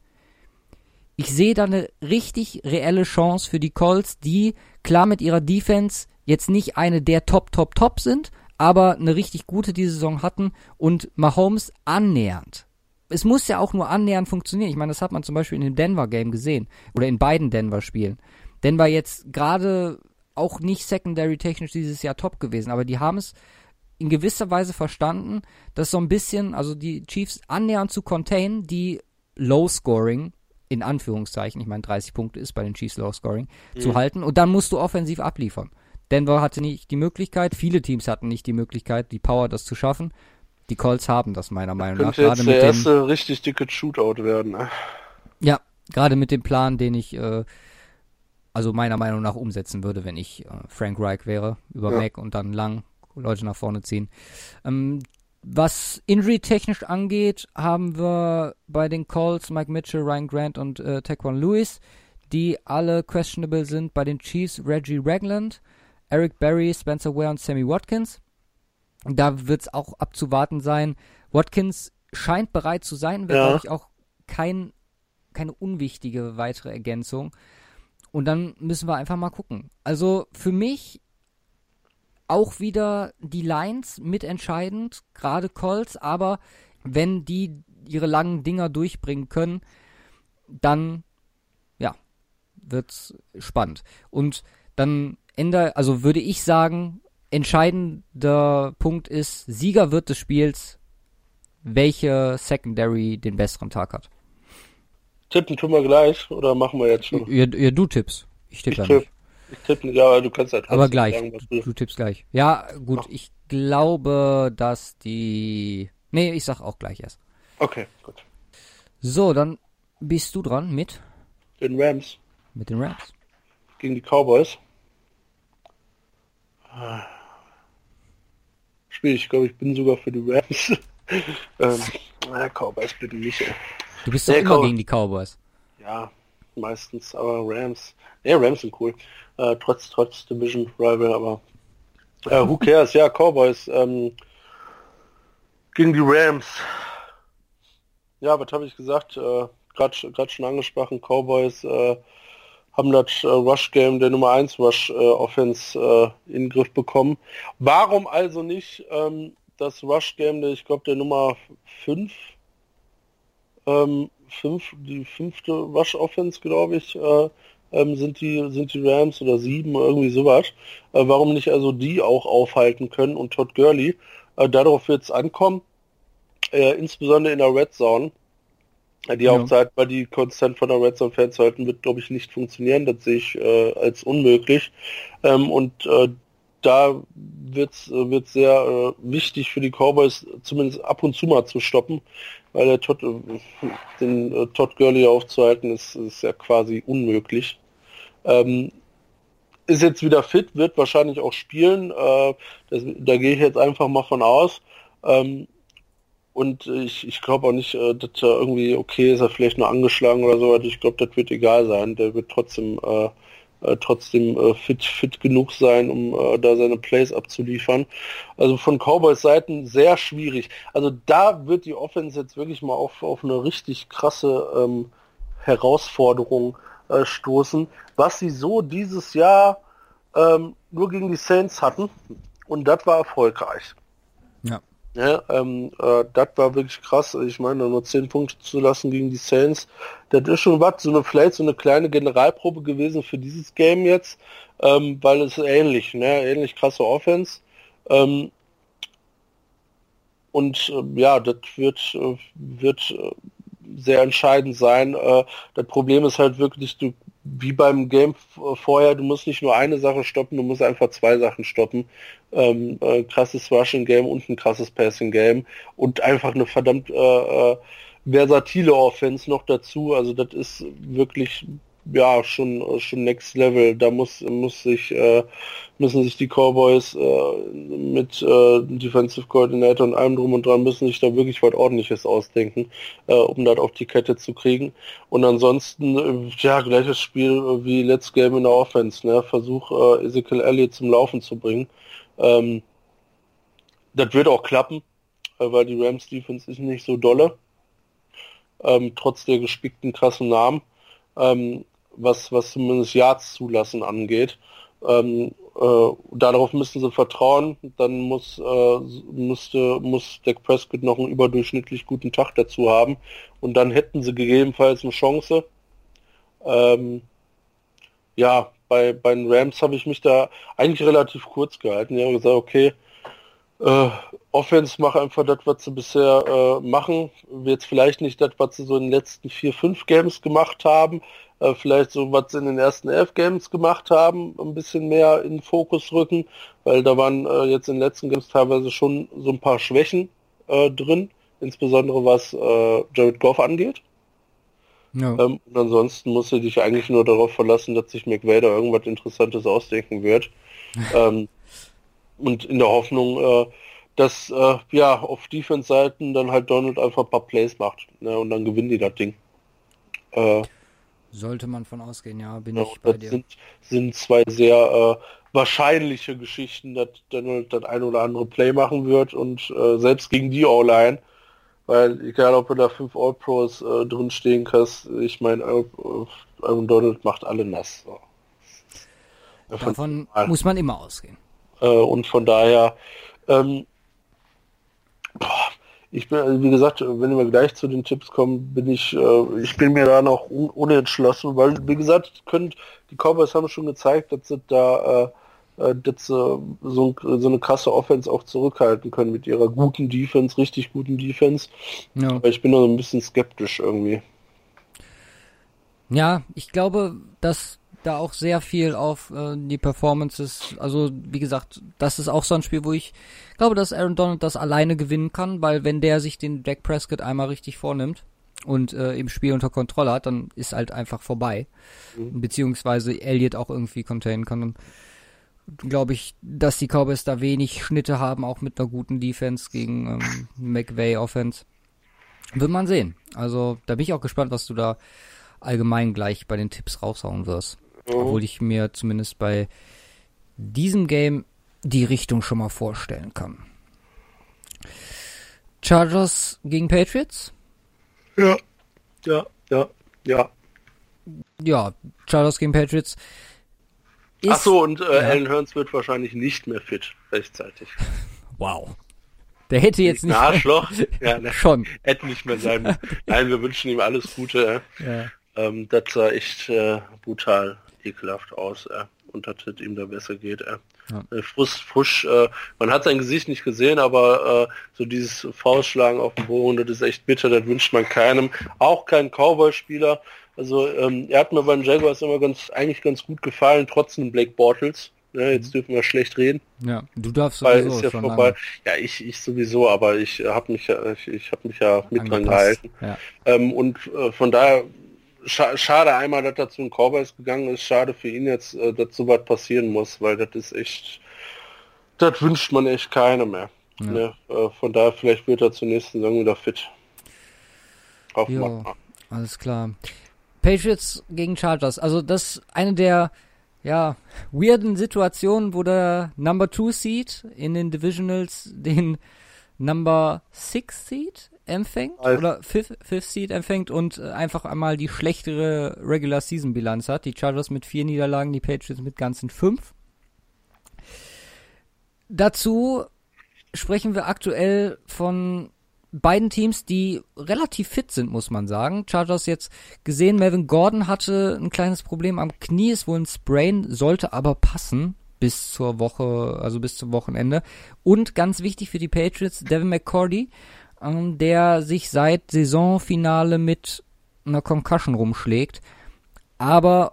Ich sehe da eine richtig reelle Chance für die Colts, die klar mit ihrer Defense jetzt nicht eine der Top, Top, Top sind, aber eine richtig gute die Saison hatten und Mahomes annähernd. Es muss ja auch nur annähernd funktionieren. Ich meine, das hat man zum Beispiel in dem Denver-Game gesehen. Oder in beiden Denver-Spielen. Denver jetzt gerade auch nicht secondary-technisch dieses Jahr top gewesen. Aber die haben es in gewisser Weise verstanden, das so ein bisschen, also die Chiefs annähernd zu containen, die Low-Scoring, in Anführungszeichen, ich meine dreißig Punkte ist bei den Chiefs Low-Scoring, mhm. zu halten. Und dann musst du offensiv abliefern. Denver hatte nicht die Möglichkeit, viele Teams hatten nicht die Möglichkeit, die Power, das zu schaffen. Die Colts haben das meiner Meinung nach. Könnte jetzt der erste richtig dicke Shootout werden. Ne? Ja, gerade mit dem Plan, den ich äh, also meiner Meinung nach umsetzen würde, wenn ich äh, Frank Reich wäre, über ja. Mac und dann lang Leute nach vorne ziehen. Ähm, was Injury-technisch angeht, haben wir bei den Colts Mike Mitchell, Ryan Grant und äh, Taquan Lewis, die alle questionable sind. Bei den Chiefs Reggie Ragland, Eric Berry, Spencer Ware und Sammy Watkins. Da wird es auch abzuwarten sein. Watkins scheint bereit zu sein, wird, ja. glaube ich, auch kein, keine unwichtige weitere Ergänzung. Und dann müssen wir einfach mal gucken. Also für mich auch wieder die Lines mitentscheidend, gerade Colts, aber wenn die ihre langen Dinger durchbringen können, dann, ja, wird's spannend. Und dann Ende, also würde ich sagen, entscheidender Punkt ist, Sieger wird des Spiels, welche Secondary den besseren Tag hat. Tippen tun wir gleich, oder machen wir jetzt schon? Ja, ja du tippst. Ich tippe ja tipp, nicht. Ich tippe, ja, du kannst halt aber gleich, sagen, du, du tippst gleich. Ja, gut, Ach. ich glaube, dass die... Nee, ich sag auch gleich erst. Okay, gut. So, dann bist du dran mit? Den Rams. Mit den Rams. Gegen die Cowboys. Spiel, ich glaube, ich bin sogar für die Rams. ähm, na, Cowboys bitte nicht. Ey. Du bist doch nee, immer Cow- gegen die Cowboys. Ja, meistens, aber Rams. Ja, Rams sind cool. Äh, trotz, trotz Division Rival, aber äh, who cares? Ja, Cowboys ähm, gegen die Rams. Ja, was habe ich gesagt? Äh, Gerade schon angesprochen, Cowboys äh, haben das äh, Rush-Game der Nummer eins Rush-Offense äh, in den Griff bekommen. Warum also nicht ähm, das Rush-Game, der ich glaube der Nummer fünf, ähm, fünf, die fünfte Rush-Offense, glaube ich, äh, ähm, sind die sind die Rams oder sieben, irgendwie sowas. Äh, warum nicht also die auch aufhalten können und Todd Gurley? Äh, darauf wird es ankommen, äh, insbesondere in der Red Zone. Die Ja. Aufzeit, weil die konstant von der Red Zone Fans halten, wird, glaube ich, nicht funktionieren. Das sehe ich äh, als unmöglich. Ähm, und äh, da wird's äh, wird sehr äh, wichtig für die Cowboys, zumindest ab und zu mal zu stoppen, weil der Todd, äh, den äh, Todd Gurley aufzuhalten, ist, ist ja quasi unmöglich. Ähm, ist jetzt wieder fit, wird wahrscheinlich auch spielen. Äh, das, da gehe ich jetzt einfach mal von aus. Ähm, Und ich, ich glaube auch nicht, äh, dass er irgendwie, okay, ist er vielleicht nur angeschlagen oder so, ich glaube, das wird egal sein. Der wird trotzdem äh, äh, trotzdem äh, fit fit genug sein, um äh, da seine Plays abzuliefern. Also von Cowboys Seiten sehr schwierig. Also da wird die Offense jetzt wirklich mal auf, auf eine richtig krasse ähm, Herausforderung äh, stoßen, was sie so dieses Jahr ähm, nur gegen die Saints hatten. Und das war erfolgreich. Ja. Ja, ähm, äh, das war wirklich krass. Ich meine, nur zehn Punkte zu lassen gegen die Saints, das ist schon was, so eine vielleicht so eine kleine Generalprobe gewesen für dieses Game jetzt, ähm, weil es ähnlich, ne, ähnlich krasse Offense. Ähm, und äh, ja, das wird äh, wird äh, sehr entscheidend sein. Äh, das Problem ist halt wirklich, du wie beim Game vorher, du musst nicht nur eine Sache stoppen, du musst einfach zwei Sachen stoppen. Ähm, äh, krasses Rushing Game und ein krasses Passing Game und einfach eine verdammt äh, äh, versatile Offense noch dazu. Also das ist wirklich ja schon schon Next Level. Da muss muss sich äh, müssen sich die Cowboys äh, mit äh, Defensive Coordinator und allem drum und dran müssen sich da wirklich was Ordentliches ausdenken, äh, um das auf die Kette zu kriegen. Und ansonsten äh, ja gleiches Spiel äh, wie Let's Game in der Offense. Ne? Versuch äh, Ezekiel Elliott zum Laufen zu bringen. Ähm, das wird auch klappen, äh, weil die Rams Defense ist nicht so dolle, ähm, trotz der gespickten krassen Namen, ähm, was was zumindest Yards zulassen angeht. Ähm, äh, darauf müssen sie vertrauen. Dann muss äh, müsste muss Dak Prescott noch einen überdurchschnittlich guten Tag dazu haben und dann hätten sie gegebenenfalls eine Chance. Ähm, ja, bei, bei den Rams habe ich mich da eigentlich relativ kurz gehalten. Ich habe gesagt, okay, äh, Offense, mach einfach das, was sie bisher äh, machen. Jetzt vielleicht nicht das, was sie so in den letzten vier, fünf Games gemacht haben. Äh, vielleicht so, was sie in den ersten elf Games gemacht haben, ein bisschen mehr in den Fokus rücken, weil da waren äh, jetzt in den letzten Games teilweise schon so ein paar Schwächen äh, drin, insbesondere was äh, Jared Goff angeht. Ja. Ähm, und ansonsten musst du dich eigentlich nur darauf verlassen, dass sich McVay da irgendwas Interessantes ausdenken wird. ähm, und in der Hoffnung, äh, dass äh, ja auf Defense-Seiten dann halt Donald einfach ein paar Plays macht, ne, und dann gewinnen die das Ding. Äh, Sollte man von ausgehen, ja, bin ja, ich bei das dir. sind, sind zwei sehr äh, wahrscheinliche Geschichten, dass Donald das ein oder andere Play machen wird und äh, selbst gegen die O-Line, weil egal ob du da fünf All-Pros äh, drin stehen kannst, ich meine, äh, äh, Donald macht alle nass. So. Ja, von- Davon muss man immer ausgehen. Äh, und von daher, ähm, boah, ich bin, also wie gesagt, wenn wir gleich zu den Tipps kommen, bin ich, äh, ich bin mir da noch un unentschlossen, weil, wie gesagt, könnt, die Cowboys haben schon gezeigt, dass sie da, äh, äh, dass sie so, so eine krasse Offense auch zurückhalten können mit ihrer guten Defense, richtig guten Defense. Ja. Aber ich bin noch so ein bisschen skeptisch irgendwie. Ja, ich glaube, dass da auch sehr viel auf äh, die Performances, also wie gesagt, das ist auch so ein Spiel, wo ich glaube, dass Aaron Donald das alleine gewinnen kann, weil wenn der sich den Dak Prescott einmal richtig vornimmt und äh, im Spiel unter Kontrolle hat, dann ist halt einfach vorbei. Mhm. Beziehungsweise Elliott auch irgendwie containen kann. Dann glaube ich, dass die Cowboys da wenig Schnitte haben, auch mit einer guten Defense gegen ähm, McVay Offense. Wird man sehen. Also da bin ich auch gespannt, was du da allgemein gleich bei den Tipps raushauen wirst. Mhm. Obwohl ich mir zumindest bei diesem Game die Richtung schon mal vorstellen kann. Chargers gegen Patriots? Ja, ja, ja, ja. Ja, Chargers gegen Patriots. Ist, Ach so, und äh, ja. Alan Hurns wird wahrscheinlich nicht mehr fit rechtzeitig. Wow. Der hätte jetzt Ein nicht... Arschloch. Ja, ne, Schon. hätte nicht mehr sein müssen. Nein, wir wünschen ihm alles Gute. Ja. Ähm, das sah echt äh, brutal ekelhaft aus, äh, und dass es ihm da besser geht. Äh. Ja. Frust, frisch, äh, man hat sein Gesicht nicht gesehen, aber äh, so dieses Faustschlagen auf dem Boden, das ist echt bitter, das wünscht man keinem. Auch kein Cowboy-Spieler. Also ähm, er hat mir beim Jaguars immer ganz eigentlich ganz gut gefallen, trotz den Blake Bortles. Ja, jetzt dürfen wir schlecht reden. Ja, du darfst weil sowieso ist ja schon vorbei. lange. Ja, ich, ich sowieso, aber ich habe mich ja, ich, ich habe mich ja mit dran gehalten. Ja. Ähm, und äh, von daher scha schade einmal, dass er zu den Cowboys gegangen ist. Schade für ihn jetzt, äh, dass so was passieren muss, weil das ist echt, das wünscht man echt keinem mehr. Ja. Ne? Äh, von daher vielleicht wird er zur nächsten Saison wieder fit. Hoffen wir mal. Alles klar. Patriots gegen Chargers. Also das ist eine der ja, weirden Situationen, wo der Number Two Seed in den Divisionals den Number Six Seed empfängt also. oder Fifth, Fifth Seed empfängt und einfach einmal die schlechtere Regular Season Bilanz hat. Die Chargers mit vier Niederlagen, die Patriots mit ganzen fünf. Dazu sprechen wir aktuell von beiden Teams, die relativ fit sind, muss man sagen. Chargers jetzt gesehen, Melvin Gordon hatte ein kleines Problem am Knie, ist wohl ein Sprain, sollte aber passen bis zur Woche, also bis zum Wochenende. Und ganz wichtig für die Patriots, Devin McCourty, ähm, der sich seit Saisonfinale mit einer Concussion rumschlägt. Aber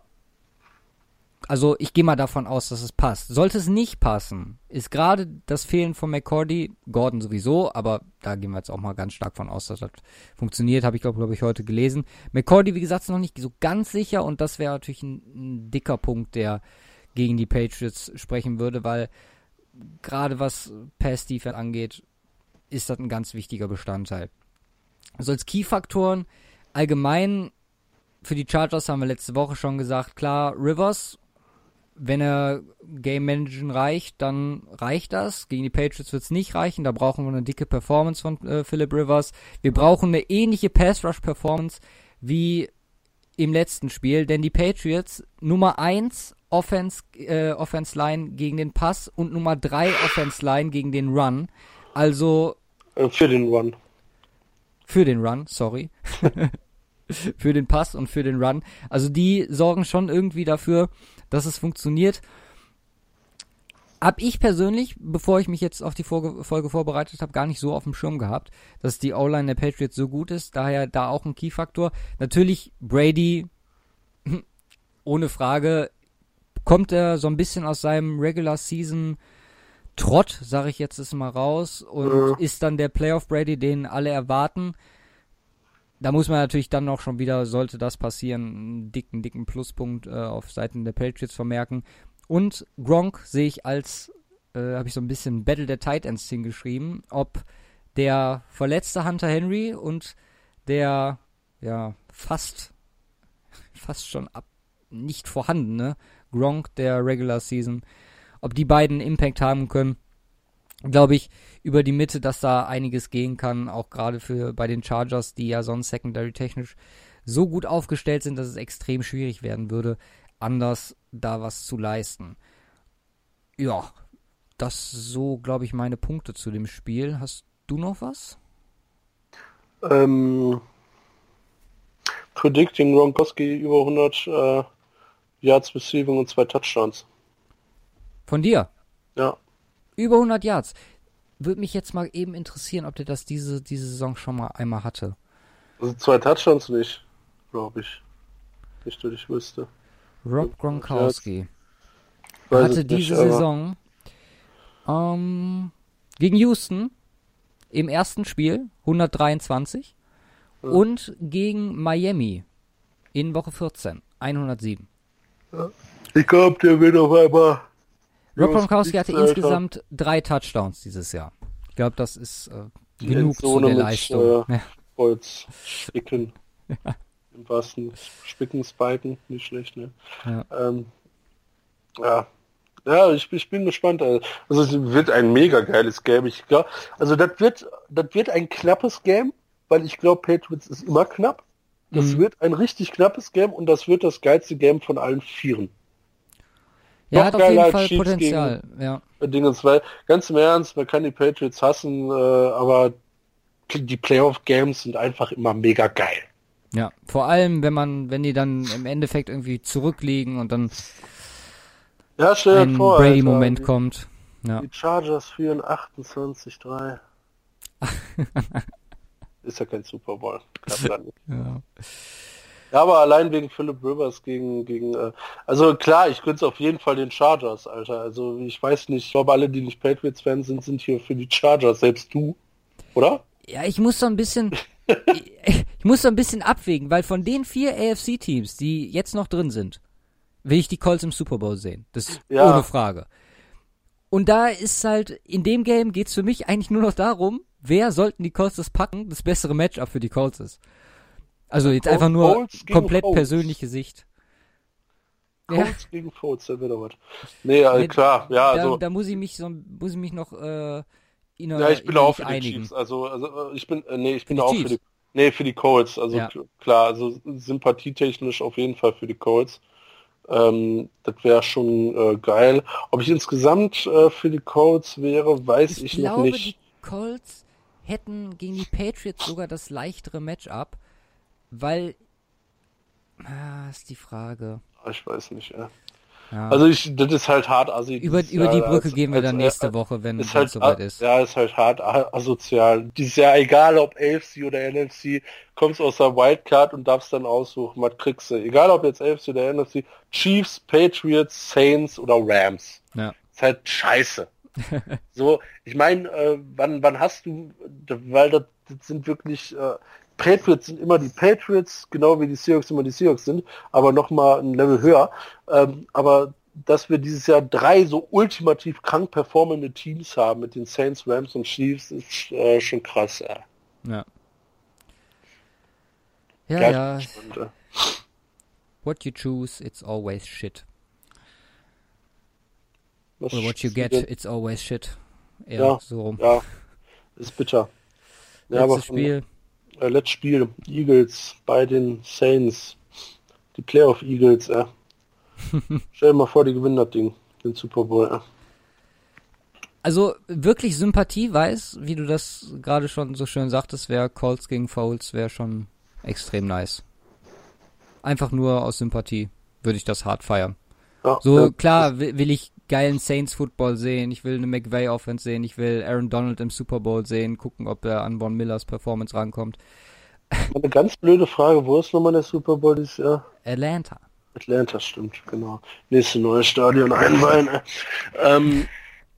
also ich gehe mal davon aus, dass es passt. Sollte es nicht passen, ist gerade das Fehlen von McCourty, Gordon sowieso, aber da gehen wir jetzt auch mal ganz stark von aus, dass das funktioniert, habe ich glaube glaub ich heute gelesen. McCourty, wie gesagt, ist noch nicht so ganz sicher und das wäre natürlich ein, ein dicker Punkt, der gegen die Patriots sprechen würde, weil gerade was Pass-Defense angeht, ist das ein ganz wichtiger Bestandteil. Also als Key-Faktoren allgemein für die Chargers haben wir letzte Woche schon gesagt, klar, Rivers, wenn er Game Managen reicht, dann reicht das. Gegen die Patriots wird es nicht reichen. Da brauchen wir eine dicke Performance von äh, Phillip Rivers. Wir brauchen eine ähnliche Pass-Rush-Performance wie im letzten Spiel, denn die Patriots Nummer eins Offense, äh, Offense Line gegen den Pass und Nummer drei Offense Line gegen den Run. Also für den Run. Für den Run, sorry. Für den Pass und für den Run. Also die sorgen schon irgendwie dafür, dass es funktioniert. Hab ich persönlich, bevor ich mich jetzt auf die Folge, Folge vorbereitet habe, gar nicht so auf dem Schirm gehabt, dass die O-Line der Patriots so gut ist. Daher da auch ein Key-Faktor. Natürlich Brady, ohne Frage, kommt er so ein bisschen aus seinem Regular-Season Trott, sage ich jetzt mal raus, und ja. ist dann der Playoff Brady, den alle erwarten. Da muss man natürlich dann noch schon wieder, sollte das passieren, einen dicken, dicken Pluspunkt äh, auf Seiten der Patriots vermerken. Und Gronk sehe ich als, äh, habe ich so ein bisschen Battle der Tight Ends hingeschrieben, ob der verletzte Hunter Henry und der, ja, fast, fast schon ab, nicht vorhandene Gronk der Regular Season, ob die beiden Impact haben können. Glaube ich, über die Mitte, dass da einiges gehen kann, auch gerade für bei den Chargers, die ja sonst secondary technisch so gut aufgestellt sind, dass es extrem schwierig werden würde, anders da was zu leisten. Ja, das so, glaube ich, meine Punkte zu dem Spiel. Hast du noch was? Ähm, Predicting Gronkowski über hundert äh, Yards Receiving und zwei Touchdowns. Von dir? Ja. Über hundert Yards. Würde mich jetzt mal eben interessieren, ob der das diese, diese Saison schon mal einmal hatte. Also zwei Touchdowns nicht, glaube ich. Nicht, dass ich wüsste. Rob Gronkowski Weiß hatte es diese nicht, aber- Saison ähm, gegen Houston im ersten Spiel hundertdreiundzwanzig Ja. und gegen Miami in Woche vierzehn hundertsieben. Ich glaube, der wird auf einmal... Rob Ja, Gronkowski hatte Alter. insgesamt drei Touchdowns dieses Jahr. Ich glaube, das ist äh, Die genug zu Endzone der mit, Leistung. äh, Ja. Holz spicken. Im wahrsten Spicken, Spiken, nicht schlecht, ne? Ja. Ähm, ja. Ja, ich, ich bin gespannt. Also es wird ein mega geiles Game. Ich glaub, also das wird, das wird ein knappes Game, weil ich glaube, Patriots ist immer knapp. Das Mhm. wird ein richtig knappes Game und das wird das geilste Game von allen Vieren. Ja, Noch hat auf geiler jeden als Fall Chiefs Potenzial. Ja. Dingens, weil ganz im Ernst, man kann die Patriots hassen, äh, aber die Playoff-Games sind einfach immer mega geil. Ja, vor allem, wenn man, wenn die dann im Endeffekt irgendwie zurückliegen und dann ja, stell dir ein vor, Brady-Moment Alter, kommt. Ja. Die Chargers führen achtundzwanzig drei. Ist ja kein Super Bowl. ja. Ja, aber allein wegen Philip Rivers gegen, gegen, äh, also klar, ich gönn's auf jeden Fall den Chargers, Alter. Also ich weiß nicht, ich glaube alle, die nicht Patriots-Fans sind, sind hier für die Chargers, selbst du, oder? Ja, ich muss so ein bisschen, ich, ich muss so ein bisschen abwägen, weil von den vier A F C-Teams, die jetzt noch drin sind, will ich die Colts im Super Bowl sehen. Das ist Ja. ohne Frage. Und da ist halt, in dem Game geht's für mich eigentlich nur noch darum, wer sollten die Colts das packen, das bessere Matchup für die Colts ist. Also jetzt Colts- einfach nur Colts gegen komplett Colts. persönliche Sicht. Ja. Colts gegen Colts, da wird doch was. Nee, also Nee, klar, ja, da, also. da muss ich mich so, muss ich mich noch, äh, inner, Ja, ich bin auch für die einigen. Chiefs. Also, also ich bin, äh, nee, ich bin die auch Chiefs? für die, nee, für die Colts. Also Ja. k- klar, also sympathietechnisch auf jeden Fall für die Colts. Ähm, das wäre schon äh, geil. Ob ich insgesamt äh, für die Colts wäre, weiß ich, Ich noch glaube, nicht. die Colts hätten gegen die Patriots sogar das leichtere Matchup, weil, ah, ist die Frage. Ich weiß nicht, ja. Ja. Also ich, das ist halt hart assi. über, dieses über die Jahr Brücke als- gehen wir als- dann äh, nächste Woche, wenn ist es halt, soweit a- ist. ja, ist halt hart a- asozial. Dieses Jahr, egal ob A F C oder N F C, kommst aus der Wildcard und darfst dann aussuchen, was kriegst du. Egal ob jetzt A F C oder N F C, Chiefs, Patriots, Saints oder Rams. Ja. Ist halt scheiße. So, ich meine, äh, wann, wann hast du, weil das, das sind wirklich, äh, Patriots sind immer die Patriots, genau wie die Seahawks immer die Seahawks sind, aber nochmal ein Level höher. Ähm, aber dass wir dieses Jahr drei so ultimativ krank performende Teams haben mit den Saints, Rams und Chiefs, ist äh, schon krass. Ja, Ja. Ja, Ja, ja. spannend, ja. What you choose, it's always shit. Was Or what you ist get, denn- it's always shit. Eher Ja. so rum. Ja, ist bitter. Ja, aber Letztes von, Spiel. Äh, letztes Spiel, Eagles bei den Saints. Die Playoff Eagles, ja. Stell dir mal vor, die gewinnen das Ding, den Super Bowl. Ja. Also wirklich Sympathie weiß, wie du das gerade schon so schön sagtest, wäre Colts gegen Foles, wäre schon extrem nice. Einfach nur aus Sympathie würde ich das hart feiern. Ja, So, ja, klar will, will ich geilen Saints-Football sehen, ich will eine McVay-Offense sehen, ich will Aaron Donald im Super Bowl sehen, gucken, ob er an Von Millers Performance rankommt. Eine ganz blöde Frage, wo ist nochmal der Super Bowl dieses Jahr? Atlanta. Atlanta, stimmt, genau. Nächste neue Stadion einweihen. äh. Ähm,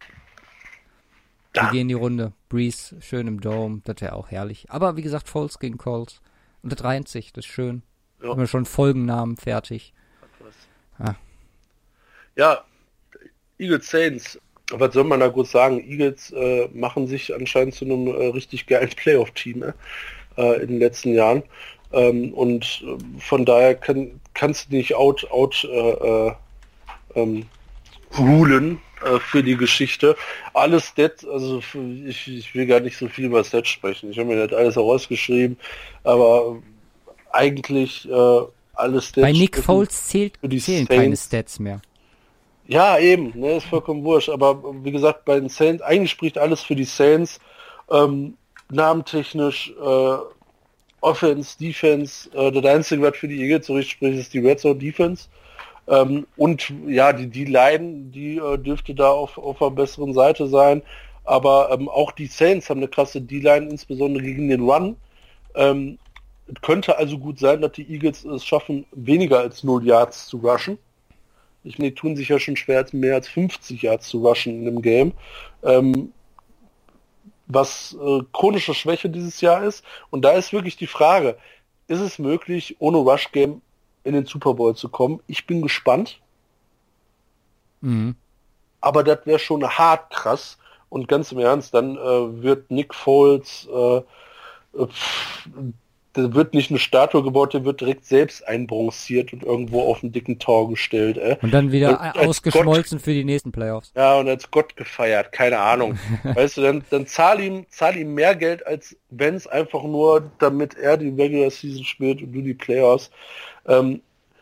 Wir Ja. gehen die Runde. Breeze, schön im Dome, das wäre auch herrlich. Aber wie gesagt, Foles gegen Colts. Und das reimt sich, das ist schön. Ja. Haben wir schon Folgennamen fertig. Ah. ja, Eagles Saints. Was soll man da gut sagen? Eagles äh, machen sich anscheinend zu einem äh, richtig geilen Playoff-Team ne? äh, in den letzten Jahren. Ähm, und äh, von daher kann, kannst du nicht out, out äh, äh, ähm, rulen äh, für die Geschichte. Alles Stats, also für, ich, ich will gar nicht so viel über Stats sprechen. Ich habe mir das alles herausgeschrieben, aber eigentlich äh, alles Stats. Bei Nick sprechen Foles zählt, für die zählen keine Saints. Stats mehr. Ja, eben, ne, ist vollkommen wurscht. Aber wie gesagt, bei den Saints, eigentlich spricht alles für die Saints. Ähm, namentechnisch, äh, Offense, Defense, äh, das Einzige, was für die Eagles so richtig spricht, ist die Red Zone Defense. Ähm, und ja, die D-Line, die äh, dürfte da auf, auf einer besseren Seite sein. Aber ähm, auch die Saints haben eine krasse D-Line, insbesondere gegen den Run. Ähm, es könnte also gut sein, dass die Eagles es schaffen, weniger als null Yards zu rushen. Ich meine, die tun sich ja schon schwer, als mehr als fünfzig Yards zu rushen in einem Game. Ähm, was äh, chronische Schwäche dieses Jahr ist. Und da ist wirklich die Frage, ist es möglich, ohne Rush-Game in den Super Bowl zu kommen? Ich bin gespannt. Mhm. Aber das wäre schon hart krass. Und ganz im Ernst, dann äh, wird Nick Foles, äh, pff, da wird nicht eine Statue gebaut, der wird direkt selbst einbronziert und irgendwo auf einen dicken Tor gestellt. Äh. Und dann wieder Und als ausgeschmolzen für die nächsten Playoffs. Ja, und als Gott gefeiert, keine Ahnung. Weißt du, dann, dann zahl ihm, zahl ihm mehr Geld, als wenn es einfach nur, damit er die Regular Season spielt und du die Playoffs. Ähm,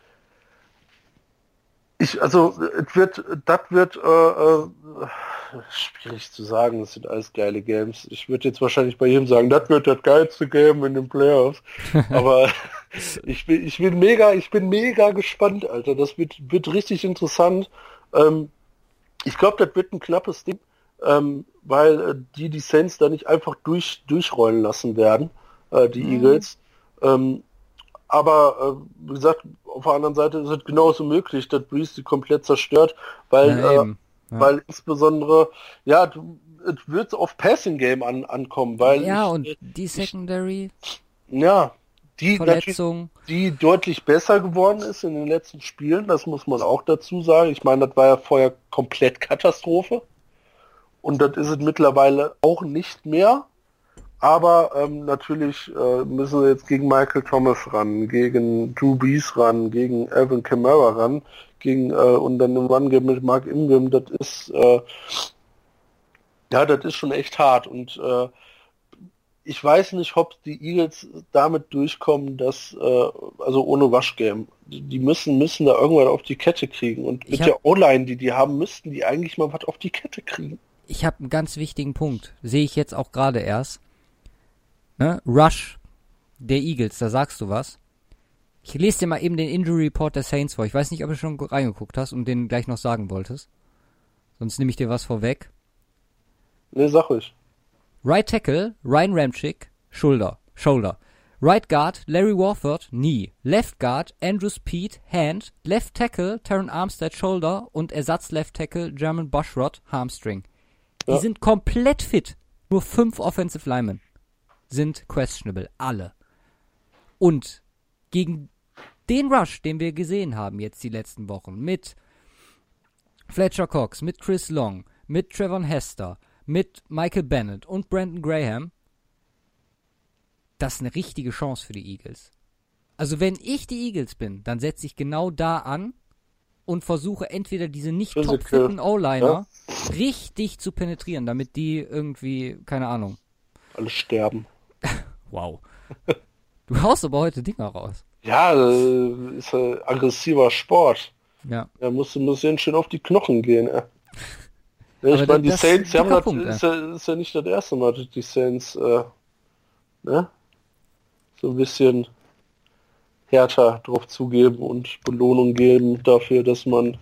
ich, also, es wird, das wird, äh, äh, schwierig zu sagen, das sind alles geile Games. Ich würde jetzt wahrscheinlich bei jedem sagen, das wird das geilste Game in den Playoffs. Aber Ich bin, ich bin mega, ich bin mega gespannt, Alter. Das wird, wird richtig interessant. Ähm, ich glaube, das wird ein knappes Ding, ähm, weil äh, die die Saints da nicht einfach durch, durchrollen lassen werden, äh, die mhm. Eagles. Ähm, aber, äh, wie gesagt, auf der anderen Seite ist es genauso möglich, dass Breeze die komplett zerstört, weil, ja, äh, ja. weil insbesondere, ja, es wird auf Passing Game an, ankommen, weil ja, ich, und die Secondary, ich, ja, die Verletzung, die deutlich besser geworden ist in den letzten Spielen, das muss man auch dazu sagen. Ich meine, das war ja vorher komplett Katastrophe und das ist es mittlerweile auch nicht mehr. Aber ähm, natürlich äh, müssen wir jetzt gegen Michael Thomas ran, gegen Drew Brees ran, gegen Alvin Kamara ran, gegen äh, und dann im Run-Game mit Mark Ingram. Das ist äh, ja, das ist schon echt hart und äh, ich weiß nicht, ob die Eagles damit durchkommen, dass, äh, also ohne Waschgame, die müssen müssen da irgendwann auf die Kette kriegen. Und mit hab, der O-Line, die die haben, müssten die eigentlich mal was auf die Kette kriegen. Ich habe einen ganz wichtigen Punkt, sehe ich jetzt auch gerade erst. Ne? Rush der Eagles, da sagst du was. Ich lese dir mal eben den Injury Report der Saints vor. Ich weiß nicht, ob du schon reingeguckt hast und den gleich noch sagen wolltest. Sonst nehme ich dir was vorweg. Ne, sag ich. Right Tackle, Ryan Ramczyk, Shoulder, Shoulder. Right Guard, Larry Warford, Knee. Left Guard, Andrew Speed, Hand. Left Tackle, Terran Armstead, Shoulder. Und Ersatz Left Tackle, German Bushrod, Hamstring. Die ja. sind komplett fit. Nur fünf Offensive Linemen sind questionable. Alle. Und gegen den Rush, den wir gesehen haben jetzt die letzten Wochen, mit Fletcher Cox, mit Chris Long, mit Trevon Hester, mit Michael Bennett und Brandon Graham, das ist eine richtige Chance für die Eagles. Also wenn ich die Eagles bin, dann setze ich genau da an und versuche entweder diese nicht topfitten O-Liner ja. richtig zu penetrieren, damit die irgendwie, keine Ahnung. Alle sterben. Wow. Du haust aber heute Dinger raus. Ja, ist ein aggressiver Sport. Ja. Da musst du musst schön auf die Knochen gehen. Ja. Ja, ich meine, die Saints, die haben das, Punkt, ist, ja, ist ja nicht das erste Mal, dass die Saints äh, ne? so ein bisschen härter drauf zugeben und Belohnung geben dafür, dass man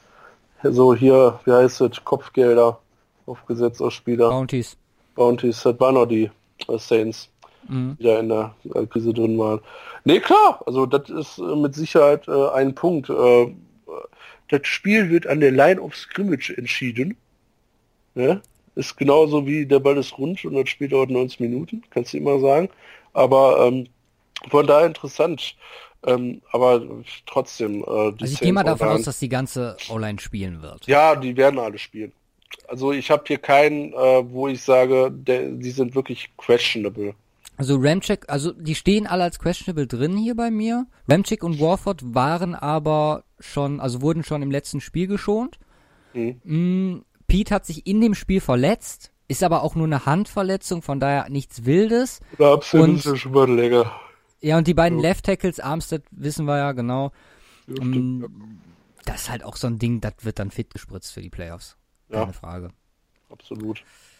so hier, wie heißt es, Kopfgelder aufgesetzt aus Spieler. Bounties. Bounties, das waren noch die äh, Saints, mhm. die da in der äh, Krise drin waren. Nee, klar, also das ist äh, mit Sicherheit äh, ein Punkt. Äh, das Spiel wird an der Line of Scrimmage entschieden. Ja, ist genauso wie der Ball ist rund und das Spiel dauert neunzig Minuten, kannst du immer sagen. Aber ähm, von daher interessant. Ähm, aber trotzdem. Äh, die also ich gehe mal davon aus, dass die ganze O-Line spielen wird. Ja, die werden alle spielen. Also ich habe hier keinen, äh, wo ich sage, der, die sind wirklich questionable. Also Ramczyk, also die stehen alle als questionable drin hier bei mir. Ramczyk und Warford waren aber schon, also wurden schon im letzten Spiel geschont. Mhm. Mm, Pete hat sich in dem Spiel verletzt, ist aber auch nur eine Handverletzung, von daher nichts Wildes. Da absolut ist ja schon mal länger. Ja, und die beiden ja. Left Tackles, Armstead, wissen wir ja genau. Ja, um, ja. Das ist halt auch so ein Ding, das wird dann fit gespritzt für die Playoffs. Keine ja. Frage. Absolut.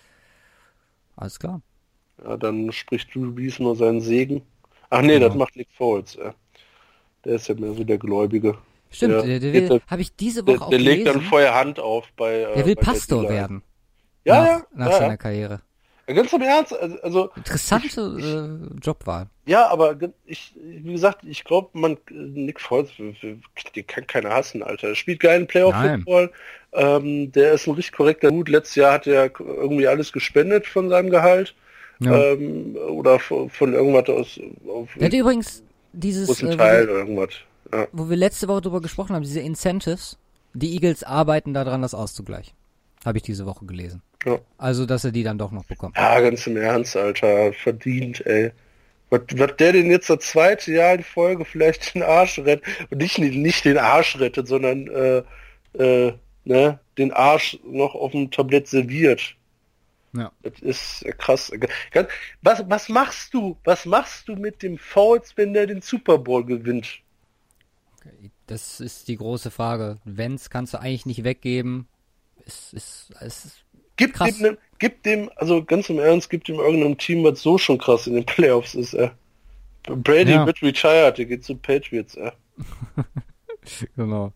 Alles klar. Ja, dann spricht Drew Brees nur seinen Segen. Ach nee, genau. Das macht Nick Foles. Ja. Der ist ja mehr so der Gläubige. Stimmt, der, der will, habe ich diese Woche der, auch der gelesen. Der legt dann vorher Hand auf bei Der will bei Pastor der werden. Ja, nach, ja. Nach ja, seiner ja. Karriere. Ja, ganz im Ernst, also... Interessante ich, ich, äh, Jobwahl. Ja, aber ich, wie gesagt, ich glaube, man, Nick Foles, den kann keiner hassen, Alter. Er spielt geilen Playoff-Football. Ähm, der ist ein richtig korrekter Dude. Letztes Jahr hat er irgendwie alles gespendet von seinem Gehalt. Ja. Ähm, oder von, von irgendwas aus... Auf, der hat übrigens dieses... Äh, Teil oder irgendwas. Ja. Wo wir letzte Woche drüber gesprochen haben, diese Incentives, die Eagles arbeiten daran, das auszugleichen. Habe ich diese Woche gelesen. Ja. Also, dass er die dann doch noch bekommt. Ja, ganz im Ernst, Alter. Verdient, ey. Was, was der denn jetzt das zweite Jahr in Folge vielleicht den Arsch rettet, und nicht, nicht den Arsch rettet, sondern äh, äh, ne, den Arsch noch auf dem Tablett serviert. Ja. Das ist krass. Was, was machst du? Was machst du mit dem Fouls, wenn der den Super Bowl gewinnt? Okay, das ist die große Frage. Wenn's kannst du eigentlich nicht weggeben. Es ist, es ist Gib krass. dem, gib dem, also ganz im Ernst, gib dem irgendeinem Team, was so schon krass in den Playoffs ist, ey. Brady Ja. wird retired, der geht zu Patriots, ja. Genau.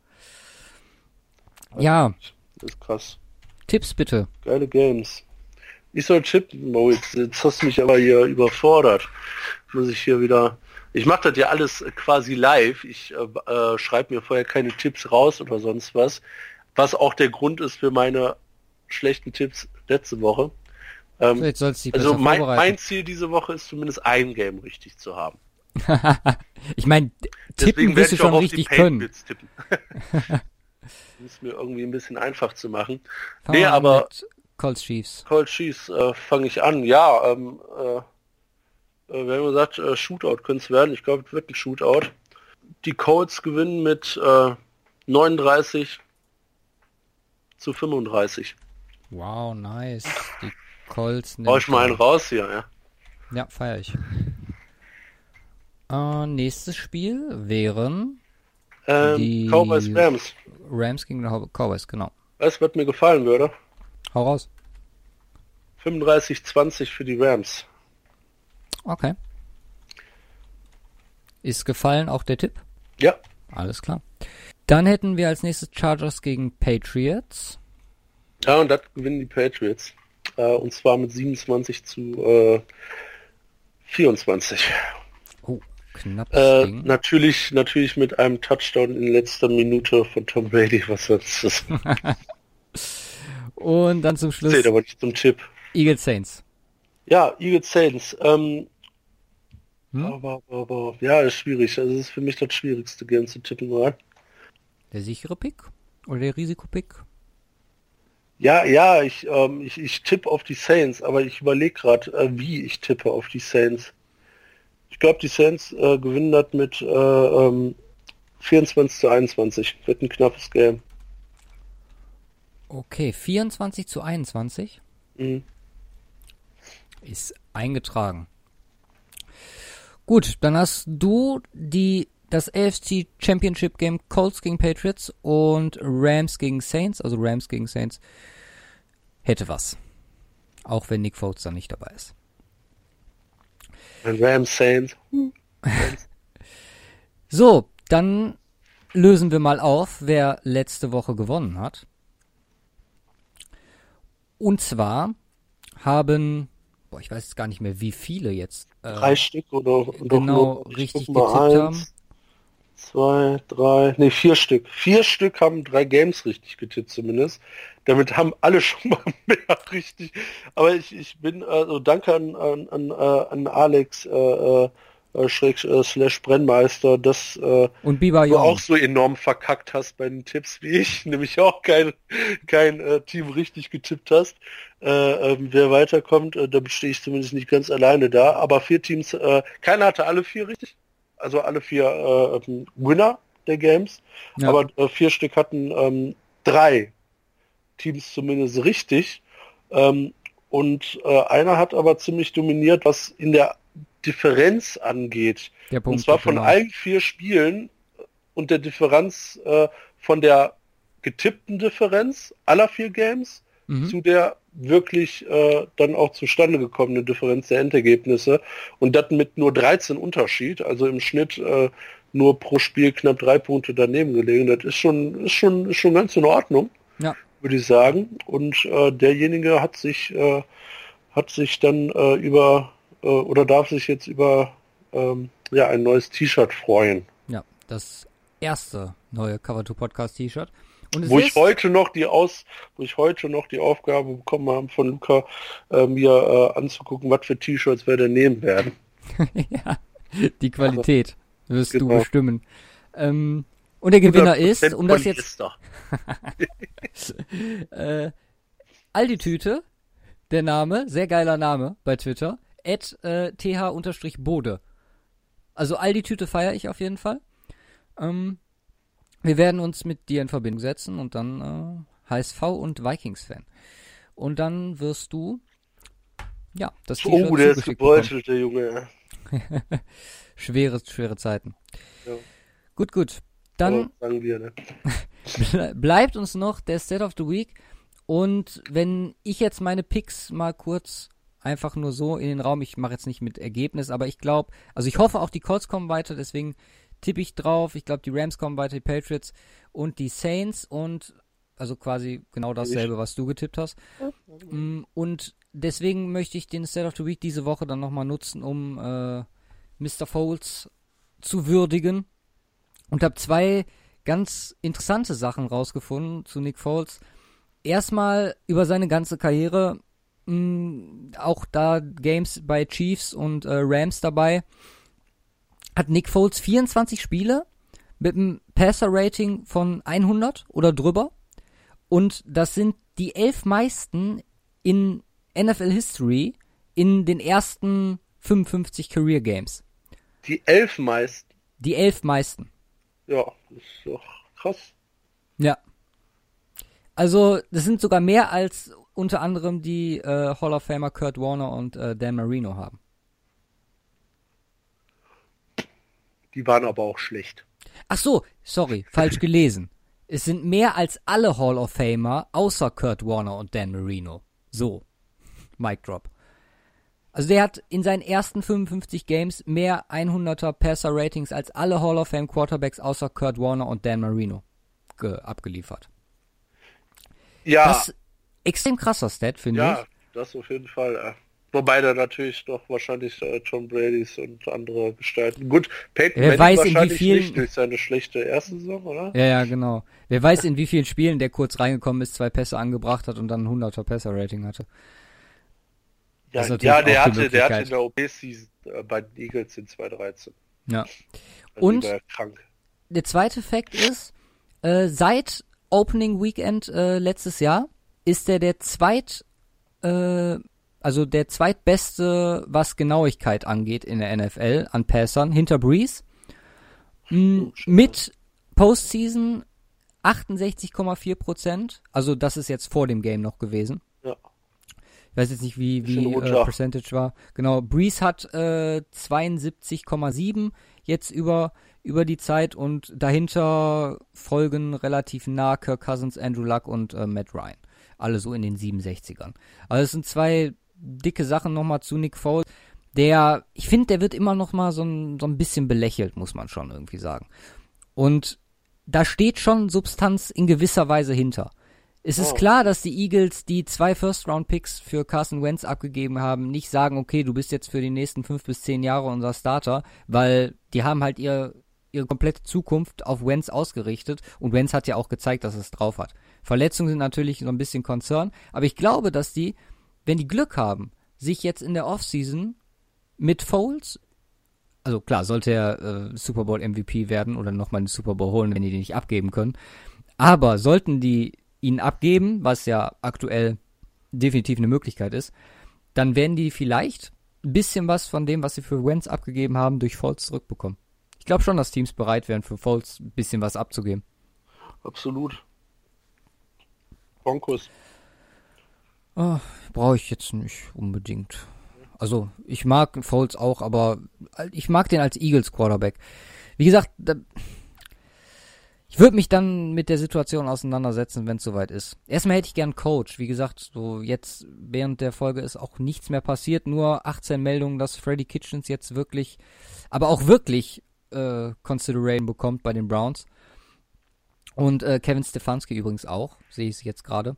Ja, Das ist krass. Tipps bitte. Geile Games. Ich soll tippen, Mo, jetzt, jetzt hast du mich aber hier überfordert. Muss ich hier wieder... Ich mache das ja alles quasi live. Ich äh, äh, schreibe mir vorher keine Tipps raus oder sonst was. Was auch der Grund ist für meine schlechten Tipps letzte Woche. Ähm, Vielleicht sollst du dich also besser mein, vorbereiten. mein Ziel diese Woche ist zumindest ein Game richtig zu haben. Ich meine, Deswegen tippen wirst werde du ich auch schon auf richtig die können. Patriots tippen. Um es mir irgendwie ein bisschen einfach zu machen. Fangen Nee, wir an aber mit Colts Chiefs. Cold Cheese äh, fange ich an. Ja, ähm, äh, äh, wir haben gesagt, äh, Shootout könnte es werden. Ich glaube, es wird ein Shootout. Die Colts gewinnen mit äh, neununddreißig zu fünfunddreißig. Wow, nice. Die Colts Hau ich mal einen nimmt- raus hier, ja. Ja, feier ich. Äh, nächstes Spiel wären Ähm, Die- Cowboys Rams. Rams gegen die Cowboys, genau. Weißt du, was mir gefallen würde? Hau raus. fünfunddreißig zwanzig für die Rams. Okay. Ist gefallen auch der Tipp? Ja, Alles klar. Dann hätten wir als nächstes Chargers gegen Patriots. ja, und das gewinnen die Patriots. Äh, und zwar mit siebenundzwanzig zu äh, vierundzwanzig. Oh, knappes Äh, Ding. natürlich, natürlich mit einem Touchdown in letzter Minute von Tom Brady, was sonst ist. Und dann zum Schluss Zählt aber nicht zum Tipp. Eagles Saints. Ja, Eagles Saints. Ähm, Hm? aber, aber, aber, ja, ist schwierig. Also, es ist für mich das schwierigste Game zu tippen, oder? Der sichere Pick? Oder der Risikopick? Ja, ja, ich, ähm, ich, ich tippe auf die Saints, aber ich überlege gerade, äh, wie ich tippe auf die Saints. Ich glaube, die Saints äh, gewinnen das mit äh, ähm, vierundzwanzig zu einundzwanzig. Wird ein knappes Game. Okay, vierundzwanzig zu einundzwanzig Mhm. ist eingetragen. Gut, dann hast du die das A F C Championship Game Colts gegen Patriots und Rams gegen Saints, also Rams gegen Saints, hätte was. Auch wenn Nick Foles dann nicht dabei ist. Ein Rams Saints. So, dann lösen wir mal auf, wer letzte Woche gewonnen hat. Und zwar haben, boah, ich weiß jetzt gar nicht mehr, wie viele jetzt äh, Drei Stück oder doch genau nur, ich richtig guck mal, getippt eins, haben. Zwei, drei, nee, vier Stück. Vier Stück haben drei Games richtig getippt zumindest. Damit haben alle schon mal mehr richtig. Aber ich, ich bin, also danke an, an, an, äh, an Alex, äh, äh, Schräg, äh, slash Brennmeister, dass äh, Und Biber du Young. auch so enorm verkackt hast bei den Tipps wie ich, nämlich auch kein, kein äh, Team richtig getippt hast. Äh, ähm, wer weiterkommt, äh, da stehe ich zumindest nicht ganz alleine da. Aber vier Teams, äh, keiner hatte alle vier richtig. Also alle vier äh, Winner der Games. Ja. Aber äh, vier Stück hatten ähm, drei Teams zumindest richtig. Ähm, und äh, einer hat aber ziemlich dominiert, was in der Differenz angeht. Der Punkt, und zwar von genau. allen vier Spielen und der Differenz äh, von der getippten Differenz aller vier Games Mhm. zu der wirklich äh, dann auch zustande gekommenen Differenz der Endergebnisse. Und das mit nur dreizehn Unterschied, also im Schnitt äh, nur pro Spiel knapp drei Punkte daneben gelegen. Das ist schon, ist schon, ist schon ganz in Ordnung, Ja. würde ich sagen. Und äh, derjenige hat sich, äh, hat sich dann äh, über äh, oder darf sich jetzt über ähm, ja, ein neues T-Shirt freuen. Ja, das erste neue Cover to Podcast T-Shirt. Und es Wo ist, ich heute noch die Aus, wo ich heute noch die Aufgabe bekommen habe von Luca, äh, mir äh, anzugucken, was für T-Shirts wir denn nehmen werden. ja, die Qualität wirst du Genau. bestimmen. Ähm, und der Gewinner hundert Prozent ist, um das jetzt Polyester. äh, Aldi-Tüte, der Name, sehr geiler Name bei Twitter, at äh, th-bode. Also Aldi-Tüte feiere ich auf jeden Fall. Ähm, wir werden uns mit dir in Verbindung setzen und dann äh, H S V und Vikings-Fan. Und dann wirst du ja das T-Shirt Oh, der ist zugeschickt bekommen. gebeutelt, der Junge. Schwere, schwere Zeiten. Ja. Gut, gut. Dann Oh, sagen wir, ne? ble- bleibt uns noch der State of the Week. Und wenn ich jetzt meine Picks mal kurz einfach nur so in den Raum. Ich mache jetzt nicht mit Ergebnis, aber ich glaube, also ich hoffe auch, die Colts kommen weiter, deswegen tippe ich drauf. Ich glaube, die Rams kommen weiter, die Patriots und die Saints und also quasi genau dasselbe, was du getippt hast. Mhm. Und deswegen möchte ich den State of the Week diese Woche dann nochmal nutzen, um äh, Mister Foles zu würdigen und habe zwei ganz interessante Sachen rausgefunden zu Nick Foles. Erstmal über seine ganze Karriere, mh, auch da Games bei Chiefs und äh, Rams dabei, hat Nick Foles vierundzwanzig Spiele mit einem Passer-Rating von hundert oder drüber und das sind die elf meisten in N F L History in den ersten fünfundfünfzig Career Games. Die elf meisten? Die elf meisten. Ja, das ist doch krass. Ja. Also, das sind sogar mehr als unter anderem die äh, Hall of Famer Kurt Warner und äh, Dan Marino haben. Die waren aber auch schlecht. Ach so, sorry, falsch gelesen. Es sind mehr als alle Hall of Famer außer Kurt Warner und Dan Marino. So. Mic drop. Also der hat in seinen ersten fünfundfünfzig Games mehr hunderter Passer-Ratings als alle Hall of Fame Quarterbacks außer Kurt Warner und Dan Marino ge- abgeliefert. Ja. Das ist extrem krasser Stat, finde ja, ich. Ja, das auf jeden Fall. Äh. Wobei da natürlich doch wahrscheinlich äh, Tom Bradys und andere Gestalten. Gut, Peyton Wer Manning weiß, in wahrscheinlich wie vielen... nicht durch seine schlechte erste Saison, oder? Ja, ja, genau. Wer weiß, in wie vielen Spielen der kurz reingekommen ist, zwei Pässe angebracht hat und dann ein hunderter Passer-Rating hatte. Ja, ja der, hatte, der hatte in der O P-Season äh, bei den Eagles in zwanzig dreizehn. Ja. Also und krank. Der zweite Fakt ist, äh, seit Opening Weekend äh, letztes Jahr ist er der zweit, äh, also der zweitbeste, was Genauigkeit angeht in der N F L an Passern, hinter Breeze. M- mit Postseason achtundsechzig Komma vier Prozent. Also das ist jetzt vor dem Game noch gewesen. Ja. Ich weiß jetzt nicht, wie, wie äh, Percentage war. Genau, Breeze hat äh, zweiundsiebzig Komma sieben jetzt über, über die Zeit und dahinter folgen relativ nah Kirk Cousins, Andrew Luck und äh, Matt Ryan. Alle so in den siebenundsechzigern. Also es sind zwei dicke Sachen nochmal zu Nick Foles. Der, ich finde, der wird immer noch mal so ein, so ein bisschen belächelt, muss man schon irgendwie sagen. Und da steht schon Substanz in gewisser Weise hinter. Es ist oh. klar, dass die Eagles, die zwei First-Round-Picks für Carson Wentz abgegeben haben, nicht sagen, okay, du bist jetzt für die nächsten fünf bis zehn Jahre unser Starter, weil die haben halt ihr, ihre komplette Zukunft auf Wentz ausgerichtet und Wentz hat ja auch gezeigt, dass es drauf hat. Verletzungen sind natürlich so ein bisschen Concern, aber ich glaube, dass die, wenn die Glück haben, sich jetzt in der Offseason mit Foles, also klar, sollte er äh, Super Bowl M V P werden oder nochmal den Super Bowl holen, wenn die den nicht abgeben können, aber sollten die ihn abgeben, was ja aktuell definitiv eine Möglichkeit ist, dann werden die vielleicht ein bisschen was von dem, was sie für Wentz abgegeben haben, durch Foles zurückbekommen. Ich glaube schon, dass Teams bereit wären, für Foles ein bisschen was abzugeben. Absolut. Broncos. Oh, brauche ich jetzt nicht unbedingt. Also, ich mag Foles auch, aber ich mag den als Eagles Quarterback. Wie gesagt, da, ich würde mich dann mit der Situation auseinandersetzen, wenn es soweit ist. Erstmal hätte ich gern einen Coach. Wie gesagt, so jetzt während der Folge ist auch nichts mehr passiert. Nur achtzehn Meldungen, dass Freddie Kitchens jetzt wirklich, aber auch wirklich äh, Consideration bekommt bei den Browns. Und äh, Kevin Stefanski übrigens auch, sehe ich es jetzt gerade.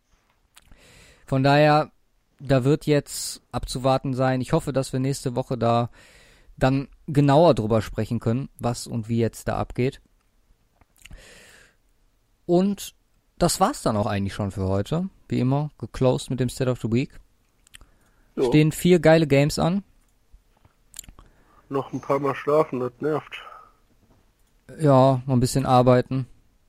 Von daher, da wird jetzt abzuwarten sein. Ich hoffe, dass wir nächste Woche da dann genauer drüber sprechen können, was und wie jetzt da abgeht. Und das war's dann auch eigentlich schon für heute. Wie immer, geclosed mit dem State of the Week. Jo. Stehen vier geile Games an. Noch ein paar Mal schlafen, das nervt. Ja, noch ein bisschen arbeiten.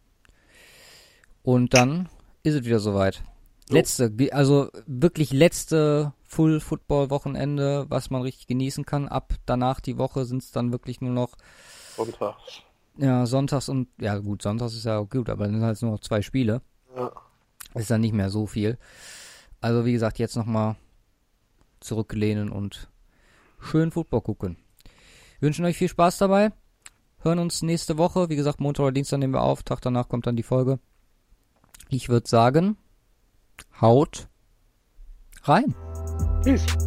Und dann ist es wieder soweit. Jo. Letzte, also wirklich letzte Full-Football-Wochenende, was man richtig genießen kann. Ab danach die Woche sind es dann wirklich nur noch Sonntags. Ja, sonntags und, ja gut, sonntags ist ja auch gut, aber dann sind halt nur noch zwei Spiele. Ja. Ist dann nicht mehr so viel. Also wie gesagt, jetzt nochmal zurücklehnen und schön Football gucken. Wir wünschen euch viel Spaß dabei. Hören uns nächste Woche. Wie gesagt, Montag oder Dienstag nehmen wir auf. Tag danach kommt dann die Folge. Ich würde sagen, haut rein. Peace.